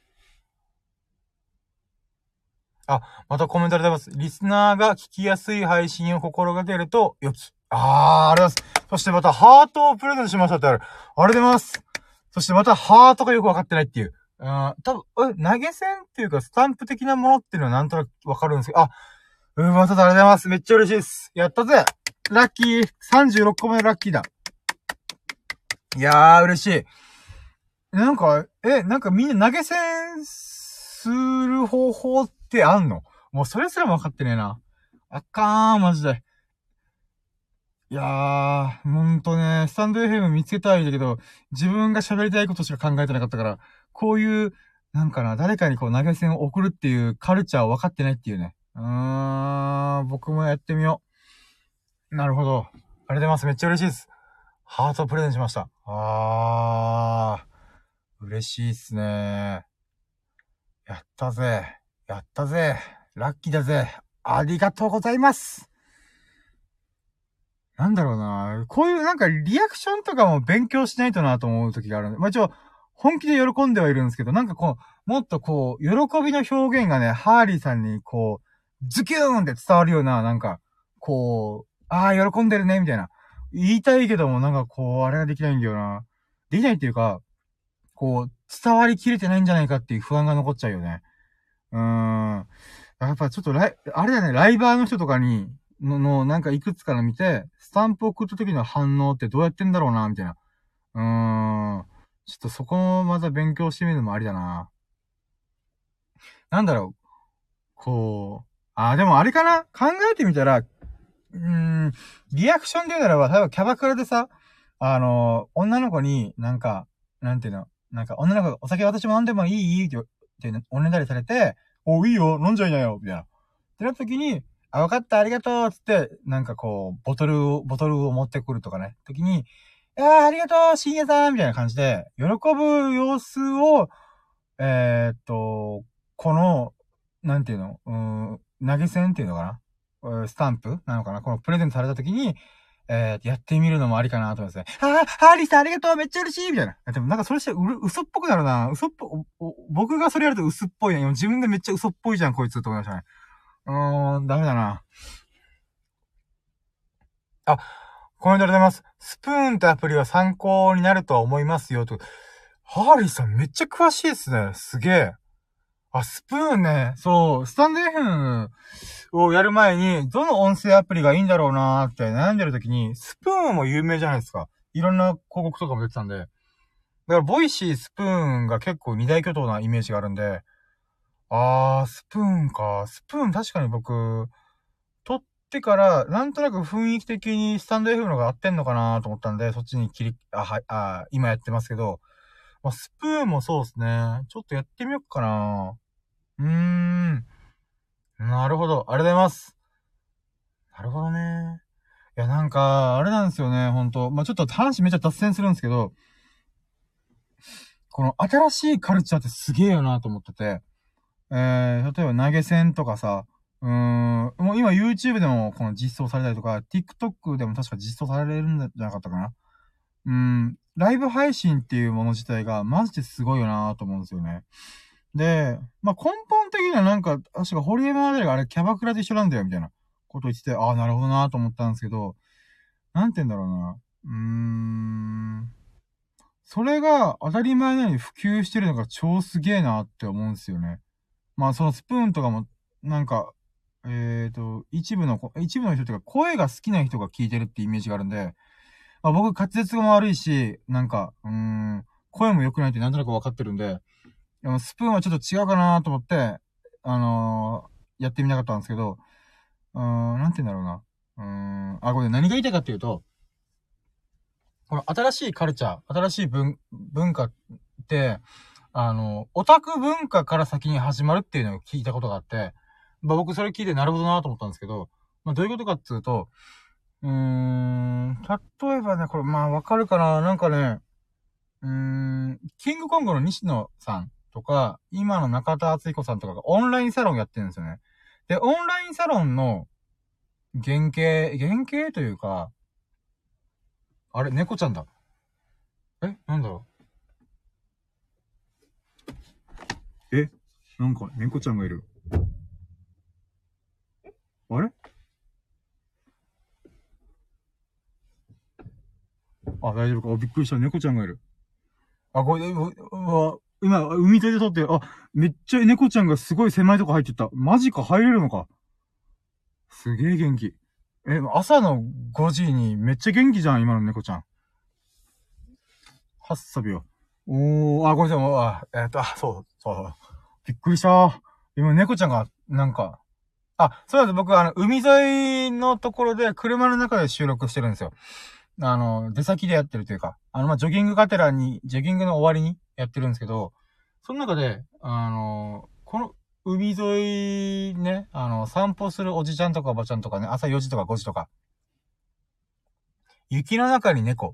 あ、またコメントありがとうございます。リスナーが聞きやすい配信を心がけると良き。ありがとうございます。そしてまたハートをプレゼントしましたってある。ありがとうございます。そしてまたハートがよくわかってないっていう。多分、投げ銭っていうかスタンプ的なものっていうのはなんとなくわかるんですけど、またありがとうございます。めっちゃ嬉しいです。やったぜ。ラッキー。36個目のラッキーだ。いやー、嬉しい。なんかみんな投げ銭する方法ってあんの？もうそれすらも分かってねえな。あかーん、マジで。いやー、ほんとね、スタンド FM 見つけたいんだけど、自分が喋りたいことしか考えてなかったから、こういう、なんかな、誰かにこう投げ銭を送るっていうカルチャーを分かってないっていうね。僕もやってみよう。なるほど。ありがとうございます。めっちゃ嬉しいです。ハートプレゼントしました。嬉しいっすね。やったぜ。やったぜ。ラッキーだぜ。ありがとうございます。なんだろうな。こういうなんかリアクションとかも勉強しないとなと思う時があるんで。まあ、本気で喜んではいるんですけど、なんかこう、もっとこう、喜びの表現がね、ハーリーさんにこう、ズキューンって伝わるような、なんか、こう、喜んでるね、みたいな。言いたいけども、なんかこう、あれができないんだよな。できないっていうか、こう、伝わりきれてないんじゃないかっていう不安が残っちゃうよね。やっぱちょっとあれだね、ライバーの人とかに、なんかいくつかの見て、スタンプ送った時の反応ってどうやってんだろうな、みたいな。ちょっとそこもまた勉強してみるのもありだな。なんだろう。こう、でもあれかな考えてみたら、リアクションで言うならば、多分キャバクラでさ、女の子になんか、なんていうの、なんか女の子がお酒私も飲んでもいいっておねだりされて、いいよ、飲んじゃいなよ、みたいな。ってなった時に、わかった、ありがとうつって、なんかこう、ボトルを持ってくるとかね。時に、ありがとう、深夜さんみたいな感じで、喜ぶ様子を、この、なんていうの、投げ銭っていうのかなスタンプなのかなこのプレゼントされた時に、やってみるのもありかなと思いますね。ハーリーさんありがとうめっちゃ嬉しいみたいな。でもなんかそれして嘘っぽくなるな。僕がそれやると嘘っぽいやん。自分でめっちゃ嘘っぽいじゃん、こいつと思いましたね。ダメだな。コメントありがとうございます。スプーンってアプリは参考になるとは思いますよ、と。ハーリーさんめっちゃ詳しいですね。すげえ。スプーンね。そう、スタンド FM をやる前に、どの音声アプリがいいんだろうなーって悩んでる時に、スプーンも有名じゃないですか。いろんな広告とかも出てたんで。だから、ボイシー、スプーンが結構二大巨頭なイメージがあるんで、スプーンか。スプーン確かに僕、撮ってから、なんとなく雰囲気的にスタンド FM のが合ってんのかなと思ったんで、そっちに今やってますけど、スプーンもそうですね。ちょっとやってみよっかな。なるほど。ありがとうございます。なるほどね。いや、なんか、あれなんですよね、ほんと。ちょっと話めっちゃ脱線するんですけど、この新しいカルチャーってすげえよなと思ってて、例えば投げ銭とかさ、もう今 YouTube でもこの実装されたりとか、TikTok でも確か実装されるんじゃなかったかな。ライブ配信っていうもの自体がマジですごいよなと思うんですよね。 で、まあ、根本的にはなんか、確かホリエモンあたりがあれキャバクラと一緒なんだよ、みたいなこと言ってて、ああ、なるほどなと思ったんですけど、なんて言うんだろうな。それが当たり前のように普及してるのが超すげえなって思うんですよね。まあ、そのスプーンとかも、なんか、一部の人というか、声が好きな人が聞いてるってイメージがあるんで、まあ、僕滑舌も悪いし、なんか、声も良くないってなんとなくわかってるんで、でもスプーンはちょっと違うかなと思って、やってみなかったんですけど、なんて言うんだろうな。これ何が言いたいかっていうと、この新しいカルチャー、新しい文化って、オタク文化から先に始まるっていうのを聞いたことがあって、まあ僕それ聞いてなるほどなと思ったんですけど、まあどういうことかっていうと、例えばね、これまあわかるかな、なんかね、キングコングの西野さんとか、今の中田敦彦さんとかがオンラインサロンやってるんですよね。で、オンラインサロンの原型というか、あれ、猫ちゃんだ。なんだろう。なんか猫ちゃんがいる。あれあ、大丈夫か。びっくりした。猫ちゃんがいる。あ、これ、今、海沿いで撮って、めっちゃ猫ちゃんがすごい狭いとこ入ってった。マジか、入れるのか。すげえ元気。朝の5時にめっちゃ元気じゃん、今の猫ちゃん。はっさびよ。ごめんなさい、そう。びっくりした。今、猫ちゃんが、なんか、そうです。僕、海沿いのところで、車の中で収録してるんですよ。出先でやってるというか、ジョギングがてらに、ジョギングの終わりにやってるんですけど、その中で、この海沿いね、散歩するおじちゃんとかおばちゃんとかね、朝4時とか5時とか、雪の中に猫。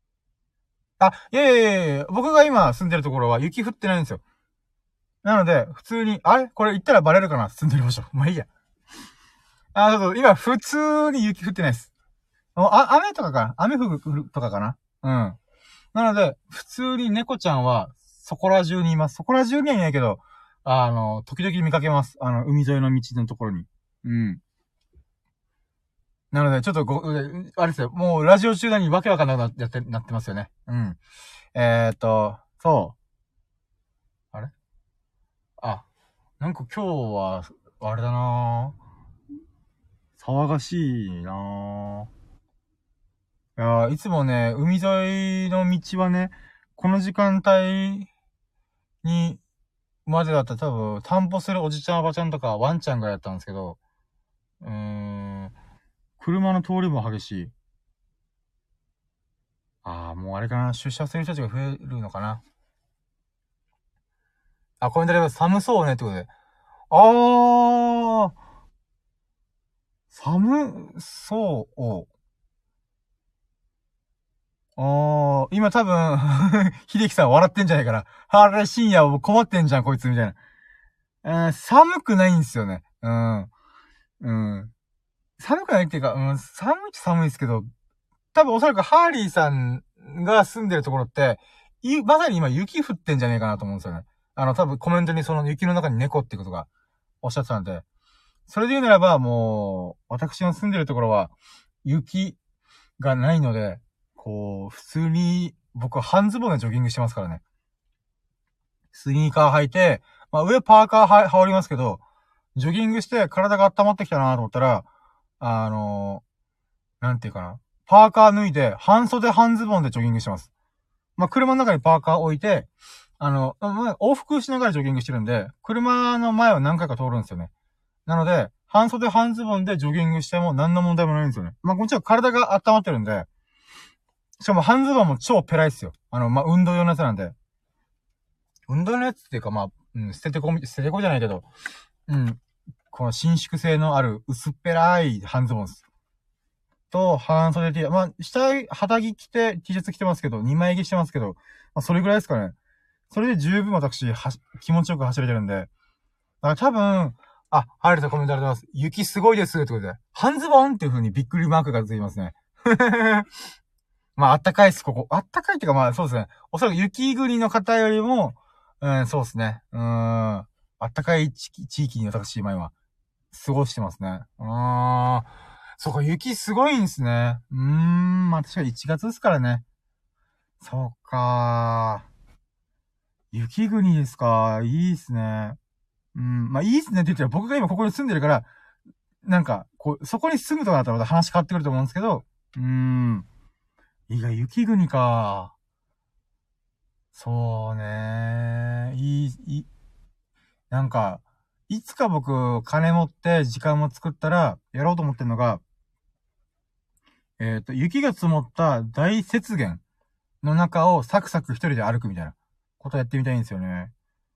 いや、僕が今住んでるところは雪降ってないんですよ。なので、普通に、これ行ったらバレるかな住んでる場所。まあいいや。そう、今普通に雪降ってないです。雨とかかな雨降るとかかなうん。なので、普通に猫ちゃんは、そこら中にいます。そこら中にはいないけど、時々見かけます。海沿いの道のところに。うん。なので、ちょっとあれですよ。もう、ラジオ中にわけわかんなくなってますよね。うん。そう。あれなんか今日は、あれだな騒がしいないやいつもね、海沿いの道はね、この時間帯に、までだったら多分、散歩するおじちゃんおばちゃんとかワンちゃんがやったんですけど、車の通りも激しい。もうあれかな、出社する人たちが増えるのかな。コメントで寒そうねってことで。寒そう。今多分秀樹さん笑ってんじゃないかな。あれ、深夜困ってんじゃん、こいつ、みたいな。寒くないんですよね。うん。うん。寒くないっていうか、寒いっちゃ寒いですけど、多分おそらくハーリーさんが住んでるところって、まさに今雪降ってんじゃねえかなと思うんですよね。多分コメントにその雪の中に猫ってことがおっしゃってたんで、それで言うならば、もう、私の住んでるところは、雪がないので、普通に、僕は半ズボンでジョギングしてますからね。スニーカー履いて、上パーカー羽織りますけど、ジョギングして体が温まってきたなと思ったら、なんていうかな。パーカー脱いで、半袖半ズボンでジョギングしてます。車の中にパーカー置いて、往復しながらジョギングしてるんで、車の前を何回か通るんですよね。なので、半袖半ズボンでジョギングしても何の問題もないんですよね。もちろん体が温まってるんで、しかも半ズボンも超ペライっすよ。運動用のやつなんで。運動のやつっていうか、捨ててこじゃないけど、この伸縮性のある薄っぺらい半ズボンです。と、半袖 T、下、肌着着て T シャツ着てますけど、2枚着してますけど、それぐらいですかね。それで十分私、気持ちよく走れてるんで。だから多分、入るとコメントありがとうございます。雪すごいです、ってことで。半ズボンっていう風にびっくりマークがついてますね。あったかいっす、ここ。あったかいっていうか、そうですね。おそらく雪国の方よりも、 そうですね。あったかい地域に私、今過ごしてますね。そうか、雪すごいんですね。まあ、確かに1月ですからね。そうか。雪国ですか。いいっすね。まあ、いいっすねって言ったら僕が今ここに住んでるから、なんか、そこに住むとかだったらまた話変わってくると思うんですけど、雪国か。そうね。なんか、いつか僕、金持って時間も作ったら、やろうと思ってるのが、雪が積もった大雪原の中をサクサク一人で歩くみたいなことやってみたいんですよね。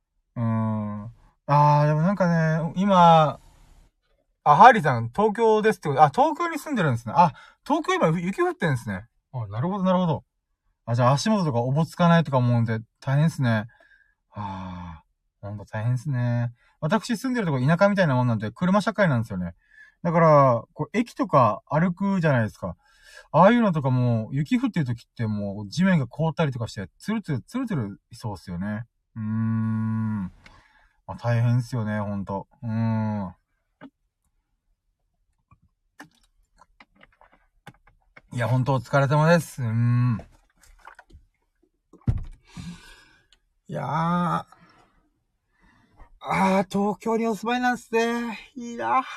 でもなんかね、今、ハーリーさん、東京ですってこと、東京に住んでるんですね。東京今雪降ってるんですね。なるほど、なるほど。じゃあ足元とかおぼつかないとか思うんで、大変ですね。ほんと大変ですね。私住んでるとこ田舎みたいなもんなんで、車社会なんですよね。だから、駅とか歩くじゃないですか。ああいうのとかも、雪降ってる時ってもう地面が凍ったりとかして、ツルツル、ツルツルいそうっすよね。大変っすよね、ほんと。いや、ほんとお疲れ様です。いや東京にお住まいなんすね。いいな。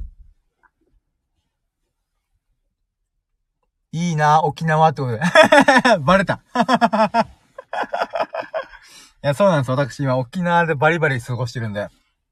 いいな、沖縄ってことで。バレた。いや、そうなんです。私今沖縄でバリバリ過ごしてるんで。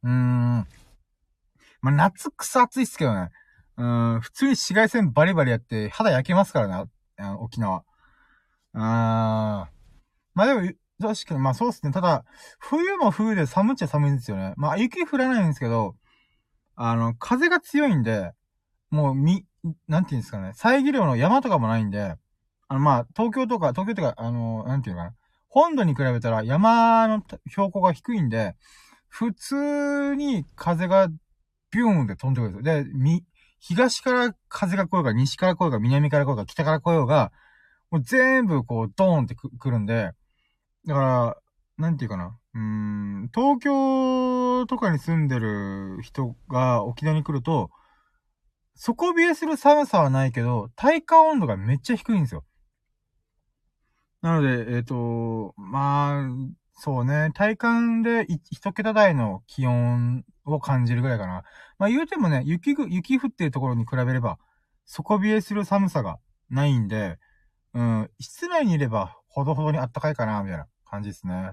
まあ、夏草暑いっすけどね。普通に紫外線バリバリやって肌焼けますからね、沖縄。まあでも、確かに、まあそうっすね。ただ、冬も冬で寒っちゃ寒いんですよね。まあ雪降らないんですけど、風が強いんで、もうなんていうんですかね、遮るような山とかもないんで、まあ、東京とか、なんていうのかな。本土に比べたら山の標高が低いんで、普通に風がビューンって飛んでくるんですよ。で、東から風が来ようが、西から来ようが、南から来ようが、北から来ようが、もう全部こう、ドーンって来るんで、だから、なんていうかな。東京とかに住んでる人が沖縄に来ると、底冷えする寒さはないけど、体感温度がめっちゃ低いんですよ。なので、まあ、そうね、体感で一桁台の気温を感じるぐらいかな。まあ言うてもね、雪降ってるところに比べれば、底冷えする寒さがないんで、室内にいればほどほどに暖かいかな、みたいな感じですね。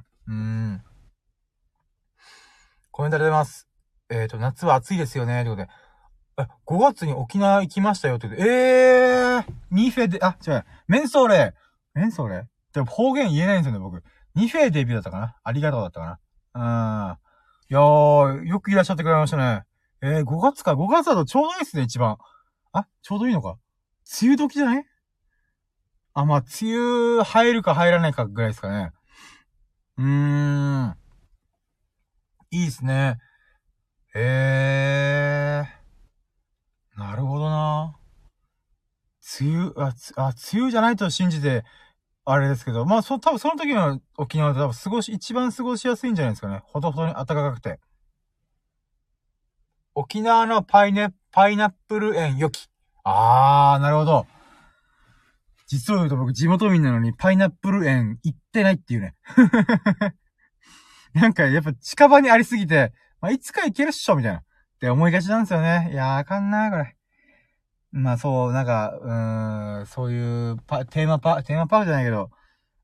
コメントありがとうございます。夏は暑いですよね、ということで。5月に沖縄行きましたよって言って、ニフェで、違う、メンソーレでも方言言えないんですよね、僕。ニフェデビューだったかな、ありがとうだったかな。いやー、よくいらっしゃってくれましたね。5月か。5月だとちょうどいいっすね、一番。ちょうどいいのか。梅雨時じゃない？まあ、梅雨入るか入らないかぐらいですかね。いいっすね。なるほどな。梅雨じゃないと信じて、あれですけど、まあ、多分その時の沖縄で多分一番過ごしやすいんじゃないですかね。ほどほどに暖かくて。沖縄のパイナップル園良き。なるほど。実を言うと僕地元民なのにパイナップル園行ってないっていうね。なんかやっぱ近場にありすぎて、まあ、いつか行けるっしょみたいな。って思いがちなんですよね。いやー、あかんなこれ。まあそう、なんか、そういうテーマパークじゃないけど、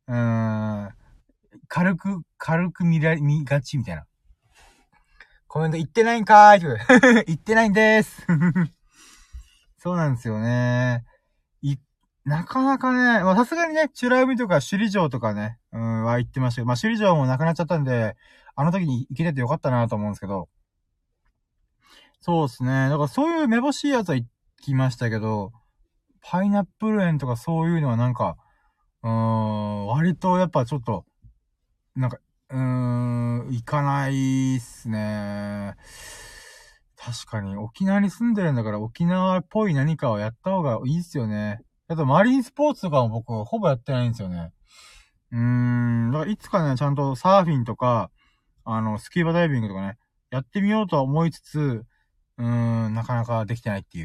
軽く見がちみたいな。コメント言ってないんかーいって言ってないんでーすそうなんですよね。なかなかね、まあさすがにね、美ら海とか首里城とかね、は行ってましたけど、まあ首里城もなくなっちゃったんで、あの時に行けててよかったなと思うんですけど、そうですね。だからそういうめぼしいやつは行きましたけど、パイナップル園とかそういうのはなんか、割とやっぱちょっと、なんか、行かないっすね。確かに、沖縄に住んでるんだから沖縄っぽい何かをやった方がいいっすよね。あと、マリンスポーツとかも僕、ほぼやってないんですよね。だからいつかね、ちゃんとサーフィンとか、 スキューバダイビングとかね、やってみようとは思いつつ、なかなかできてないっていう。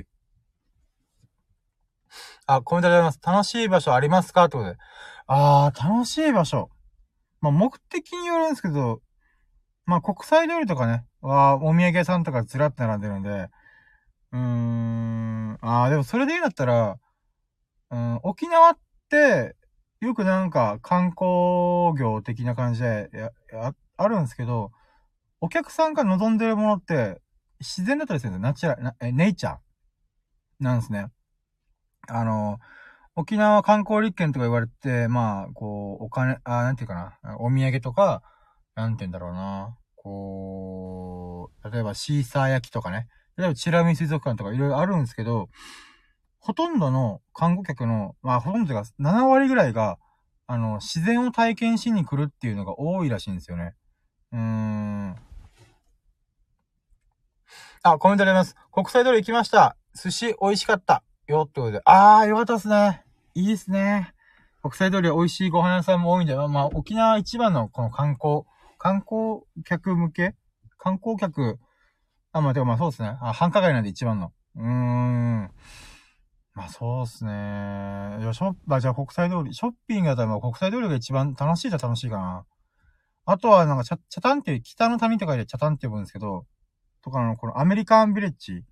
あ、コメントあります。楽しい場所ありますかってことで。楽しい場所。まあ、目的によるんですけど、まあ、国際通りとかね、お土産屋さんとかずらって並んでるんで、でもそれでいいんだったら、沖縄って、よくなんか観光業的な感じで、あるんですけど、お客さんが望んでるものって、自然だったりするんですよ。ナチュラル、ネイチャーなんですね。沖縄観光立県とか言われて、まあ、こう、お金、なんていうかな、お土産とか、なんて言うんだろうな、こう、例えばシーサー焼きとかね、例えばチラミ水族館とかいろいろあるんですけど、ほとんどの観光客の、まあ、ほとんどが7割ぐらいが、自然を体験しに来るっていうのが多いらしいんですよね。コメントあります。国際通り行きました。寿司美味しかった。よってことで。よかったですね。いいですね。国際通りは美味しいご飯屋さんも多いんで、まあ、沖縄一番のこの観光客向け観光客、てかまあそうですね。繁華街なんで一番の。まあそうですね。いや、じゃあ国際通り、ショッピングだったらまあ国際通りが一番楽しいじゃ楽しいかな。あとはなんか、チャタンって、北の谷とかでチャタンって呼ぶんですけど、とかの、このアメリカンビレッジ。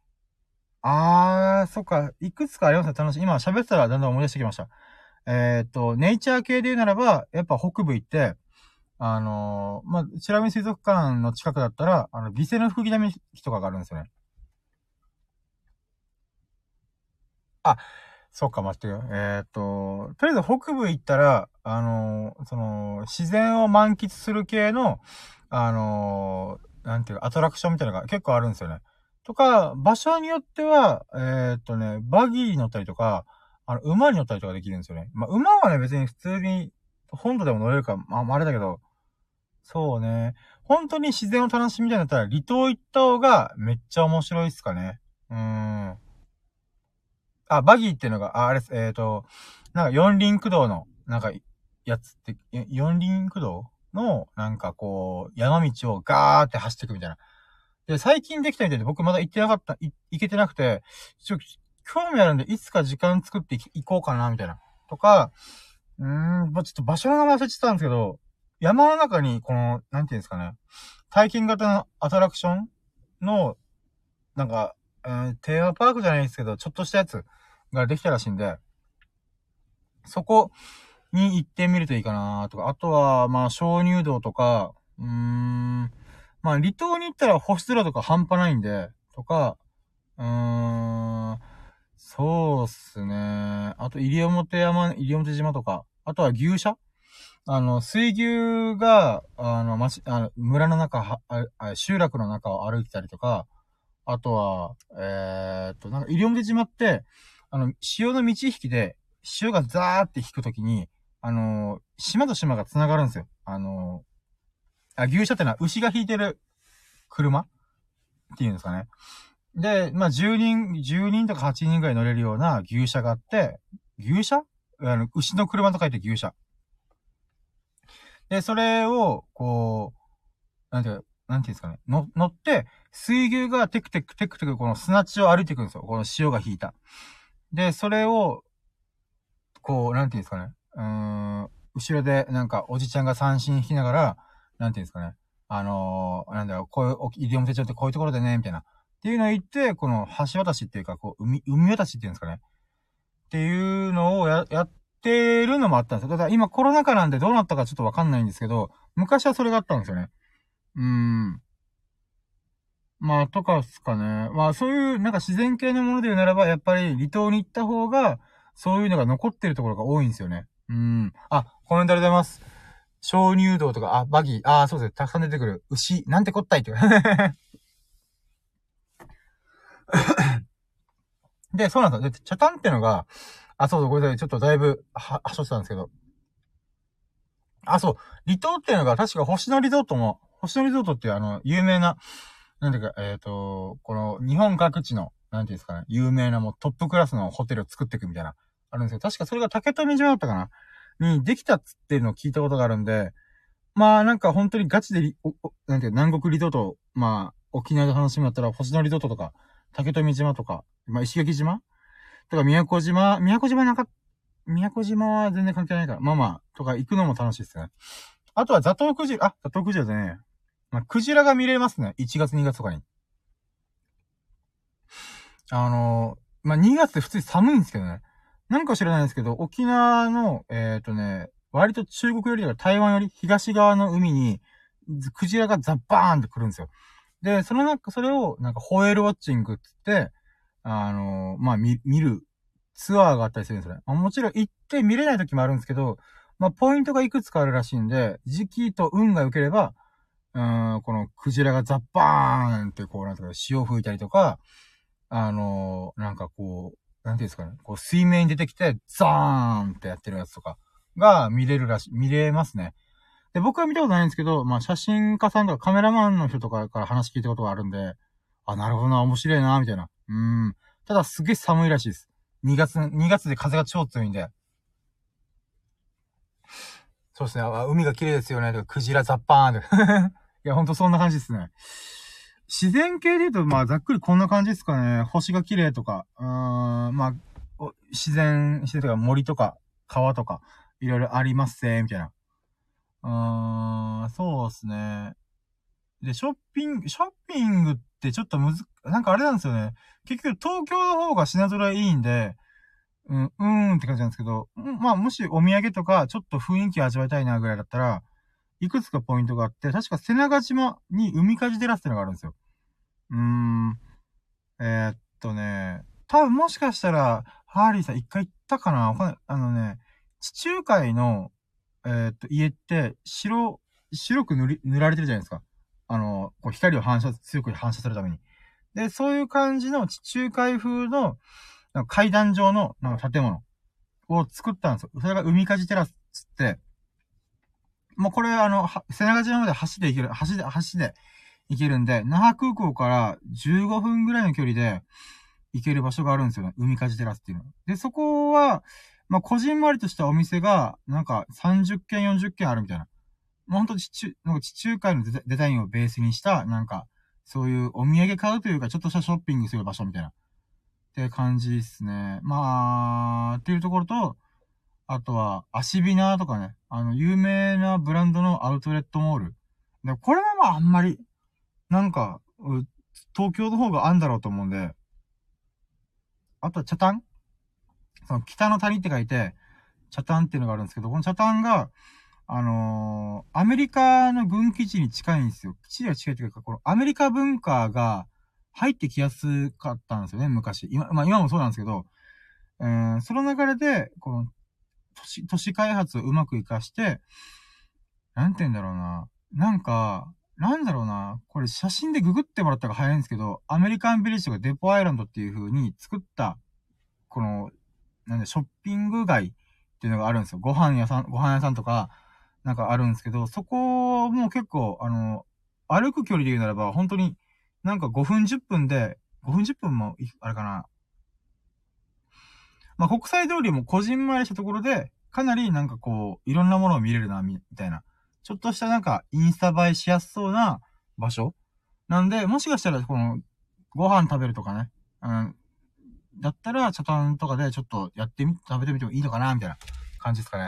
そっか、いくつかありますね、楽しい。今喋ってたらだんだん思い出してきました。ネイチャー系で言うならば、やっぱ北部行って、まあ、チラミ水族館の近くだったら、ビセの吹き溜め木とかがあるんですよね。そっか、待ってよ。とりあえず北部行ったら、自然を満喫する系の、なんていうか、アトラクションみたいなのが結構あるんですよね。とか、場所によっては、バギーに乗ったりとか、馬に乗ったりとかできるんですよね。まあ、馬はね、別に普通に、本土でも乗れるから、まあ、あれだけど、そうね。本当に自然を楽しみたいんだったら、離島行った方がめっちゃ面白いっすかね。バギーっていうのが、あれです、なんか四輪駆動の、なんか、やつって、四輪駆動の、なんかこう、山道をガーって走っていくみたいな。で、最近できたみたいで僕まだ行ってなかった、行けてなくて、興味あるんで、いつか時間作って行こうかな、みたいな。とか、まあ、ちょっと場所の名前忘れてたんですけど、山の中に、この、なんていうんですかね、体験型のアトラクションの、なんか、テーマパークじゃないですけど、ちょっとしたやつができたらしいんで、そこに行ってみるといいかなとか、あとは、まあ、鍾乳洞とか、まあ、離島に行ったら星空とか半端ないんで、とか、そうっすね。あと、西表島とか、あとは牛舎水牛が、村の中集落の中を歩いてたりとか、あとは、なんか、西表島って、潮の満ち引きで、潮がザーって引くときに、島と島が繋がるんですよ。牛車ってのは牛が引いてる車っていうんですかね。で、まあ、10人とか8人ぐらい乗れるような牛車があって、牛車牛の車と書いて牛車。で、それを、こう、なんていうんですかね。乗って、水牛がテクテクテクテクこの砂地を歩いていくんですよ。この潮が引いた。で、それを、こう、なんていうんですかね。後ろで、なんか、おじちゃんが三振弾きながら、なんていうんですかね。なんだろう、こういう、西表町ってこういうところでね、みたいな。っていうのを言って、この橋渡しっていうか、こう、海渡しっていうんですかね。っていうのをやってるのもあったんですよ。ただ今コロナ禍なんでどうなったかちょっとわかんないんですけど、昔はそれがあったんですよね。まあ、とかっすかね。まあ、そういう、なんか自然系のもので言うならば、やっぱり離島に行った方が、そういうのが残ってるところが多いんですよね。コメントありがとうございます。鍾乳洞とか、バギー、そうですね。たくさん出てくる。牛、なんてこったいって。で、そうなんですよ。で、チャタンってのが、そうそう、ごめんなさい。ちょっとだいぶ、はしょってたんですけど。そう。離島っていうのが、確か星野リゾートっていう有名な、なんていうか、この、日本各地の、なんていうんですかね、有名なもうトップクラスのホテルを作っていくみたいな、あるんですよ。確かそれが竹富島だったかなにできたっつっていうのを聞いたことがあるんで、 まあなんか本当にガチでなんていう南国リゾート、まあ沖縄で楽しむんだったら星野リゾートとか、竹富島とか、まあ石垣島とか宮古島は全然関係ないから、まあまあ、とか行くのも楽しいですね。あとはザトウクジラでね、まあクジラが見れますね。1月2月とかに。まあ2月って普通に寒いんですけどね。なんか知らないんですけど、沖縄の、割と中国よりとか台湾より東側の海に、クジラがザッバーンって来るんですよ。で、それを、なんか、ホエールウォッチングって言って、まあ、見るツアーがあったりするんですよね。まあ、もちろん行って見れない時もあるんですけど、まあ、ポイントがいくつかあるらしいんで、時期と運が良ければ、このクジラがザッバーンってこう、なんとか潮吹いたりとか、なんかこう、なんていうんですかね、こう水面に出てきて、ザーンってやってるやつとかが見れますね。で、僕は見たことないんですけど、まあ写真家さんとかカメラマンの人とかから話聞いたことがあるんで、あ、なるほどな、面白いな、みたいな。ただすげえ寒いらしいです。2月で風が超強いんで。そうですね。海が綺麗ですよね。とか、クジラザッパーンって。いや、ほんとそんな感じですね。自然系で言うと、まあ、ざっくりこんな感じですかね。星が綺麗とか、まあ、自然とか森とか、川とか、いろいろありますみたいな。そうですね。で、ショッピングってちょっとなんかあれなんですよね。結局東京の方が品揃えいいんで、って感じなんですけど、まあ、もしお土産とか、ちょっと雰囲気味わいたいなぐらいだったら、いくつかポイントがあって、確か瀬長島に海かじテラスってのがあるんですよ。うーん。多分もしかしたら、ハーリーさん一回行ったかなわかんない。地中海の、家って、白く塗られてるじゃないですか。こう光を強く反射するために。で、そういう感じの地中海風の、なんか階段状の、なんか建物を作ったんですよ。それが海かじテラスつって、もうこれ瀬長島まで橋で行けるんで、那覇空港から15分ぐらいの距離で行ける場所があるんですよね。海かじテラスっていうの。で、そこは、まあ、こじんまりとしたお店が、なんか30軒、40軒あるみたいな。もうほんとなんか地中海のデザインをベースにした、なんか、そういうお土産買うというか、ちょっとしたショッピングする場所みたいな。って感じですね。まあ、っていうところと、あとは、アシビナーとかね、有名なブランドのアウトレットモール。で、これはまああんまり、なんか、東京の方があんだろうと思うんで、あとはチャタンその北の谷って書いて、チャタンっていうのがあるんですけど、このチャタンが、アメリカの軍基地に近いんですよ。基地には近いというか、このアメリカ文化が入ってきやすかったんですよね、昔。今もそうなんですけど、その流れで、この都市開発をうまく活かして、なんて言うんだろうな。なんか、なんだろうな。これ写真でググってもらった方が早いんですけど、アメリカンビレッジとかデポアイランドっていう風に作った、この、ショッピング街っていうのがあるんですよ。ご飯屋さんとか、なんかあるんですけど、そこも結構、歩く距離で言うならば、本当になんか5分10分で、5分10分も、あれかな。まあ、国際通りもこじんまりしたところで、かなりなんかこう、いろんなものを見れるな、みたいな。ちょっとしたなんか、インスタ映えしやすそうな場所なんで、もしかしたら、この、ご飯食べるとかね、だったら、チャタンとかでちょっと食べてみてもいいのかな、みたいな感じですかね。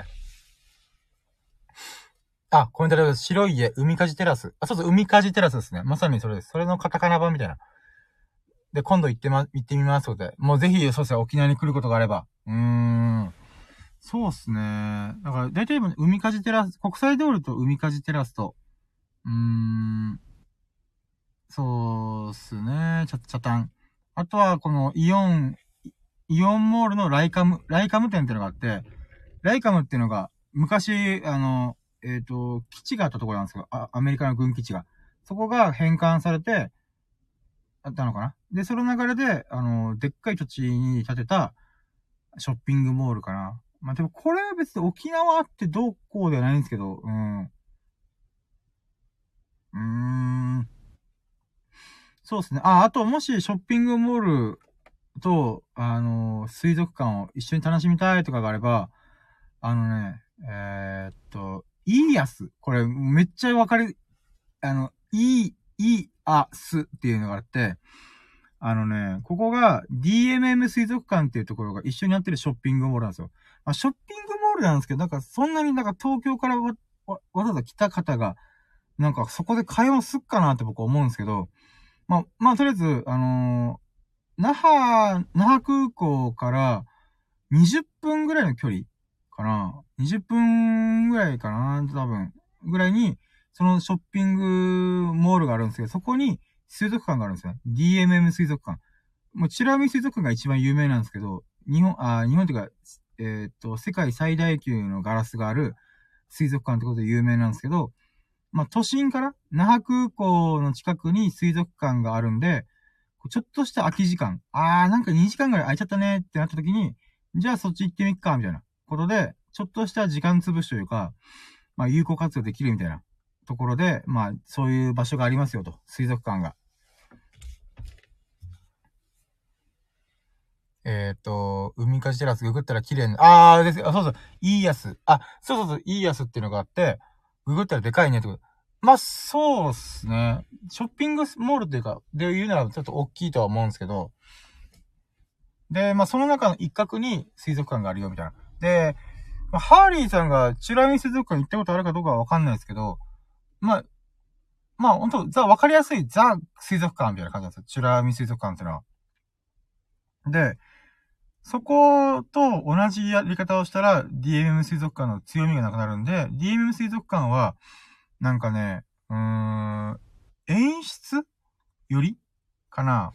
あ、コメントで白い家、海かじテラス。あ、そうそう、海かじテラスですね。まさにそれです。それのカタカナ版みたいな。で、今度行ってみますので。もうぜひ、そうですね、沖縄に来ることがあれば。そうっすね。だから、だいたい海かじテラス、国際通りと海かじテラスと、うーん、そうっすね。チャタン。あとは、このイオンモールのライカム店っていうのがあって、ライカムっていうのが、昔、基地があったところなんですけど、アメリカの軍基地が。そこが返還されて、あったのかなで、その流れで、でっかい土地に建てた、ショッピングモールかな。まあ、でもこれは別に沖縄ってどうこうではないんですけど、そうですね。あともしショッピングモールと、水族館を一緒に楽しみたいとかがあれば、 イーアス。これ、めっちゃわかり、イーアスっていうのがあって、ここが DMM 水族館っていうところが一緒にやってるショッピングモールなんですよ。まあ、ショッピングモールなんですけど、なんかそんなになんか東京からわざわざ来た方が、なんかそこで会話すっかなって僕は思うんですけど、まあ、とりあえず、那覇空港から20分ぐらいの距離かな ?20 分ぐらいかな多分。ぐらいに、そのショッピングモールがあるんですけど、そこに水族館があるんですよね。DMM 水族館。もう、チラミ水族館が一番有名なんですけど、日本っていうか、世界最大級のガラスがある水族館ってことで有名なんですけど、まあ、都心から那覇空港の近くに水族館があるんで、ちょっとした空き時間、なんか2時間ぐらい空いちゃったねってなった時に、じゃあそっち行ってみっか、みたいなことで、ちょっとした時間潰しというか、まあ、有効活用できるみたいなところで、まあ、そういう場所がありますよと、水族館が。海かじテラスググったら綺麗な、ですよ。そうそう、イーヤス。そう、イーヤスっていうのがあって、ググったらでかいねってこと。まあ、そうっすね。ショッピングモールっていうか、で言うならちょっと大きいとは思うんですけど、で、まあ、その中の一角に水族館があるよ、みたいな。で、まあ、ハーリーさんがチュラミ水族館行ったことあるかどうかはわかんないですけど、まあ、ほんと、わかりやすい水族館みたいな感じなんですよ。チュラミ水族館っていうのは。で、そこと同じやり方をしたら DMM 水族館の強みがなくなるんで、DMM 水族館は、なんかね、演出よりかな。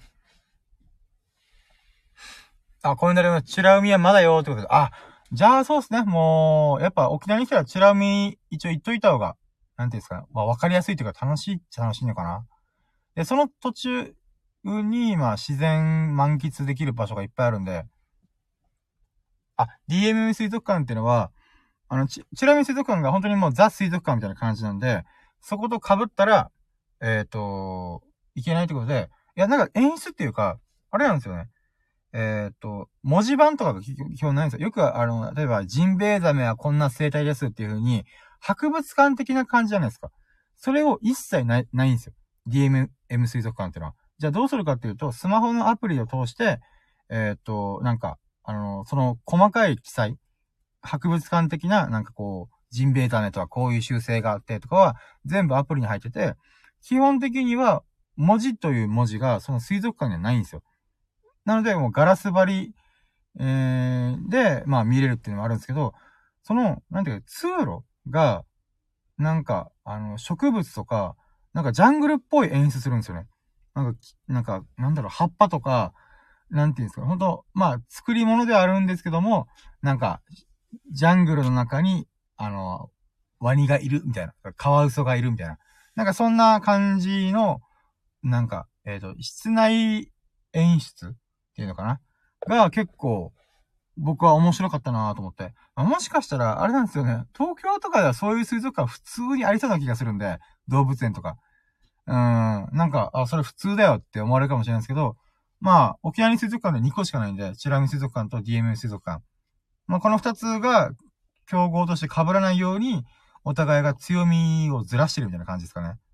これなりのチュラ海はまだよってことで、じゃあそうっすね。もう、やっぱ沖縄に来たらチュラ海一応言っといた方が、なんていうんですか、まあわかりやすいというか楽しいっちゃ楽しいのかな。で、その途中に、まあ自然満喫できる場所がいっぱいあるんで、DMM 水族館っていうのは、チュラミ水族館が本当にもうザ水族館みたいな感じなんで、そこと被ったら、いけないってことで、いや、なんか演出っていうか、あれなんですよね。文字盤とかが基本ないんですよ。よく例えば、ジンベエザメはこんな生態ですっていう風に、博物館的な感じじゃないですか。それを一切ないんですよ。DMM 水族館っていうのは。じゃあどうするかっていうと、スマホのアプリを通して、なんか、その細かい記載、博物館的な、なんかこう、ジンベエザメとはこういう習性があってとかは、全部アプリに入ってて、基本的には、文字という文字がその水族館にはないんですよ。なので、もうガラス張り、で、まあ見れるっていうのもあるんですけど、その、なんていうか、通路が、なんか、植物とか、なんかジャングルっぽい演出するんですよね。なんだろう、葉っぱとか、なんていうんですか、本当まあ、作り物ではあるんですけども、なんか、ジャングルの中に、ワニがいるみたいな、カワウソがいるみたいな。なんかそんな感じの、なんか、室内演出っていうのかなが結構、僕は面白かったなと思って。もしかしたら、あれなんですよね。東京とかではそういう水族館普通にありそうな気がするんで、動物園とか。なんか、それ普通だよって思われるかもしれないですけど、まあ、沖縄に水族館で2個しかないんで、チラミ水族館と DMM 水族館。まあ、この2つが、競合として被らないように、お互いが強みをずらしてるみたいな感じですかね。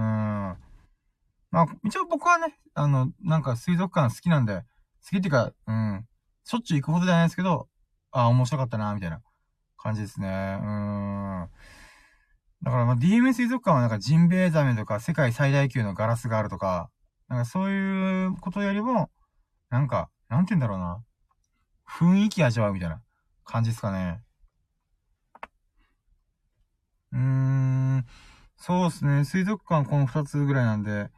まあ、一応僕はね、なんか水族館好きなんで、好きっていうか、しょっちゅう行くほどじゃないですけど、面白かったな、みたいな感じですね。だからまあ DMM 水族館はなんかジンベエザメとか世界最大級のガラスがあるとか、なんかそういうことよりも、なんか、なんて言うんだろうな。雰囲気味わうみたいな感じですかね。そうですね。水族館この2つぐらいなんで、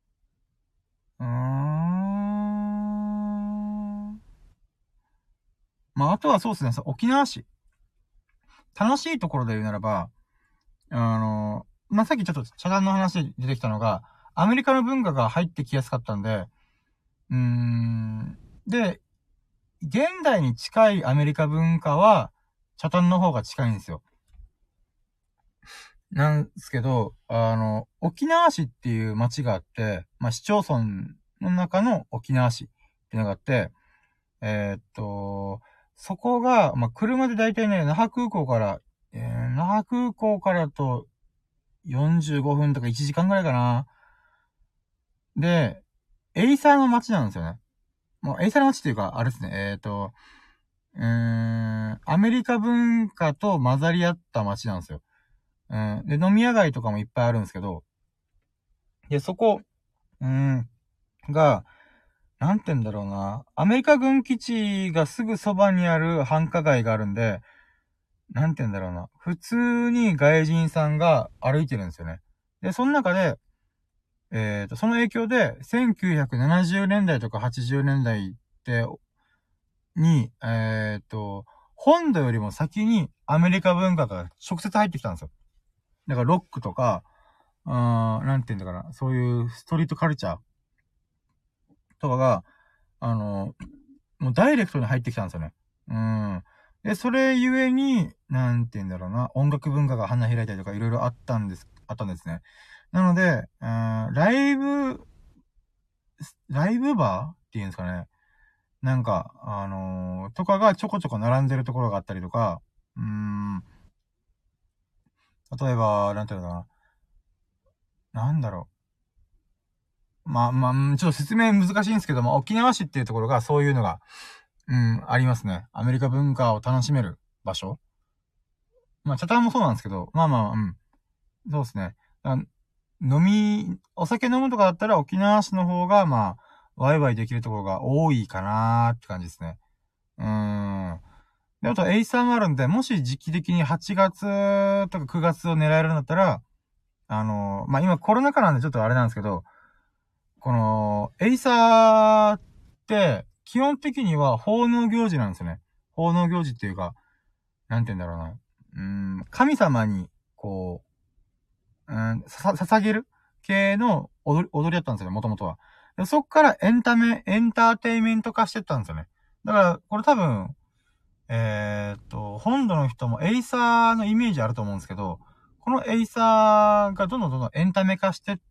まあ、あとはそうですね。沖縄市。楽しいところで言うならば、まあ、さっきちょっと茶壇の話で出てきたのが、アメリカの文化が入ってきやすかったんで、で、現代に近いアメリカ文化は、茶壇の方が近いんですよ。なんですけど、沖縄市っていう町があって、まあ、市町村の中の沖縄市っていうのがあって、そこが、まあ、車でだいたいね、那覇空港から那覇空港からだと45分とか1時間ぐらいかな。で、エイサーの街なんですよね。もうエイサーの街っていうか、あれですね、アメリカ文化と混ざり合った街なんですよ。で、飲み屋街とかもいっぱいあるんですけど、で、そこ、が、なんて言うんだろうな。アメリカ軍基地がすぐそばにある繁華街があるんで、なんて言うんだろうな。普通に外人さんが歩いてるんですよね。で、その中で、その影響で、1970年代とか80年代って、に、本土よりも先にアメリカ文化が直接入ってきたんですよ。だからロックとか、なんて言うんだかな、そういうストリートカルチャーとかが、もうダイレクトに入ってきたんですよね。で、それゆえに、なんて言うんだろうな、音楽文化が花開いたりとかいろいろあったんですね。なので、ライブバーっていうんですかね。なんか、とかがちょこちょこ並んでるところがあったりとか、例えば、なんていうのかな。なんだろちょっと説明難しいんですけども、沖縄市っていうところがそういうのが、ありますね。アメリカ文化を楽しめる場所。まあ、チャタンもそうなんですけど、そうですね。お酒飲むとかだったら沖縄市の方が、ワイワイできるところが多いかなーって感じですね。で、あと、エイサーもあるんで、もし時期的に8月とか9月を狙えるんだったら、今コロナ禍なんでちょっとあれなんですけど、この、エイサーって、基本的には奉納行事なんですよね。奉納行事っていうか、なんて言うんだろうな。神様に、こう、捧げる系の踊りだったんですよね、もともとは。でそっからエンターテイメント化してったんですよね。だから、これ多分、本土の人もエイサーのイメージあると思うんですけど、このエイサーがどんどんエンタメ化してって、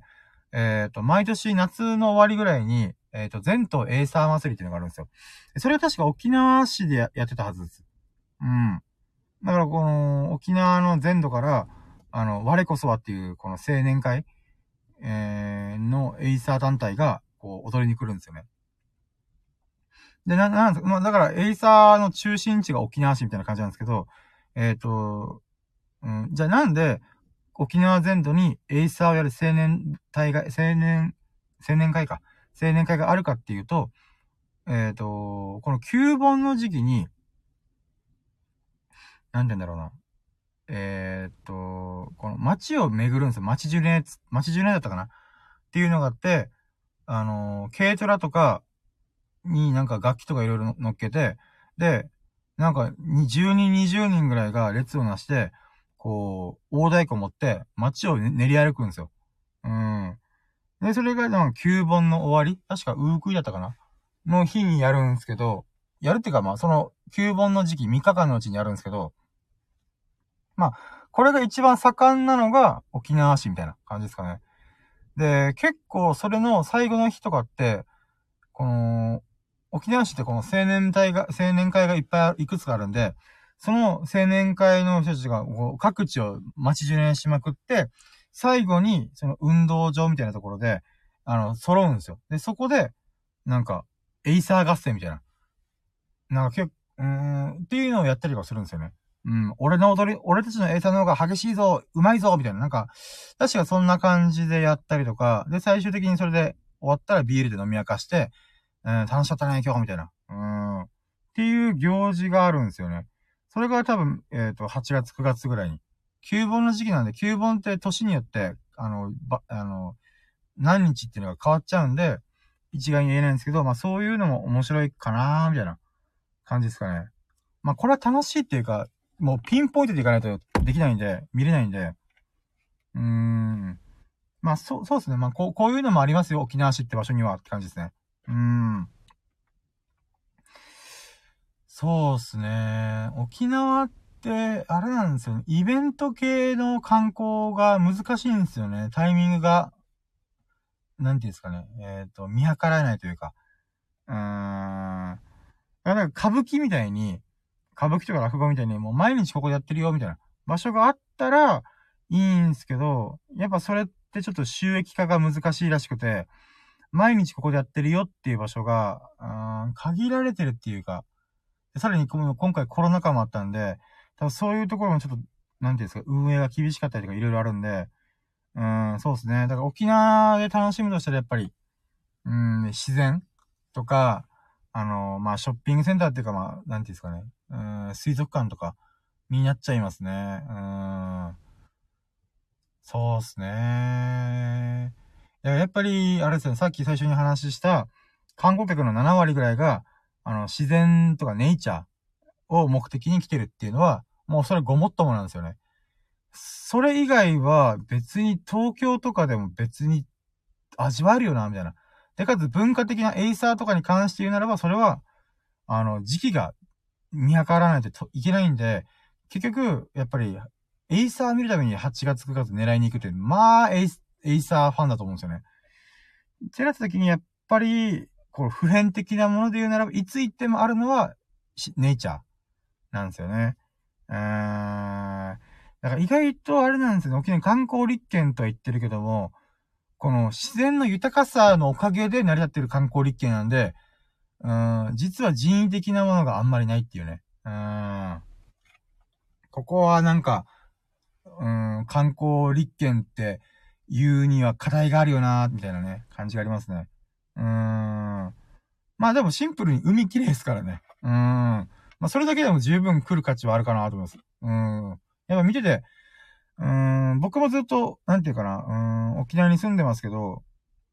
毎年夏の終わりぐらいに、全島エイサー祭りっていうのがあるんですよ。それは確か沖縄市でやってたはずです。うん。だからこの、沖縄の全土から、我こそはっていう、この青年会、のエイサー団体が、こう、踊りに来るんですよね。で、なんですだから、エイサーの中心地が沖縄市みたいな感じなんですけど、じゃあなんで、沖縄全土にエイサーをやる青年会か。青年会があるかっていうと、この旧盆の時期に、なんて言うんだろうな。この街を巡るんですよ。街巡礼だったかなっていうのがあって、軽トラとかになんか楽器とかいろいろ乗っけて、で、なんか、10人、20人ぐらいが列をなして、こう、大太鼓持って街を練り歩くんですよ。で、それが、旧盆の終わり確か、ウークイだったかなの日にやるんですけど、やるっていうか、その、旧盆の時期3日間のうちにやるんですけど、これが一番盛んなのが沖縄市みたいな感じですかね。で、結構それの最後の日とかって、この、沖縄市ってこの青年会がいくつかあるんで、その青年会の人たちがこう各地を街巡礼しまくって、最後にその運動場みたいなところで、揃うんですよ。で、そこで、なんか、エイサー合戦みたいな。なんかっていうのをやったりとかするんですよね。俺たちのエイサーの方が激しいぞ、うまいぞ、みたいな。なんか、確かそんな感じでやったりとか、で、最終的にそれで終わったらビールで飲み明かして、楽しかったね、今日、みたいな。っていう行事があるんですよね。それが多分、8月、9月ぐらいに。旧盆の時期なんで、旧盆って年によって、何日っていうのが変わっちゃうんで、一概に言えないんですけど、そういうのも面白いかなーみたいな感じですかね。これは楽しいっていうか、もうピンポイントでいかないとできないんで、見れないんで、そうですね。こういうのもありますよ、沖縄市って場所にはって感じですね。そうですね。沖縄って、あれなんですよね。イベント系の観光が難しいんですよね。タイミングが、なんていうんですかね。見計らえないというか。だから歌舞伎みたいに、 歌舞伎とか落語みたいにもう毎日ここでやってるよみたいな場所があったらいいんすけど、やっぱそれってちょっと収益化が難しいらしくて、毎日ここでやってるよっていう場所が、限られてるっていうか、さらに今回コロナ禍もあったんで、多分そういうところもちょっと、なんていうんですか、運営が厳しかったりとかいろいろあるんで、そうですね。だから沖縄で楽しむとしたらやっぱり、自然とか、まあ、ショッピングセンターっていうかまあ、なんていうんですかね、水族館とかになっちゃいますね。そうですね。やっぱり、あれですね、さっき最初に話した、観光客の7割ぐらいが、自然とかネイチャーを目的に来てるっていうのは、もうそれごもっともなんですよね。それ以外は別に東京とかでも別に味わえるよな、みたいな。で、かつ文化的なエイサーとかに関して言うならば、それは、時期が見計らないといけないんで、結局、やっぱり、エイサー見るために8月9月狙いに行くって、まあ、エイサーファンだと思うんですよね。ってなった時に、やっぱり、こう、普遍的なもので言うならば、いつ行ってもあるのは、ネイチャーなんですよね。だから意外とあれなんですよね。沖縄観光立県とは言ってるけども、この自然の豊かさのおかげで成り立ってる観光立県なんで、実は人為的なものがあんまりないっていうね。ここはなんか、観光立県って言うには課題があるよなみたいなね、感じがありますね。まあでもシンプルに海綺麗ですからね。まあそれだけでも十分来る価値はあるかなと思います。やっぱ見てて、僕もずっと、なんていうかな、沖縄に住んでますけど、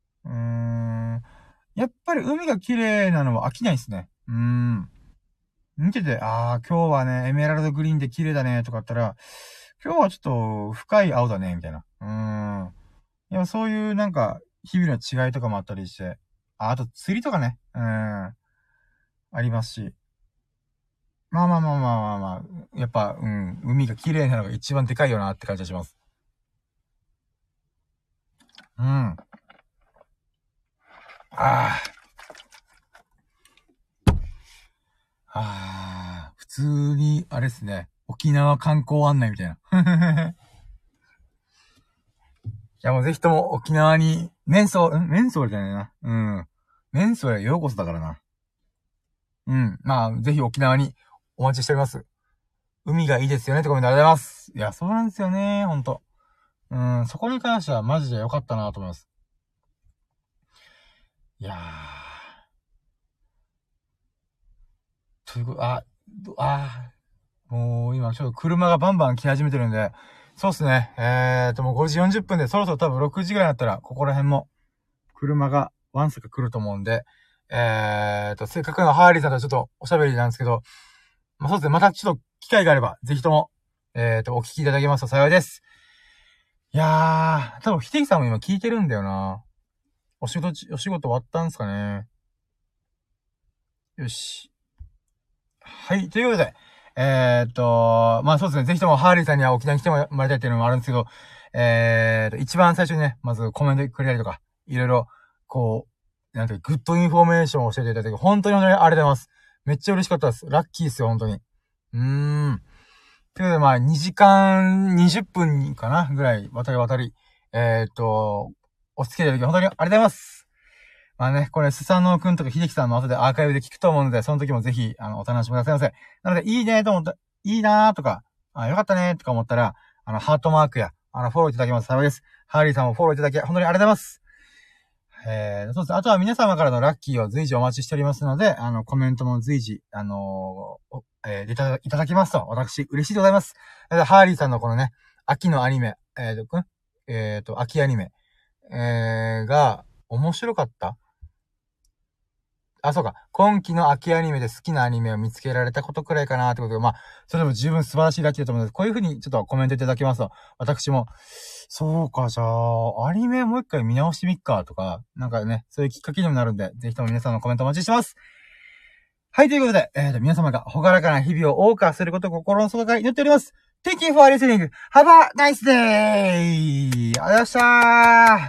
やっぱり海が綺麗なのは飽きないですね。見てて、今日はね、エメラルドグリーンで綺麗だね、とかあったら、今日はちょっと深い青だね、みたいな。いや、そういうなんか、日々の違いとかもあったりして、あと釣りとかね、ありますし。まあまあまあまあまあまあ、やっぱ、海が綺麗なのが一番でかいよなって感じがします。普通に、あれですね。沖縄観光案内みたいな。いやもうぜひとも沖縄に、メンソールじゃないな。メンソールへようこそだからな。まあ、ぜひ沖縄にお待ちしております。海がいいですよねってコメントありがとうございます。いや、そうなんですよね、ほんと。そこに関してはマジで良かったなと思います。いやー。ということ、もう今ちょっと車がバンバン来始めてるんで、そうっすね。もう5時40分でそろそろ多分6時ぐらいになったら、ここら辺も車がワンサか来ると思うんで、せっかくのハーリーさんとちょっとおしゃべりなんですけど、まあ、そうですね。またちょっと機会があれば、ぜひとも、お聞きいただけますと幸いです。いやー、多分、ひてきさんも今聞いてるんだよな。お仕事終わったんすかね。よし。はい、ということで、まあそうですね。ぜひともハーリーさんには沖縄に来てもらいたいっていうのもあるんですけど、一番最初にね、まずコメントくれたりとか、いろいろ、こう、なんていうか、グッドインフォメーションを教えていただいて、本当にありがとうございます。めっちゃ嬉しかったです。ラッキーですよ、本当に。ということで、まあ、2時間20分かなぐらい、渡り、お付き合いいただき、本当にありがとうございます。まあね、これ、スサノオくんとか秀樹さんも後でアーカイブで聞くと思うので、その時もぜひ、お楽しみくださいませ。なので、いいねと思った、いいなーとか、よかったねとか思ったら、ハートマークや、フォローいただけます幸いです。ハーリーさんもフォローいただき、本当にありがとうございます。そうです。あとは皆様からのラッキーを随時お待ちしておりますので、コメントも随時、いただきますと、私、嬉しいでございます。ハーリーさんのこのね、秋のアニメ、秋アニメ、が、面白かったそうか。今期の秋アニメで好きなアニメを見つけられたことくらいかなってことで、まあ、それでも十分素晴らしいラッキーだと思うので、こういう風にちょっとコメントいただきますと、私も、そうか、じゃあ、アニメもう一回見直してみっか、とか、なんかね、そういうきっかけにもなるんで、ぜひとも皆さんのコメントお待ちしてます。はい、ということで、皆様がほがらかな日々を謳歌することを心の底から祈っております。Thank you for listening. Have a nice day! ありがとうございました。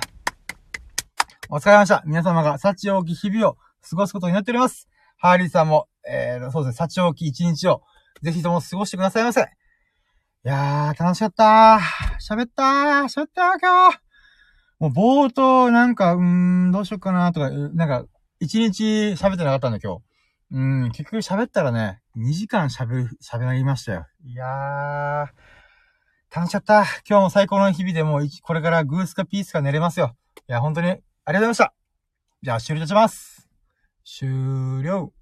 お疲れ様でした。皆様が幸多き日々を過ごすことを祈っております。ハーリーさんも、そうですね、幸多き一日をぜひとも過ごしてくださいませ。いやー、楽しかったー。喋ったー、今日。もう冒頭、なんか、どうしよっかなとか、なんか、一日喋ってなかったんだ、今日。結局喋ったらね、2時間喋りましたよ。いやー、楽しかった。今日も最高の日々でもう、これからグースかピースか寝れますよ。いや、本当に、ありがとうございました。じゃあ、終了いたします。終了。